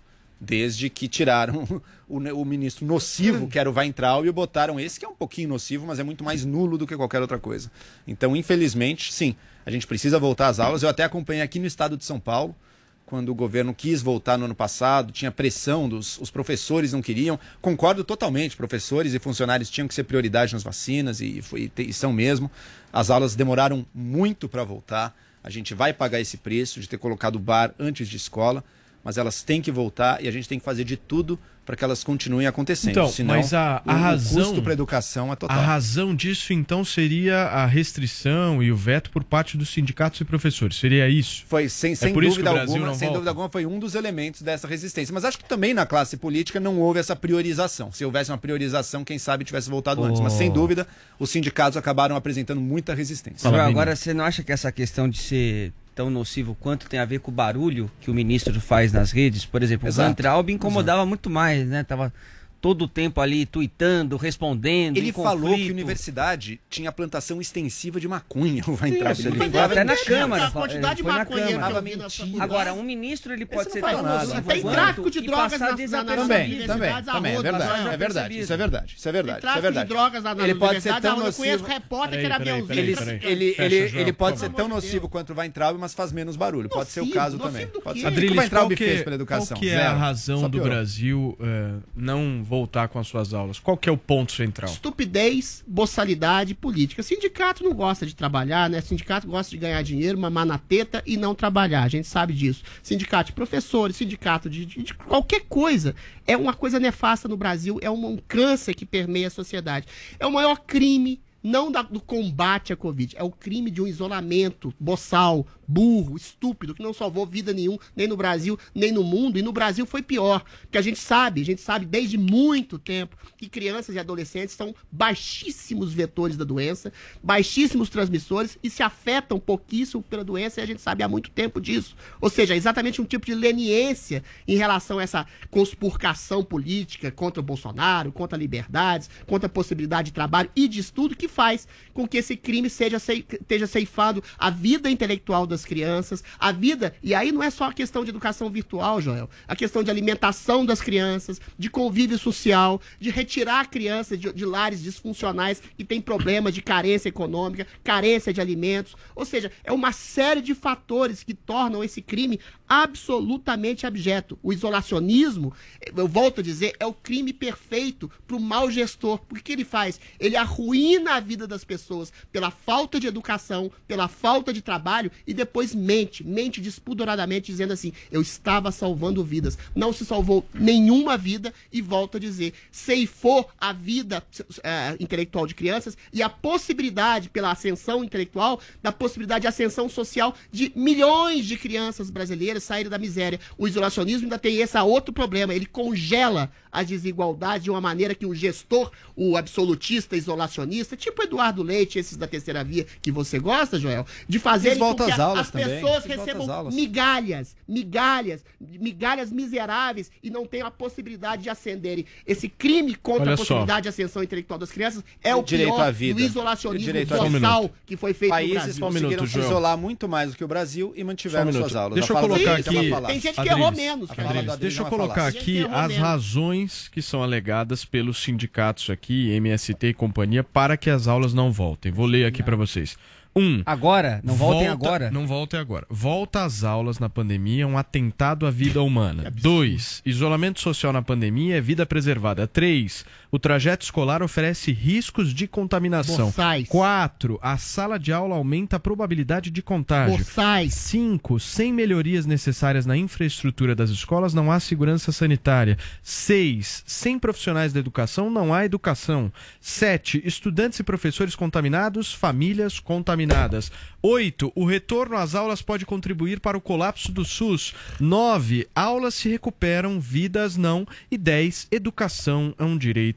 J: desde que tiraram o, o ministro nocivo, que era o Weintraub, e botaram esse, que é um pouquinho nocivo, mas é muito mais nulo do que qualquer outra coisa. Então, infelizmente, sim, a gente precisa voltar às aulas. Eu até acompanhei aqui no estado de São Paulo, quando o governo quis voltar no ano passado, tinha pressão, dos, os professores não queriam. Concordo totalmente, professores e funcionários tinham que ser prioridade nas vacinas, e, foi, e são mesmo. As aulas demoraram muito para voltar. A gente vai pagar esse preço de ter colocado o bar antes de escola, mas elas têm que voltar e a gente tem que fazer de tudo para que elas continuem acontecendo.
G: Então,
J: senão
G: mas a, a
J: o,
G: razão,
J: o custo para a educação é total.
G: A razão disso, então, seria a restrição e o veto por parte dos sindicatos e professores. Seria isso?
J: Foi, sem,
G: é
J: sem,
G: por
J: dúvida,
G: isso que o Brasil
J: alguma,
G: não
J: sem
G: volta?
J: dúvida alguma, foi um dos elementos dessa resistência. Mas acho que também na classe política não houve essa priorização. Se houvesse uma priorização, quem sabe tivesse voltado
I: Oh.
J: antes. Mas, sem dúvida, os sindicatos acabaram apresentando muita resistência.
I: Agora, agora, você não acha que essa questão de ser tão nocivo quanto tem a ver com o barulho que o ministro faz nas redes? Por exemplo,
J: Exato.
I: o Weintraub incomodava Exato. muito mais, né? Tava todo o tempo ali tuitando, respondendo.
J: Ele
I: em
J: falou
I: conflito.
J: que a universidade tinha plantação extensiva de maconha. O Weintraub.
I: Isso,
J: Ele
I: ele
J: falava
I: até na
J: mentira.
I: Câmara.
K: A quantidade de
I: foi na
K: maconha
I: Câmara.
K: que eu vi na faculdade.
I: Agora, um ministro ele pode
K: Esse
I: ser
K: não faz
I: tão
K: nada.
I: nocivo
K: Tem
I: quanto
K: tráfico de
I: e
K: drogas
I: passar
K: na- na-
I: desapercebido.
K: nas
J: Também, também,
K: universidades,
J: também, é
K: arroz,
J: verdade,
K: passar
J: é verdade, isso é verdade, isso é verdade,
K: Tem
J: isso é
K: tráfico
J: verdade.
K: de drogas na- nas
J: Ele pode ser
K: universidades,
J: tão
K: arroz. Eu conheço
J: nocivo.
K: repórter que era Bielzinho.
J: Ele,
K: traficante.
J: ele,
G: Fecha,
J: ele,
G: João,
J: ele
G: por
J: pode ser
G: favor.
J: tão nocivo quanto o Weintraub, mas faz menos barulho. Pode ser o
K: Nocivo?
J: caso
K: Nocivo
J: também.
K: do
J: Pode
K: quê?
J: ser. O que o
G: Adriles,
J: Weintraub
G: qual que,
J: fez pela educação?
G: qual que é
J: Zero.
G: a razão
J: Só
G: do
J: piorou.
G: Brasil eh, não voltar com as suas aulas? Qual que é o ponto central?
K: Estupidez, boçalidade política. Sindicato não gosta de trabalhar, né? Sindicato gosta de ganhar dinheiro, mamar na teta e não trabalhar. A gente sabe disso. Sindicato de professores, sindicato de, de- de qualquer coisa. É uma coisa nefasta no Brasil, é um, um câncer que permeia a sociedade. É o maior crime, não da- do combate à Covid, é o crime de um isolamento boçal, burro, estúpido, que não salvou vida nenhum, nem no Brasil, nem no mundo. E no Brasil foi pior, porque a gente sabe, a gente sabe desde muito tempo que crianças e adolescentes são baixíssimos vetores da doença, baixíssimos transmissores e se afetam pouquíssimo pela doença, e a gente sabe há muito tempo disso. Ou seja, exatamente um tipo de leniência em relação a essa conspurcação política contra o Bolsonaro, contra liberdades, contra a possibilidade de trabalho e de estudo, que faz com que esse crime seja cei- esteja ceifado a vida intelectual das crianças, a vida, e aí não é só a questão de educação virtual, Joel, a questão de alimentação das crianças, de convívio social, de retirar a criança de, de lares disfuncionais que tem problemas de carência econômica, carência de alimentos, ou seja, é uma série de fatores que tornam esse crime absolutamente abjeto. O isolacionismo, eu volto a dizer, é o crime perfeito para o mau gestor. Porque o que ele faz? Ele arruína a vida das pessoas pela falta de educação, pela falta de trabalho, e depois mente, mente despudoradamente, dizendo assim, eu estava salvando vidas. Não se salvou nenhuma vida, e volto a dizer, ceifou a vida eh, intelectual de crianças e a possibilidade, pela ascensão intelectual, da possibilidade de ascensão social de milhões de crianças brasileiras saírem da miséria. O isolacionismo ainda tem esse outro problema, ele congela as desigualdades de uma maneira que o gestor, o absolutista isolacionista, tipo Eduardo Leite, esses da terceira via que você gosta, Joel, de fazer
J: Eles
K: com
J: voltam
K: que
J: às
K: a-
J: aulas
K: as
J: também.
K: pessoas
J: Eles voltam às
K: recebam
J: aulas.
K: migalhas, migalhas, migalhas miseráveis e não tenham a possibilidade de ascenderem. Esse crime contra
G: Olha
K: a
G: só.
K: possibilidade de ascensão intelectual das crianças é o
J: Direito
K: pior
J: à vida.
K: do isolacionismo
J: Direito à vida.
K: boçal que foi feito no
J: Países
K: Brasil.
J: conseguiram se
G: Joel.
J: isolar muito mais do que o Brasil e
G: Só um
J: mantiveram
G: minuto.
J: suas aulas.
G: Deixa
J: A
G: eu
J: fala do
G: colocar
J: Adriles é uma
G: aqui.
J: falácia.
K: Tem gente que
G: Adriles,
K: errou menos.
J: A fala do
G: Adriles,
J: Adriles
G: deixa
J: é
G: eu
J: uma
G: colocar
J: falácia.
G: aqui
K: Errou
G: as
K: menos.
G: razões que são alegadas pelos sindicatos aqui, M S T e companhia, para que as aulas não voltem. Vou ler aqui para vocês. Um,
I: Agora? Não voltem
G: volta-
I: agora?
G: Não voltem agora. Volta às aulas na pandemia é um atentado à vida humana. Dois, isolamento social na pandemia é vida preservada. Três, o trajeto escolar oferece riscos de contaminação.
K: Boçais.
G: Quatro, a sala de aula aumenta a probabilidade de contágio.
K: Boçais.
G: Cinco, sem melhorias necessárias na infraestrutura das escolas não há segurança sanitária. Seis, sem profissionais da educação não há educação. Sete, estudantes e professores contaminados, famílias contaminadas. Oito, o retorno às aulas pode contribuir para o colapso do SUS. Nove, aulas se recuperam, vidas não. E dez, educação é um direito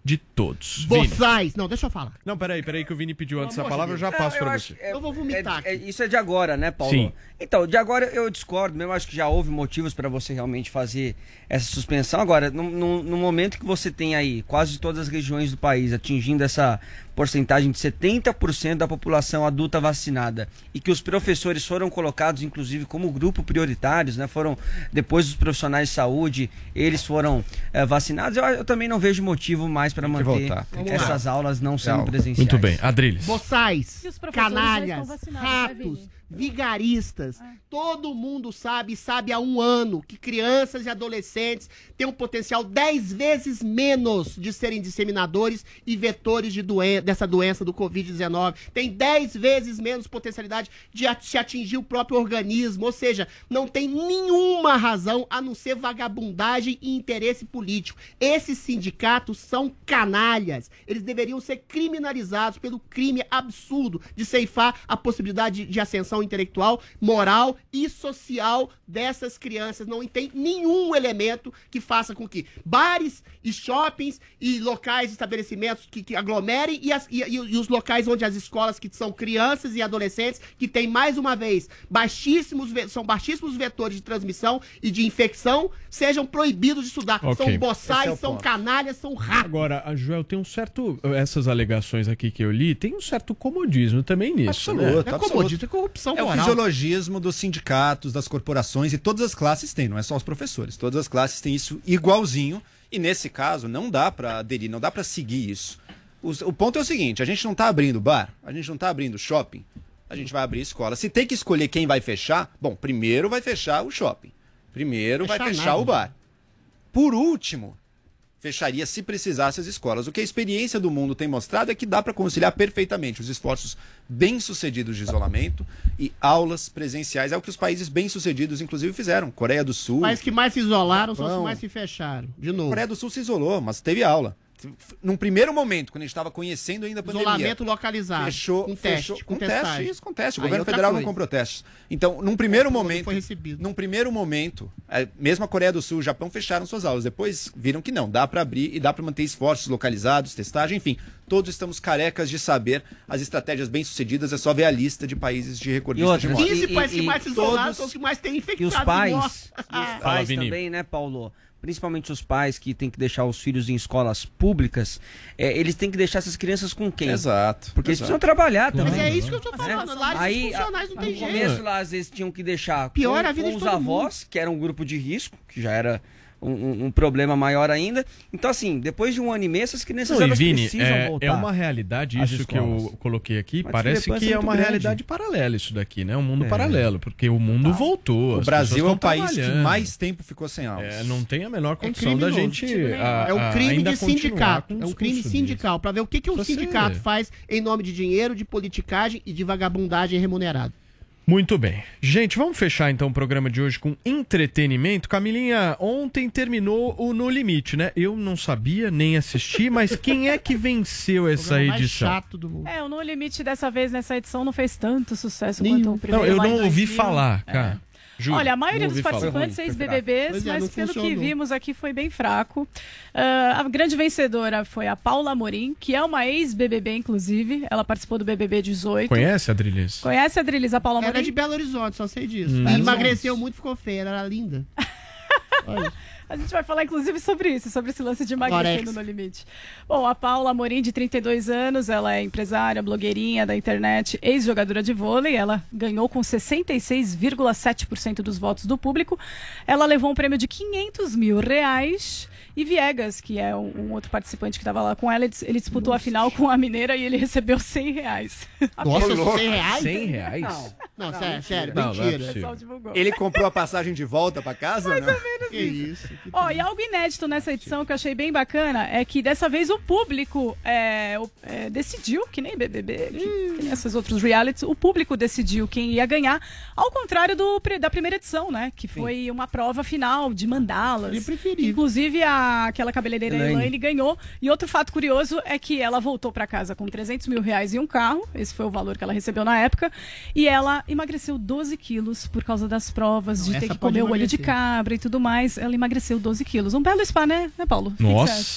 G: de todos.
K: Boçais. Não, deixa eu falar.
G: Não, peraí, peraí que o Vini pediu antes a
K: amor de
G: palavra, eu já
K: Deus.
G: passo
I: Não, eu
G: pra
I: acho-
G: você.
I: é-
K: Eu vou vomitar
I: é- é-
K: aqui.
I: isso é de agora, né, Paulo?
G: Sim.
I: Então, de agora eu discordo mesmo, acho que já houve motivos para você realmente fazer essa suspensão. Agora, no, no- no momento que você tem aí quase todas as regiões do país atingindo essa porcentagem de setenta por cento da população adulta vacinada e que os professores foram colocados, inclusive, como grupo prioritários, né? Foram, depois dos profissionais de saúde, eles foram eh, vacinados, eu, eu também não vejo motivo mais para manter
J: voltar.
K: Vamos
I: essas
K: lá.
I: aulas não sendo
J: Legal.
I: presenciais.
G: Muito bem, Adriles.
K: Boçais,
H: E os professores já
K: canalhas,
H: estão vacinados, né,
K: ratos,
H: Vini?
K: vigaristas. Todo mundo sabe, sabe há um ano, que crianças e adolescentes têm um potencial dez vezes menos de serem disseminadores e vetores de doen- dessa doença do covid dezenove. Tem dez vezes menos potencialidade de at- se atingir o próprio organismo. Ou seja, não tem nenhuma razão a não ser vagabundagem e interesse político. Esses sindicatos são canalhas. Eles deveriam ser criminalizados pelo crime absurdo de ceifar a possibilidade de, de ascensão intelectual, moral e social dessas crianças. Não tem nenhum elemento que faça com que bares e shoppings e locais, estabelecimentos que, que aglomerem e, as- e- e- e os locais onde as escolas que são crianças e adolescentes, que tem mais uma vez baixíssimos, ve- são baixíssimos vetores de transmissão e de infecção, sejam proibidos de estudar.
G: Ok.
K: São boçais,
J: Esse é o
K: são
J: ponto.
K: canalhas, são ratos.
G: Agora, a Joel, tem um certo. Essas alegações aqui que eu li, tem um certo comodismo também nisso.
J: Absoluto,
G: né?
K: É
J: absoluto.
K: comodismo, é corrupção
J: É o
K: moral.
J: fisiologismo dos sindicatos, das corporações, e todas as classes têm, não é só os professores. Todas as classes têm isso igualzinho, e nesse caso não dá pra aderir, não dá pra seguir isso. Os- o ponto é o seguinte, a gente não tá abrindo bar, a gente não tá abrindo shopping, a gente vai abrir escola. Se tem que escolher quem vai fechar, bom, primeiro vai fechar o shopping, primeiro vai
K: Fechar
J: fechar
K: nada.
J: o bar. Por último, fecharia se precisasse as escolas. O que a experiência do mundo tem mostrado é que dá para conciliar perfeitamente os esforços bem-sucedidos de isolamento e aulas presenciais. É o que os países bem-sucedidos, inclusive, fizeram. Coreia do Sul.
K: Mas que mais se isolaram são os
J: Japão.
K: que mais se fecharam. De novo.
J: Coreia do Sul se isolou, mas teve aula. Num primeiro momento, quando a gente estava conhecendo ainda a pandemia.
K: Isolamento localizado.
J: Fechou,
K: com teste.
J: fechou,
K: com
J: com teste,
K: testagem.
J: isso, com teste. O
K: Aí
J: governo
K: outra
J: federal não
K: coisa.
J: comprou testes. Então, num primeiro
K: É,
J: momento,
K: foi recebido.
J: num primeiro momento, é, mesmo a Coreia do Sul e o Japão fecharam suas aulas. Depois viram que não, dá para abrir e dá para manter esforços localizados, testagem, enfim. Todos estamos carecas de saber as estratégias bem-sucedidas. É só ver a lista de países de recordistas de
I: outra,
J: morte.
K: quinze países
I: e-
K: que mais se isolaram
I: todos-
K: são os que mais têm
I: E
K: infectados.
I: os pais,
K: mortos.
I: e os
G: Fala,
I: pais
G: Vini.
I: também, né, Paulo? Principalmente os pais que têm que deixar os filhos em escolas públicas, é, eles têm que deixar essas crianças com quem?
J: Exato.
I: Porque eles
J: exato.
I: precisam trabalhar
K: Mas
I: também.
K: é isso que eu tô falando. Lá
I: Aí,
K: funcionais não
I: a-
K: tem
I: no
K: jeito.
I: começo lá, às vezes tinham que deixar
K: Pior
I: com,
K: a vida
I: com
K: de
I: os
K: todo
I: avós, que era um grupo de risco, que já era um, um- um problema maior ainda. Então, assim, depois de um ano e meio, essas crianças
G: Não, e
I: elas
G: Vini,
I: precisam
G: é,
I: voltar.
G: é uma realidade
I: às
G: isso que
I: escolas.
G: eu coloquei aqui.
I: Uma
G: Parece
I: discrepância
G: que é
I: muito
G: uma
I: grande.
G: realidade paralela isso daqui, né? Um mundo
I: É.
G: paralelo, porque o mundo voltou.
J: O
G: as
J: Brasil
G: pessoas
J: é o
G: estão
J: país que
G: trabalhando.
J: mais tempo ficou sem aulas.
G: É, não tem a menor condição da
K: criminoso.
G: gente. a-
K: É um
G: a-
K: crime
G: ainda
K: de
G: continuar
K: sindicato.
G: com um
K: É um crime
G: discurso
K: sindical. Pra ver o que, que um
G: Você-
K: sindicato faz em nome de dinheiro, de politicagem e de vagabundagem remunerada.
G: Muito bem. Gente, vamos fechar então o programa de hoje com entretenimento. Camilinha, ontem terminou o No Limite, né? Eu não sabia, nem assisti, mas quem é que venceu essa
K: Programa mais
G: edição?
K: chato do mundo.
H: É, o No Limite dessa vez, nessa edição, não fez tanto sucesso
K: Nenhum.
H: quanto o primeiro.
G: Não, eu
H: lá em
G: não ouvi
H: dois mil.
G: falar, cara. Juro,
H: Olha, a maioria
G: não
H: dos
G: ouvi falar.
H: participantes,
I: Foi ruim,
H: seis
I: foi
H: B B Bs,
K: Pois é,
H: mas
K: não
H: pelo que
K: funcionou.
H: vimos aqui foi bem fraco. Ah, a grande vencedora foi a Paula Amorim, que é uma ex-B B B, inclusive. Ela participou do B B B dezoito.
G: Conhece, Adriles?
H: Conhece a Adrilis, a Paula
K: Ela é
H: Amorim?
K: de Belo Horizonte, só sei disso.
G: Hum.
K: Ela emagreceu muito, ficou feia, ela era linda. Olha.
H: A gente vai falar, inclusive, sobre isso, sobre esse lance de emagrecendo
K: Orexia.
H: no limite. Bom, a Paula Amorim, de trinta e dois anos, ela é empresária, blogueirinha da internet, ex-jogadora de vôlei. Ela ganhou com sessenta e seis vírgula sete por cento dos votos do público. Ela levou um prêmio de quinhentos mil reais. E Viegas, que é um, um outro participante que estava lá com ela, ele, ele disputou a final com a mineira e ele recebeu cem reais.
K: Nossa,
J: louco.
K: cem reais?
G: cem reais?
K: Não, não, sério, sério,
G: Não, não é
K: mentira.
H: O
G: possível.
H: pessoal divulgou.
J: Ele comprou a passagem de volta pra casa ou não?
K: Que isso? que
H: Ó, e algo inédito nessa edição que eu achei bem bacana é que dessa vez o público é, o- é, decidiu, que nem B B B, que, que nem esses outros realities, o público decidiu quem ia ganhar, ao contrário do, pre- da primeira edição, né? Que foi uma prova final de mandalas.
K: Seria preferível.
H: Inclusive a, aquela cabeleireira
I: Elaine.
H: Elaine ganhou. E outro fato curioso é que ela voltou pra casa com trezentos mil reais e um carro, esse foi o valor que ela recebeu na época, e ela emagreceu doze quilos por causa das provas,
K: Não,
H: de ter
K: essa
H: que
K: pode
H: comer o olho de
K: emagrecer.
H: cabra e tudo mais. Ela emagreceu doze quilos. Um belo spa, né, né Paulo? O que que você acha?
G: Nossa.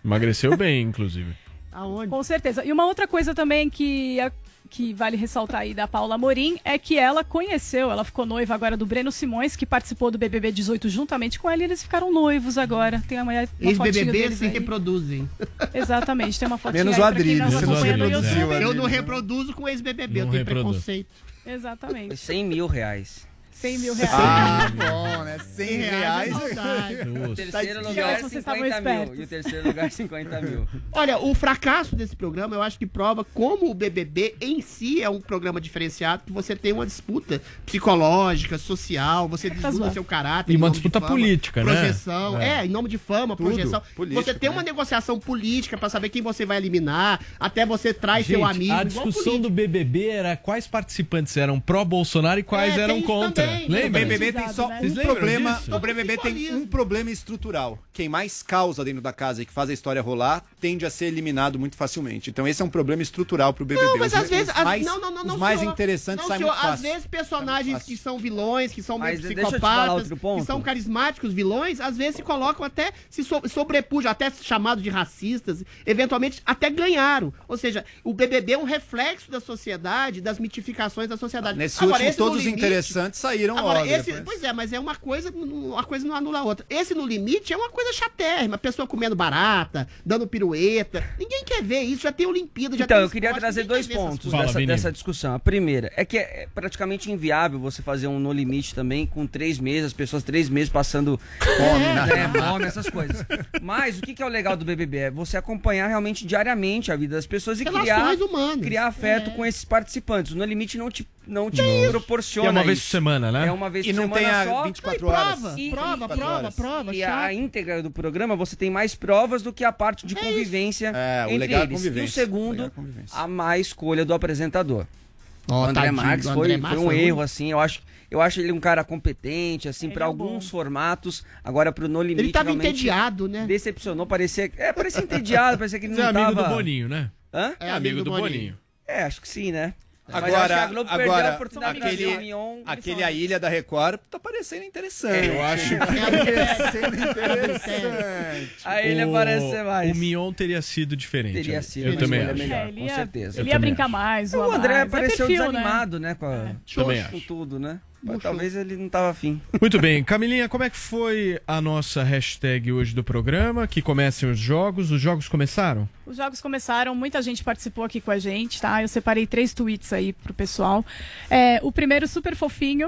G: Emagreceu bem, inclusive.
K: Aonde?
H: Com certeza. E uma outra coisa também que, que vale ressaltar aí da Paula Amorim é que ela conheceu, ela ficou noiva agora do Breno Simões, que participou do B B B dezoito juntamente com ela, e eles ficaram noivos agora. Tem uma, uma
K: Ex-B B
H: fotinho
K: B
H: deles
K: se
H: aí.
K: reproduzem.
H: Exatamente, tem uma fotinha
K: Menos
H: aí
K: o
H: pra quem
K: Adriles.
H: nos acompanha no YouTube.
K: Eu não reproduzo com ex-B B B, eu
I: Não
K: tenho
I: reproduz.
K: preconceito.
H: Exatamente.
I: cem mil reais.
H: cem mil reais.
J: Ah, bom, né? cem reais.
I: O terceiro lugar,
H: Vocês estavam
I: cinquenta mil.
H: espertos.
I: E o terceiro lugar, cinquenta mil.
K: Olha, o fracasso desse programa, eu acho que prova como o B B B em si é um programa diferenciado, que você tem uma disputa psicológica, social, você disputa
H: zoado.
K: seu caráter.
G: E
K: em
G: uma
K: nome de
G: disputa
K: fama,
G: política, né?
K: projeção,
G: É.
K: é. em nome de fama,
G: Tudo.
K: projeção.
G: Político,
K: você tem
G: né?
K: uma negociação política pra saber quem você vai eliminar, até você traz
G: Gente,
K: seu amigo.
G: a
K: igual
G: discussão do B B B era quais participantes eram pró-Bolsonaro e quais
K: É, tem
G: eram
K: isso
G: contra.
K: também.
G: Lembra?
J: O B B B tem só
G: Vocês
J: um
G: lembram
J: problema.
G: disso?
J: O B B B tem um problema estrutural. Quem mais causa dentro da casa e que faz a história rolar tende a ser eliminado muito facilmente. Então esse é um problema estrutural pro B B B.
K: Não, mas
J: Os-
K: às vezes.
J: os
K: as-
J: mais,
K: não, não, não,
J: os
K: não,
J: mais
K: senhor.
J: interessantes
K: não,
J: saem
K: senhor,
J: muito
K: Às
J: fácil.
K: vezes personagens que são vilões, que são meio
I: Mas deixa eu te falar
K: psicopatas,
I: outro ponto.
K: que são carismáticos vilões, às vezes se colocam até, se so- sobrepujam, até chamados de racistas, eventualmente até ganharam. Ou seja, o B B B é um reflexo da sociedade, das mitificações da sociedade.
J: Nesse
K: Agora,
J: último,
K: esse No
J: todos os
K: Limite-
J: interessantes saíram
K: Agora,
J: logo
K: esse,
J: depois.
K: pois é, mas é uma coisa, uma coisa não anula a outra. Esse No Limite é uma coisa chatérrima, a pessoa comendo barata, dando pirueta. Ninguém quer ver isso, já tem Olimpíada, já
I: Então,
K: tem
I: eu queria
K: esporte,
I: trazer
K: ninguém
I: dois
K: quer ver essas
I: pontos
K: coisas.
I: dessa, dessa discussão. A primeira é que é praticamente inviável você fazer um No Limite também com três meses, as pessoas três meses passando fome,
K: É.
I: né? Fome, essas coisas. Mas o que, que é o legal do B B B? É você acompanhar realmente diariamente a vida das pessoas e criar,
K: Relações humanas.
I: criar afeto
K: É.
I: com esses participantes. O No Limite não te, não te
G: Não.
I: proporciona
G: E é uma vez
I: isso.
G: por semana, né?
I: É uma vez
J: E
I: por
J: não
I: semana
J: tem a
I: só.
J: vinte e quatro
K: Não, e
J: horas.
K: prova,
I: E-
K: prova,
I: e-
K: prova, prova,
I: E
K: chato.
I: a íntegra do programa, você tem mais provas do que a parte de convivência
J: É, o
I: entre
J: legal é a
I: eles. E o
J: convivência.
I: segundo,
J: Legal é a convivência.
I: a má escolha do apresentador.
K: Ó,
I: o André
K: tadinho,
I: Marques
K: o
I: foi,
K: André Marques
I: foi um
K: foi
I: erro,
K: ruim.
I: assim. Eu acho, eu acho ele um cara competente, assim,
H: Ele
I: pra
H: é
I: alguns
H: bom.
I: formatos. Agora, pro No Limite,
K: Ele tava
I: realmente
K: entediado, né?
I: decepcionou. Parecia, é, parecia entediado, parecia que ele
G: Você é
I: não
G: amigo
I: tava...
G: do Boninho, né?
I: Hã?
G: É amigo do Boninho.
I: É, acho que sim, né? Mas eu acho
J: Agora,
I: que a Globo perdeu a
J: agora
I: oportunidade de
J: aquele,
I: trazer o Mion.
J: aquele A Ilha da Record tá parecendo interessante.
G: Eu acho
J: Tá parecendo interessante.
I: A ilha
G: O-
I: parece ser mais.
G: O Mion teria sido diferente.
I: Teria
G: eu-
I: sido
G: Eu
I: uma
G: também
I: escolha
G: acho.
I: melhor,
H: É, ele
I: com
H: ia,
I: certeza.
H: ele
G: Eu
H: ia
G: também
H: brincar
G: acho.
H: mais.
I: O
H: zoar
I: André
H: mais. É
I: pareceu
H: perfil,
I: desanimado, né? Com, a-
G: Também
I: com
G: acho.
I: tudo, né?
K: Murchou.
I: Talvez ele não tava afim.
G: Muito bem, Camilinha, como é que foi a nossa hashtag hoje do programa? Que comecem os jogos. Os jogos começaram?
H: Os jogos começaram, muita gente participou aqui com a gente, tá? Eu separei três tweets aí pro pessoal. É, o primeiro, super fofinho.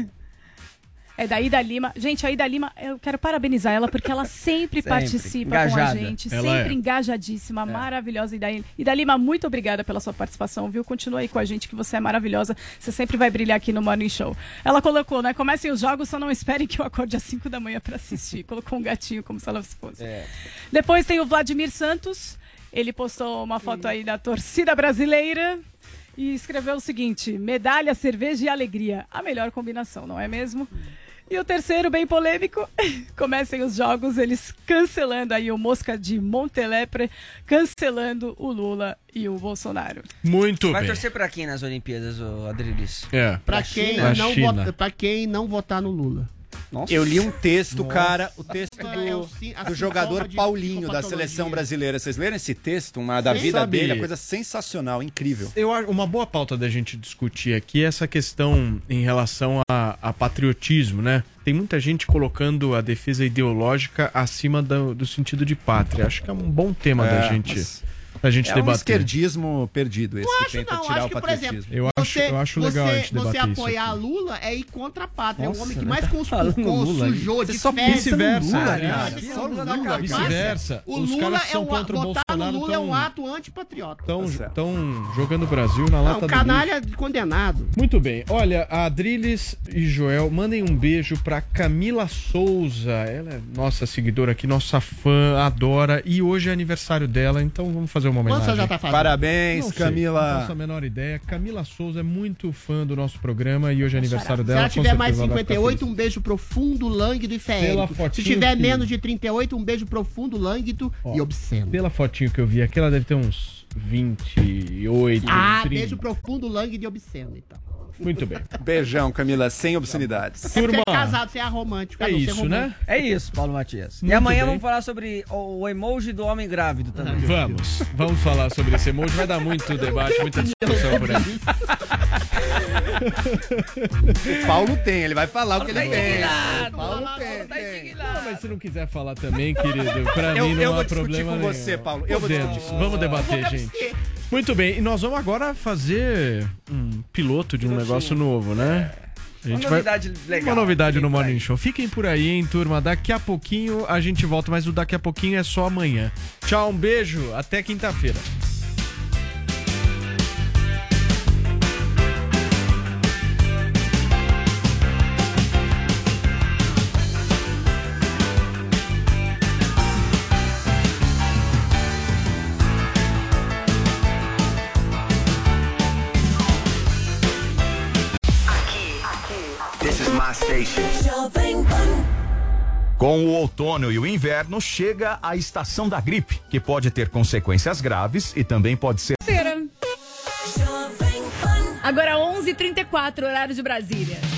H: É da Ida Lima. Gente, a Ida Lima, eu quero parabenizar ela, porque ela sempre,
I: Sempre.
H: participa com a
I: Engajada.
H: gente.
G: Ela
H: sempre
G: é.
H: engajadíssima, maravilhosa. Ida, Ida Lima, muito obrigada pela sua participação, viu? Continua aí com a gente, que você é maravilhosa. Você sempre vai brilhar aqui no Morning Show. Ela colocou, né? Comecem os jogos, só não esperem que eu acorde às cinco da manhã pra assistir. Colocou um gatinho, como se ela fosse.
I: É.
H: Depois tem o Vladimir Santos. Ele postou uma foto aí da torcida brasileira e escreveu o seguinte: medalha, cerveja e alegria. A melhor combinação, não é mesmo? E o terceiro, bem polêmico, comecem os jogos, eles cancelando aí o Mosca de Montelepre, cancelando o Lula e o Bolsonaro.
G: Muito
I: Vai
G: bem.
I: torcer pra quem nas Olimpíadas, o Adrilis?
G: É.
K: Pra
I: Pra
K: quem,
I: China?
K: não
G: China.
K: vota, pra quem não votar no Lula.
I: Nossa.
J: Eu li um texto,
G: Nossa.
J: cara, o texto
K: É o
J: do,
K: sim- a
J: do
K: sintoma
J: jogador
K: de
J: Paulinho, da
K: psicopatologia.
J: seleção brasileira. Vocês leram esse texto? Uma da
K: Sim.
J: vida
G: Sabe-
J: dele, é coisa sensacional, incrível.
G: Eu acho uma boa pauta da gente discutir aqui é essa questão em relação a, a patriotismo, né? Tem muita gente colocando a defesa ideológica acima do, do sentido de pátria. Acho que é um bom tema
J: É,
G: da gente,
J: mas
G: da gente
J: É um
G: debater.
J: esquerdismo perdido, esse
K: Não
J: que
K: acho
J: tenta
K: não,
J: tirar
K: acho
J: o
K: que, por
J: patriotismo.
K: exemplo,
G: Eu acho, eu acho legal
K: você,
G: a gente debater
K: você
G: isso
K: apoiar
G: aqui.
K: Lula é ir contra a pátria. é o
I: Nossa,
K: homem que
I: né?
K: mais
I: Tá falando
K: conspurcou,
I: Lula aí.
K: sujou,
G: Você
K: de
G: só
K: festa.
G: vice-versa,
K: Lula,
G: cara.
K: cara.
I: Só
K: Só
I: Lula
K: Lula,
I: na
G: Vice-versa.
K: O
G: Os
K: Lula
G: caras que
K: é
G: são
K: um,
G: contra o
K: votar no
G: Bolsonaro
K: Lula é um
G: estão
K: ato antipatriota.
G: Estão jogando o Brasil na lata
K: Não,
G: do lixo.
K: canalha condenado.
G: Muito bem. Olha, a Adriles e Joel, mandem um beijo pra Camila Souza. Ela é nossa seguidora aqui, nossa fã, adora. E hoje é aniversário dela, então vamos fazer uma
K: Quanto
G: homenagem.
K: você já tá fazendo?
J: Parabéns,
G: Não sei, não
J: Camila.
G: faço a menor ideia. Camila Souza é muito fã do nosso programa e hoje é aniversário
K: Se
G: dela.
K: ela
G: com
K: tiver mais
G: certeza ela vai ficar
K: cinquenta e oito,
G: feliz.
K: um beijo profundo, lânguido e
G: Pela
K: feérico. Se
G: fotinho
K: tiver
G: que-
K: menos de trinta e oito, um beijo profundo, lânguido
G: Ó,
K: e obsceno.
G: Pela fotinho que eu vi aqui, ela deve ter uns vinte e oito,
K: Ah,
G: trinta.
K: beijo profundo, lânguido e obsceno, então.
G: Muito bem.
J: Beijão, Camila, sem obscenidades.
K: Você é casado, você é romântico.
G: É
K: ah, não, você
G: isso,
K: romântico.
G: né?
I: É isso, Paulo Matias.
G: Muito
I: e amanhã
G: bem.
I: vamos falar sobre o, o emoji do homem grávido também.
G: Vamos, vamos falar sobre esse emoji. Vai dar muito debate, muita discussão por aí.
J: O Paulo tem, ele vai falar o que ele tem.
I: Paulo
J: tem.
G: Não, mas se não quiser falar também, querido, pra
J: Eu-
G: mim não
J: eu
G: há
J: vou discutir
G: problema
J: com
G: nenhum.
J: você, Paulo. Eu vou
G: Podemos,
J: discutir.
G: vamos debater, gente. Muito bem, e nós vamos agora fazer um piloto de um negócio novo, né? A
I: Uma novidade legal.
G: Uma novidade no
I: Fiquem por
G: Morning
I: aí.
G: Show. Fiquem por aí, hein, turma. Daqui a pouquinho a gente volta, mas o daqui a pouquinho é só amanhã. Tchau, um beijo, até quinta-feira.
O: This is my station.
D: Com o outono e o inverno, chega a estação da gripe, que pode ter consequências graves e também pode ser...
H: Agora onze e trinta e quatro, horário de Brasília.